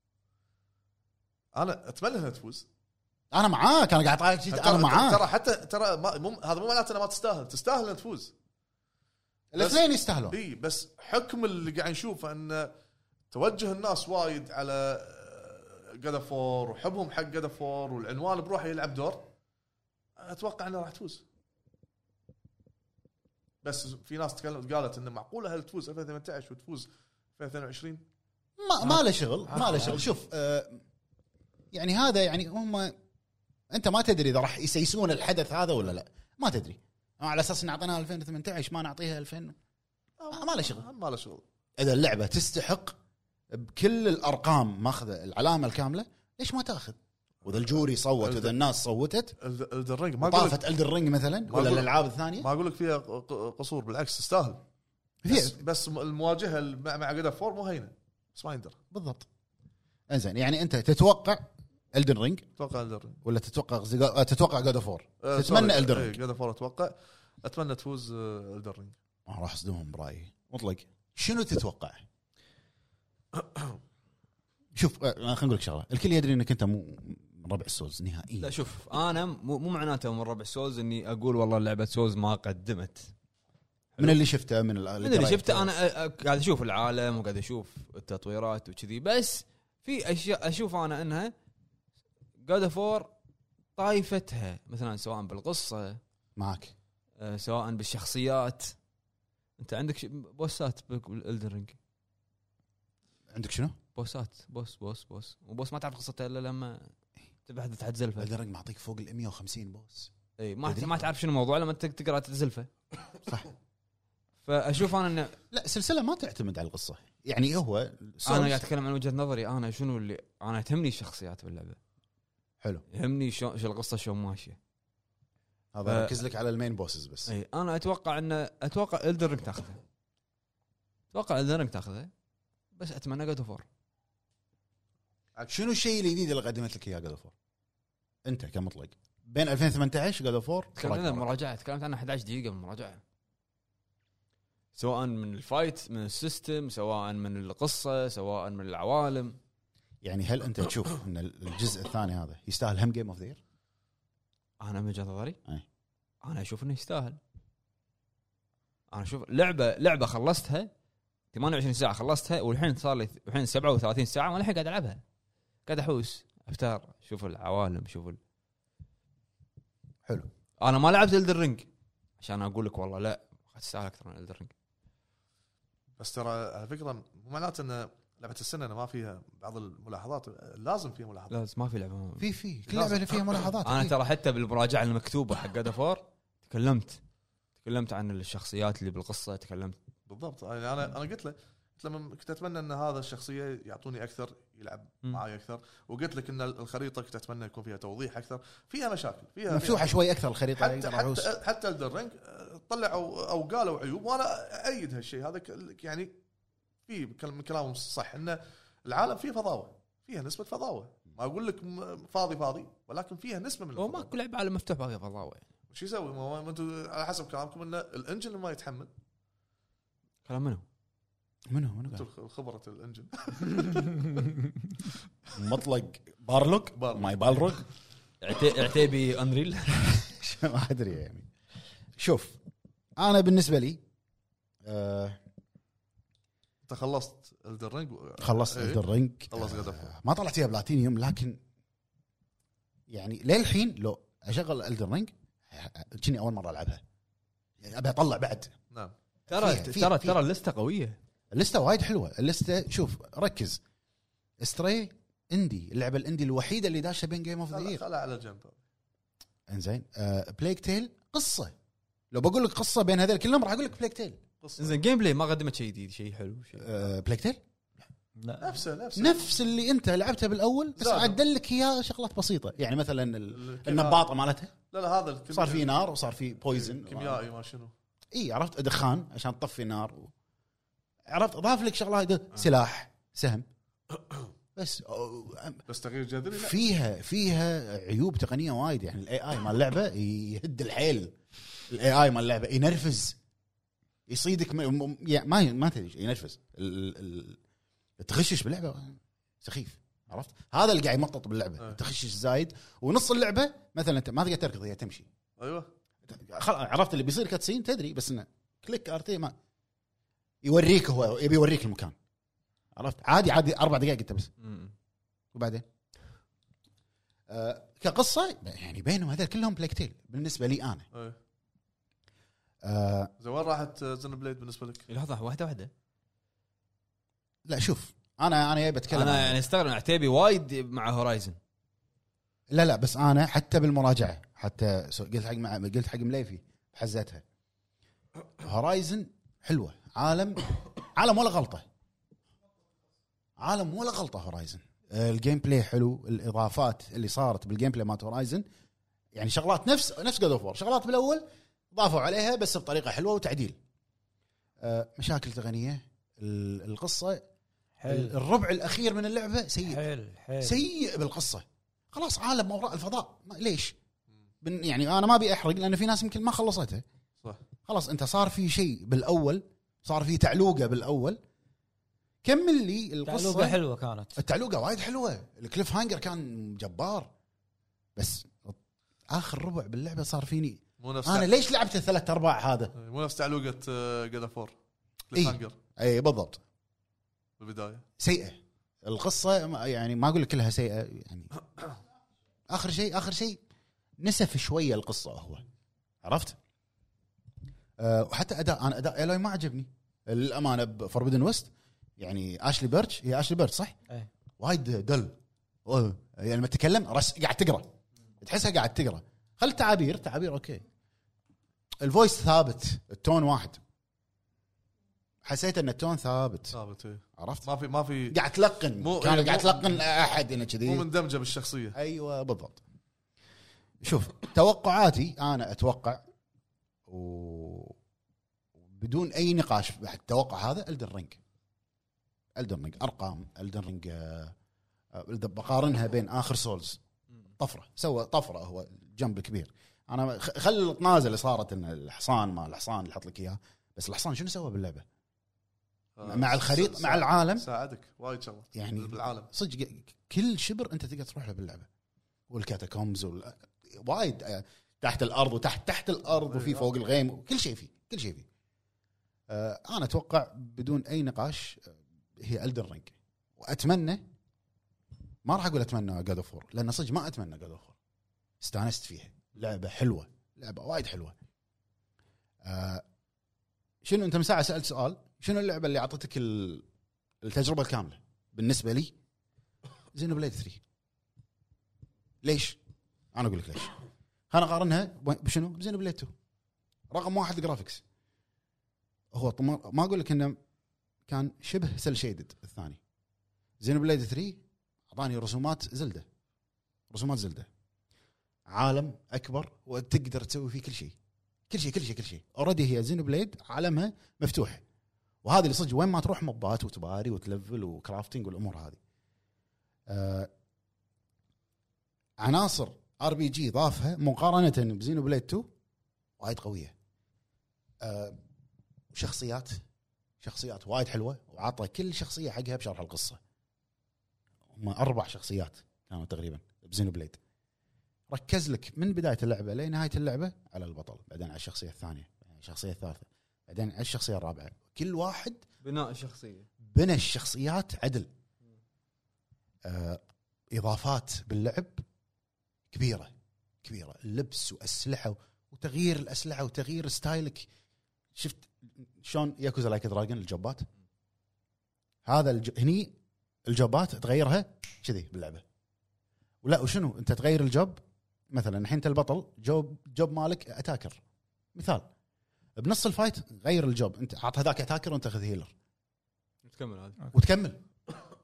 انا اتمنى انها تفوز. انا معاك، انا قاعد اعطيك انا ترى معاك. ترى حتى ترى ما مو هذا مو معناته انها ما تستاهل، تستاهل انها تفوز. الاثنين يستاهلون. اي بس حكم اللي قاعد نشوفه ان توجه الناس وايد على جاد اوف وور وحبهم حق جاد اوف وور والعنوان بروحه يلعب دور، اتوقع انها راح تفوز. بس في ناس تكلمت قالت انه معقوله هل تفوز ألفين وثمانية عشر وتفوز ألفين واثنين وعشرين؟ ما ما له شغل، ما له شغل. شوف آه يعني هذا يعني هم انت ما تدري اذا راح يسيسون الحدث هذا ولا لا، ما تدري. على اساس ان اعطيناها ألفين وثمانية عشر ما نعطيها ألفين، ما له شغل. ما له شغل. اذا اللعبه تستحق بكل الارقام ماخذه العلامه الكامله، ليش ما تاخذ؟ واذا الجوري صوت واذا الناس صوتت إلدن رينج ما اقول طافت إلدن رينج مثلا ولا الالعاب الثانيه، ما اقول لك فيها قصور، بالعكس تستاهل. بس, بس المواجهه مع جاد اوف وور مو هينه، بس ما يندر. بالضبط. انزين يعني انت تتوقع إلدن رينج اتوقع إلدن رينج ولا تتوقع زيغا... تتوقع جاد اوف وور؟ تتمنى إلدن رينج. جاد اوف وور اتوقع اتمنى تفوز إلدن رينج. ما راح اصدمهم برايي مطلق. شنو تتوقع؟ شوف خلينا نقول لك شغله، الكل يدري انك انت مو من ربع السولز نهائيا. لا شوف انا مو مو معناته من ربع سولز اني اقول والله لعبه سولز ما قدمت. من اللي شفته من اللي, اللي شفته انا قاعد اشوف العالم وقاعد اشوف التطويرات وكذي، بس في اشياء اشوف انا انها جاد اوف وور طايفتها مثلا سواء بالقصه معك آه سواء بالشخصيات. انت عندك بوسات بالإلدن رينج، عندك شنو بوسات بوس بوس بوس وبوس ما تعرف قصته الا لما تبحث تحت زلفه. إلدن رينج معطيك فوق ال مية وخمسين بوس. اي ما ما تعرف شنو الموضوع لما تقرا تزلفه. صح. فاشوف انا انه لا سلسله ما تعتمد على القصه، يعني هو انا قاعد اتكلم عن وجهه نظري انا. شنو اللي انا تهمني الشخصيات باللعبه. حلو. يهمني شو, شو القصه شو ماشيه. هذا ركز لك على المين بوسز بس. اي انا اتوقع ان اتوقع إلدن رينج تاخذها، اتوقع إلدن رينج تاخذها، بس اتمنى جاد اوف وور. شنو الشيء الجديد اللي قدمت لك اياه جاد اوف وور انت كمطلق بين ألفين وثمانية عشر جاد اوف وور؟ تكلمت عن المراجعه، تكلمت عنها أحد عشر دقيقه من المراجعه، سواء من الفايت من السيستم سواء من القصه سواء من العوالم. يعني هل انت تشوف ان الجزء الثاني هذا يستاهل هم جيم اوف ذا يير؟ انا من وجهه نظري أي. انا اشوف انه يستاهل. انا اشوف لعبه لعبه خلصتها ثمانية وعشرين ساعه خلصتها، والحين صار لي الحين سبعة وثلاثين ساعه وانا الحين قاعد العبها، قاعد احوس افتار شوف العوالم شوف ال... حلو. انا ما لعبت إلدن رينج عشان اقول لك والله لا تستاهل اكثر من إلدن رينج. بس ترى على فكره مو معناته ان لعبه السنه ما فيها بعض الملاحظات، لازم فيها ملاحظات. لازم ما في لعبه في في كل لعبه فيها ملاحظات. انا ترى حتى بالمراجعه المكتوبه حق جاد اوف وور تكلمت تكلمت عن الشخصيات اللي بالقصه، تكلمت بالضبط. يعني انا انا قلت له قلت لما كنت اتمنى ان هذا الشخصيه يعطوني اكثر يلعب م. معي اكثر، وقلت لك ان الخريطه كنت اتمنى يكون فيها توضيح اكثر، فيها مشاكل فيها مفتوحه فيها شوي اكثر الخريطه. حتى حتى, حتى الدرينج طلعوا او قالوا عيوب، وانا ايد هالشيء هذا. يعني في من كلامهم صح ان العالم فيه فضاوه، فيها نسبه فضاوه. ما اقول لك فاضي فاضي، ولكن فيها نسبه من الفضاوه. وما كل لعبه عالم مفتوح باقي فضاوه. وش يسوي؟ ما انتم على حسب كلامكم ان الانجن ما يتحمل. كلام منو منو منو قال خبره الانجن مطلق بارلوك ماي بالروك عتيبي انريل ما ادري. يعني شوف انا بالنسبه لي آه انت خلصت إلدن رينج خلصت إلدن رينج خلص آه ما طلعت فيها بلاتينيوم، لكن يعني للحين لو اشغل إلدن رينج كني اول مره العبها، يعني ابي اطلع بعد. نعم. ترى ترى ترى اللسته قويه، اللسته وايد حلوه. اللسته شوف ركز، استري اندي، اللعبه الاندي الوحيده اللي داشه بين جيم اوف ذا يير. خلها على جنب. انزين آه بليك تيل قصه، لو بقول لك قصه بين هذول كلهم راح اقول لك بليك تيل. زين جيم بلاي ما قدمت شيء جديد شيء حلو شيء آه بليك تيل لا نفسه نفسه نفس اللي انت لعبته بالاول بس زادوا. عدل لك اياه شغلات بسيطه يعني مثلا ال- الكيمياء- النباطه مالتها لا لا هذا الكيمياء- صار في نار وصار في بويزن كيميائي ما شنو اي عرفت دخان عشان تطفي النار و... عرفت اضاف لك شغلات سلاح سهم بس أو- بس تغيير جذري لا فيها فيها عيوب تقنيه وايد يعني الاي اي مال اللعبه يهد الحيل الاي اي مال اللعبه ينرفز يصيدك م... م... يعني ما ما تدري ينرفز ال... ال... تغشش باللعبه سخيف عرفت هذا اللي قاعد يمطط باللعبه أه. تغشش زايد ونص اللعبه مثلا انت ما تقدر تركض هي تمشي ايوه خل... عرفت اللي بيصير كاتسين تدري بس انه كليك ارتي ما يوريك هو يبي يوريك المكان عرفت عادي عادي اربع دقائق انت بس وبعدين آه كقصه يعني بينهم هذول كلهم بلاك تيل بالنسبه لي انا ايه آه زين وين راحت زن بليد بالنسبه لك؟ لحظه واحده واحده لا شوف انا انا بتكلم انا عن- يعني استغرب عتيبي وايد مع هورايزن. لا لا بس انا حتى بالمراجعه حتى سو- قلت حق مع قلت حق مليفي حزتها هورايزن حلوه عالم عالم ولا غلطه عالم ولا غلطه هورايزن الجيم بلاي حلو الاضافات اللي صارت بالجيم بلاي مال هورايزن يعني شغلات نفس نفس جود اوف وور شغلات بالاول ضافوا عليها بس بطريقه حلوه وتعديل آه، مشاكل تقنيه ال- القصه حلو الربع الاخير من اللعبه سيء حلو حلو سيء بالقصه خلاص عالم ما وراء الفضاء ما ليش بن يعني انا ما ابي احرق لان في ناس يمكن ما خلصتها صح خلاص انت صار في شيء بالاول صار في تعلوقه بالاول كمل لي القصه تعلوقه حلوه كانت التعلوقه وايد حلوه الكليف هانجر كان جبار بس اخر ربع باللعبه صار فيني مو نفس انا ليش لعبت الثلاث ارباع هذا مو نفس تعلوقه جاد فور إيه. هانجر اي بالضبط بالبدايه سيئه القصه ما- يعني ما اقول لك كلها سيئه يعني اخر شيء اخر شيء نسف شويه القصه هو عرفت أه وحتى اداء انا اداء ايلوي ما عجبني للامانه بفوربيدن ويست يعني اشلي بيرتش هي اشلي بيرتش صح أي. وايد دل أوه. يعني لما تتكلم رس قاعد تقرا تحسها قاعد تقرا خل تعابير تعابير اوكي الفويس ثابت التون واحد حسيت ان التون ثابت ثابت إيه. عرفت ما في ما في قاعد تلقن مو- كان يعني قاعد مو- تلقن احد هنا كذي مو مندمجه بالشخصيه ايوه بالضبط شوف توقعاتي انا اتوقع وبدون اي نقاش بعد التوقع هذا الدن رينج الدن رينج ارقام الدن رينج اذا بقارنها بين اخر سولز طفره سوى طفره هو جنب كبير انا خ- خل الطنازه اللي صارت ان الحصان ما الحصان اللي حط لك اياه بس الحصان شنو سوى باللعبه آه، مع الخريطه سا- مع العالم ساعدك وايد شغله يعني بالعالم صدق كل شبر انت تقدر تروح له باللعبه والكاتاكومز وال... وايد آه، تحت الارض وتحت تحت الارض وفي فوق الغيم وكل شيء فيه كل شيء فيه آه انا اتوقع بدون اي نقاش آه، هي الدن رينج واتمنى ما راح اقول اتمنى جاد اوف وور لان صدق ما اتمنى جاد اوف وور استانست فيها لعبه حلوه لعبه وايد حلوه آه شنو انت من ساعه سالت سؤال شنو اللعبه اللي اعطتك ال- التجربه الكامله بالنسبه لي زينو بليد ثري ليش انا اقول لك ليش انا قارنها بشنو بزينو بليد تو رقم واحد الجرافيكس هو طم- ما اقول لك انه كان شبه سيل شيدد الثاني زينو بليد ثري اعطاني رسومات زلده رسومات زلده عالم اكبر وتقدر تسوي فيه كل شيء كل شيء كل شيء كل شيء اوريدي هي زينو بليد عالمها مفتوح وهذه اللي صدق وين ما تروح مبات وتباري وتلفل وكرافتنج والامور هذه آه عناصر ار بي جي ضافها مقارنه بزينو بليد تو وايد قويه آه شخصيات شخصيات وايد حلوه وعطى كل شخصيه حقها بشرح القصه هم اربع شخصيات كانوا تقريبا بزينو بليد ركز لك من بدايه اللعبه لنهايه اللعبه على البطل بعدين على الشخصيه الثانيه بعدين الشخصيه الثالثه بعدين على الشخصيه الرابعه كل واحد بناء الشخصيه بنى الشخصيات عدل آه اضافات باللعب كبيره كبيره اللبس واسلحه وتغيير الاسلحه وتغيير ستايلك شفت شلون ياكوزا لايك دراجون الجوبات هذا الج... هني الجوبات تغيرها كذي باللعبه ولا وشنو انت تغير الجوب مثلا الحين انت البطل جوب جوب مالك اتاكر مثال بنص الفايت غير الجوب انت عط هذاك اتاكر وانت خذ هيلر تكمل هذا وتكمل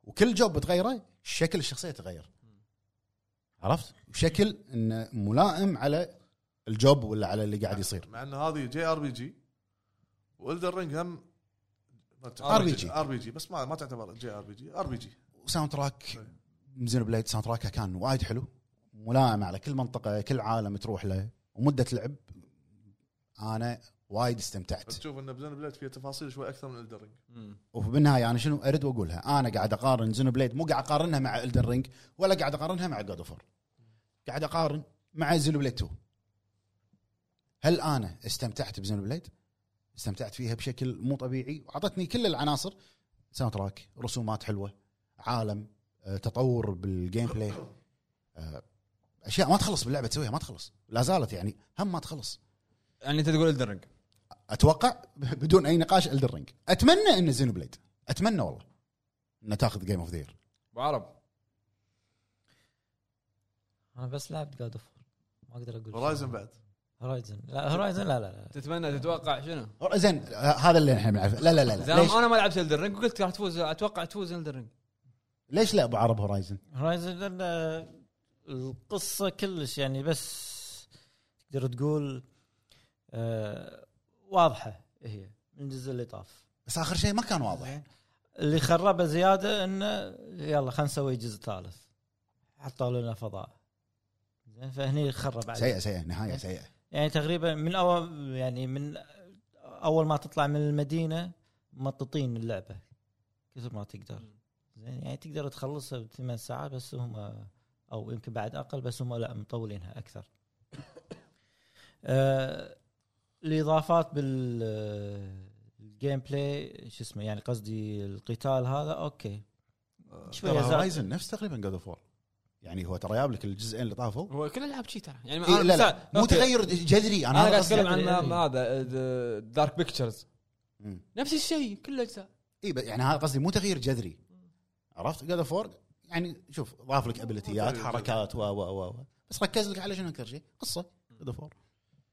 وكل جوب بتغيره شكل الشخصيه تغير، عرفت؟ بشكل انه ملائم على الجوب ولا على اللي قاعد يصير. مع انه هذه جي ار بي جي والدر رينج هم ار بي جي ار بي جي بس ما ما تعتبر جي ار بي جي ار بي جي. وساوند تراك زين بليد ساوند تراكه كان وايد حلو ملائم على كل منطقه كل عالم تروح له، ومده لعب انا وايد استمتعت. تشوف ان بزين بليد فيها تفاصيل شوي اكثر من الدر رينج. وبالنهايه انا شنو اريد واقولها، انا قاعد اقارن زين بليد مو قاعد اقارنها مع الدر رينج ولا قاعد اقارنها مع جود اوف وور، قاعد اقارن مع زين بليد تو. هل انا استمتعت بزين بليد؟ استمتعت فيها بشكل مو طبيعي، وعطتني كل العناصر، ساوند تراك، رسومات حلوه، عالم، تطور بالجيم بلاي، اشياء ما تخلص باللعبه تسويها، ما تخلص لا زالت يعني هم ما تخلص. يعني انت تقول الدرنج اتوقع بدون اي نقاش الدرينج. اتمنى ان زينو بليد، اتمنى والله ان تاخذ جيم اوف ذا يير. ابو عرب انا بس لعبت جاد اوف ما اقدر اقول هورايزن بعد هورايزن لا هورايزن لا لا لا تتمنى تتوقع شنو؟ زين هذا اللي احنا بنعرفه. لا لا لا, لا. ليش؟ انا ما لعبت الدرنج وقلت راح تفوز، اتوقع تفوز الدرنج. ليش لا ابو عرب هورايزن؟ هورايزن لان القصه كلش يعني بس تقدر تقول آه واضحه هي من الجزء اللي طاف، بس اخر شيء ما كان واضح. اللي خربه زياده انه يلا خلينا نسوي جزء ثالث، حطوا لنا فضاء زين، فهني خرب عليه. سيئه سيئه نهايه سيئه يعني تقريبا من اول يعني من اول ما تطلع من المدينه مططين اللعبه كثر ما تقدر زين، يعني تقدر تخلصها بثمان ساعات بس هم، او يمكن بعد اقل بس هم لا مطولينها اكثر. آه الاضافات بالجيم بلاي شو اسمه يعني قصدي القتال هذا اوكي شويه. هورايزن نفس تقريبا جود اوف وور، يعني هو ترى جاب لك الجزئين اللي طافوا، هو كل العاب شي ترى يعني إيه لا لا مو تغير جذري. انا, أنا قاعد اتكلم عن إيه. هذا دارك بيكتشرز نفس الشيء كل الاجزاء. اي يعني هذا قصدي مو تغيير جذري، عرفت؟ جود اوف وور يعني شوف ضاف لك ابيليتيات حركات و و و بس ركز لك على شنو اكثر شيء قصه جود اوف وور.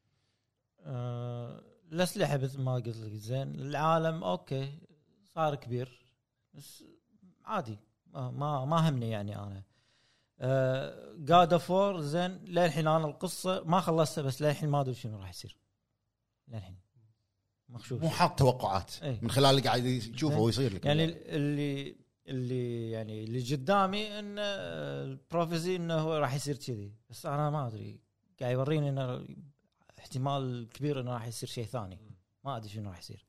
آه الاسلحه مثل ما قلت لك زين، العالم اوكي صار كبير بس عادي ما ما همني يعني انا. جاد اوف وور زين للحين انا القصه ما خلصتها بس للحين ما ادري شنو راح يصير للحين مخشوش، مو حاط توقعات ايه. من خلال اللي قاعد يشوفه ويصير لك يعني اللي اللي يعني اللي قدامي ان البروفيسي انه هو راح يصير كذي، بس انا ما ادري قاعد يوريني انه احتمال كبير انه راح يصير شيء ثاني، ما ادري شنو راح يصير.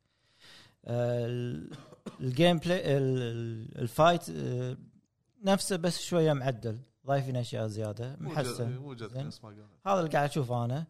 الجيم بلاي الفايت نفسه بس شويه معدل، ضايفين اشياء زياده محسن. هذا اللي قاعد اشوفه انا.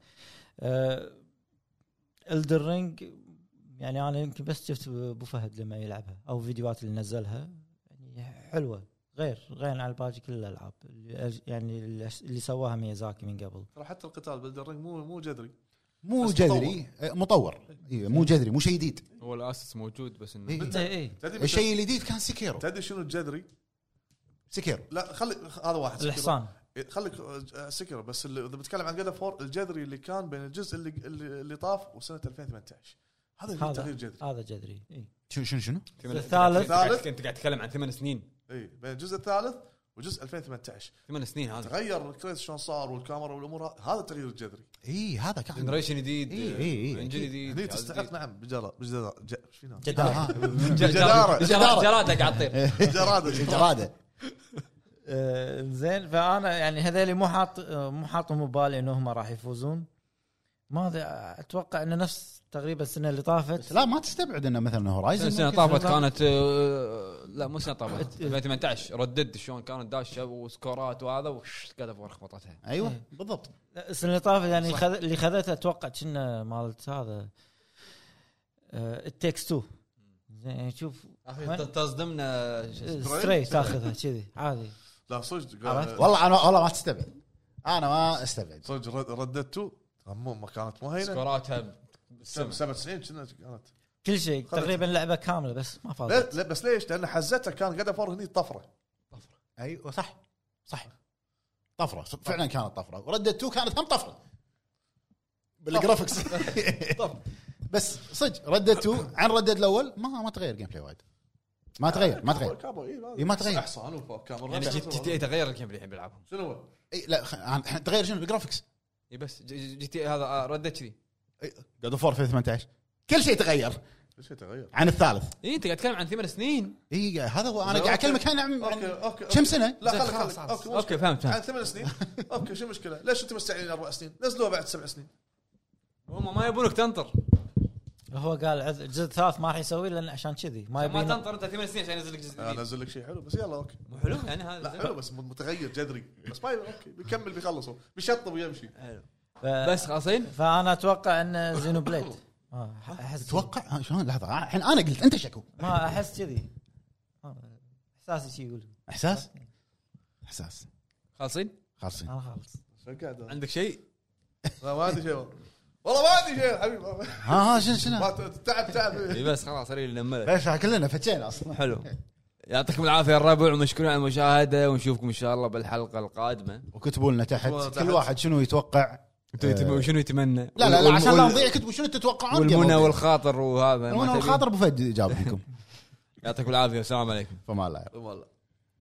الدر رينج يعني انا يمكن بس شفت ابو فهد لما يلعبها او فيديوهات اللي نزلها يعني حلوه، غير غير عن الباقي كل الالعاب يعني اللي سواها ميازاكي من قبل. ترى حتى القتال بالدر رينج مو مو جذري مو جذري مطور, مطور. إيه مو جذري مو شيء جديد، هو الاساس موجود بس انه إيه. إيه. الشيء الجديد كان سيكيرو. تدري شنو الجذري؟ سيكيرو لا خلي هذا واحد الحصان خليك سيكيرو، بس اللي اذا بتكلم عن جاد فور الجذري اللي كان بين الجزء اللي اللي, اللي طاف وسنه ألفين وثمانية عشر هذا اللي تغيير جذري. هذا جذري اي شنو شنو شنو الثالث كنت قاعد تتكلم عن ثمان سنين اي بين الجزء الثالث وجزء ألفين وثمانية عشر ثمان سنين هذا تغير الكريس شلون صار والكاميرا والامور، هذا التغيير الجذري. اي هذا كان جنريشن جديد اي اي انجن جديد هني تستحق نعم بجدارة بجدارة ايش فينا جدارة جدارة جراده قاعد تطير جرادة جراده زين. فانا يعني هذول مو حاط مو حاطهم ببالي انهم راح يفوزون، ما اتوقع انه نفس تقريبا السنه اللي طافت. لا ما تستبعد انه مثلا هورايزن السنه طافت كانت لا مو سنه طافت ألفين وثمانية عشر ردد شلون كانت داشه وسكورات وهذا وش قاعده فور خبطتها. ايوه بالضبط السنه اللي طافت يعني خذ اللي خذتها اتوقع كنا مالت هذا التكست تو زين. شوف تصدمنا ستري تاخذها كذي عادي. لا صدق والله انا والله ما تستبعد، انا ما استبعد صدق رددتو مو ما كانت مو هينه سكوراتها سبعة وتسعين كانت كل شيء تقريبا لعبه كامله بس ما فاضت. لا بس ليش؟ لان حزتها كان قاعده فور هني طفره طفره. ايوه صح صح طفره فعلا كانت طفره، وردت تو كانت هم طفره بالجرافكس بس صدق ردت تو عن ردد الاول ما ما تغير جيم بلاي وايد. ما تغير ما تغير كابوي إيه ما تغير. احصان وفوق كاميرا يعني جي تي اي تغير الجيم اللي يحب يلعبهم. شنو هو؟ اي لا خ... عن- تغير شنو الجرافكس. اي بس جي جي تي اي هذا ردت كذي. جاد اوف وور في ثمانية عشر كل شيء تغير شيء تغير. عن الثالث. اي انت قاعد تتكلم عن ثمان سنين. اي هذا هو انا زين، قاعد أوكي. اكلمك انا عن اوكي عن اوكي كم سنه. لا زين، خليك خلاص، خليك خلاص. اوكي اوكي فهمت عن فهمت. ثمان سنين اوكي شو المشكله؟ ليش انتم مستعجلين اربع سنين؟ نزلوها بعد سبع سنين. هم ما يبونك تنطر. هو قال عز- الجزء الثالث ما راح يسوي لان عشان كذي ما ما يبين. تنطر انت ثمان سنين عشان ينزل لك جزء جديد. انزل لك شيء حلو بس يلا اوكي. مو حلو يعني هذا. لا حلو بس متغير جذري بس ما اوكي بيكمل بيخلص هو بيشطب ويمشي. حلو. ف... بس خلاصين. فانا اتوقع ان زينو بليد آه، احس تتوقع ها، شلون لحظه الحين انا قلت انت شكو ما احس كذي آه، احساسي شي يقول احساس احساس خلاصين. خالصين. انا خالص. شو قاعد عندك شيء؟ لا ما عندي شيء والله ما عندي شيء حبيبي. ها ها شنو شنو ما ت- تعب تعب. اي بس خلاص صار لي نملت. ليش كلنا فتشينا اصلا. حلو. يعطيكم العافيه الربع ومشكورين على المشاهده ونشوفكم ان شاء الله بالحلقه القادمه. وكتبوا لنا تحت كتبوا لنا كل تحت. واحد شنو يتوقع. انتوا يتم- وشنو يتمنى؟ لا لا لا والم- عشان لا وال- نضيع كتبوا شنو تتوقعون. والمنى والخاطر وهذا. ما المنى تبي؟ والخاطر ابو فهد جاب لكم. يعطيكم العافيه والسلام عليكم. فما لا والله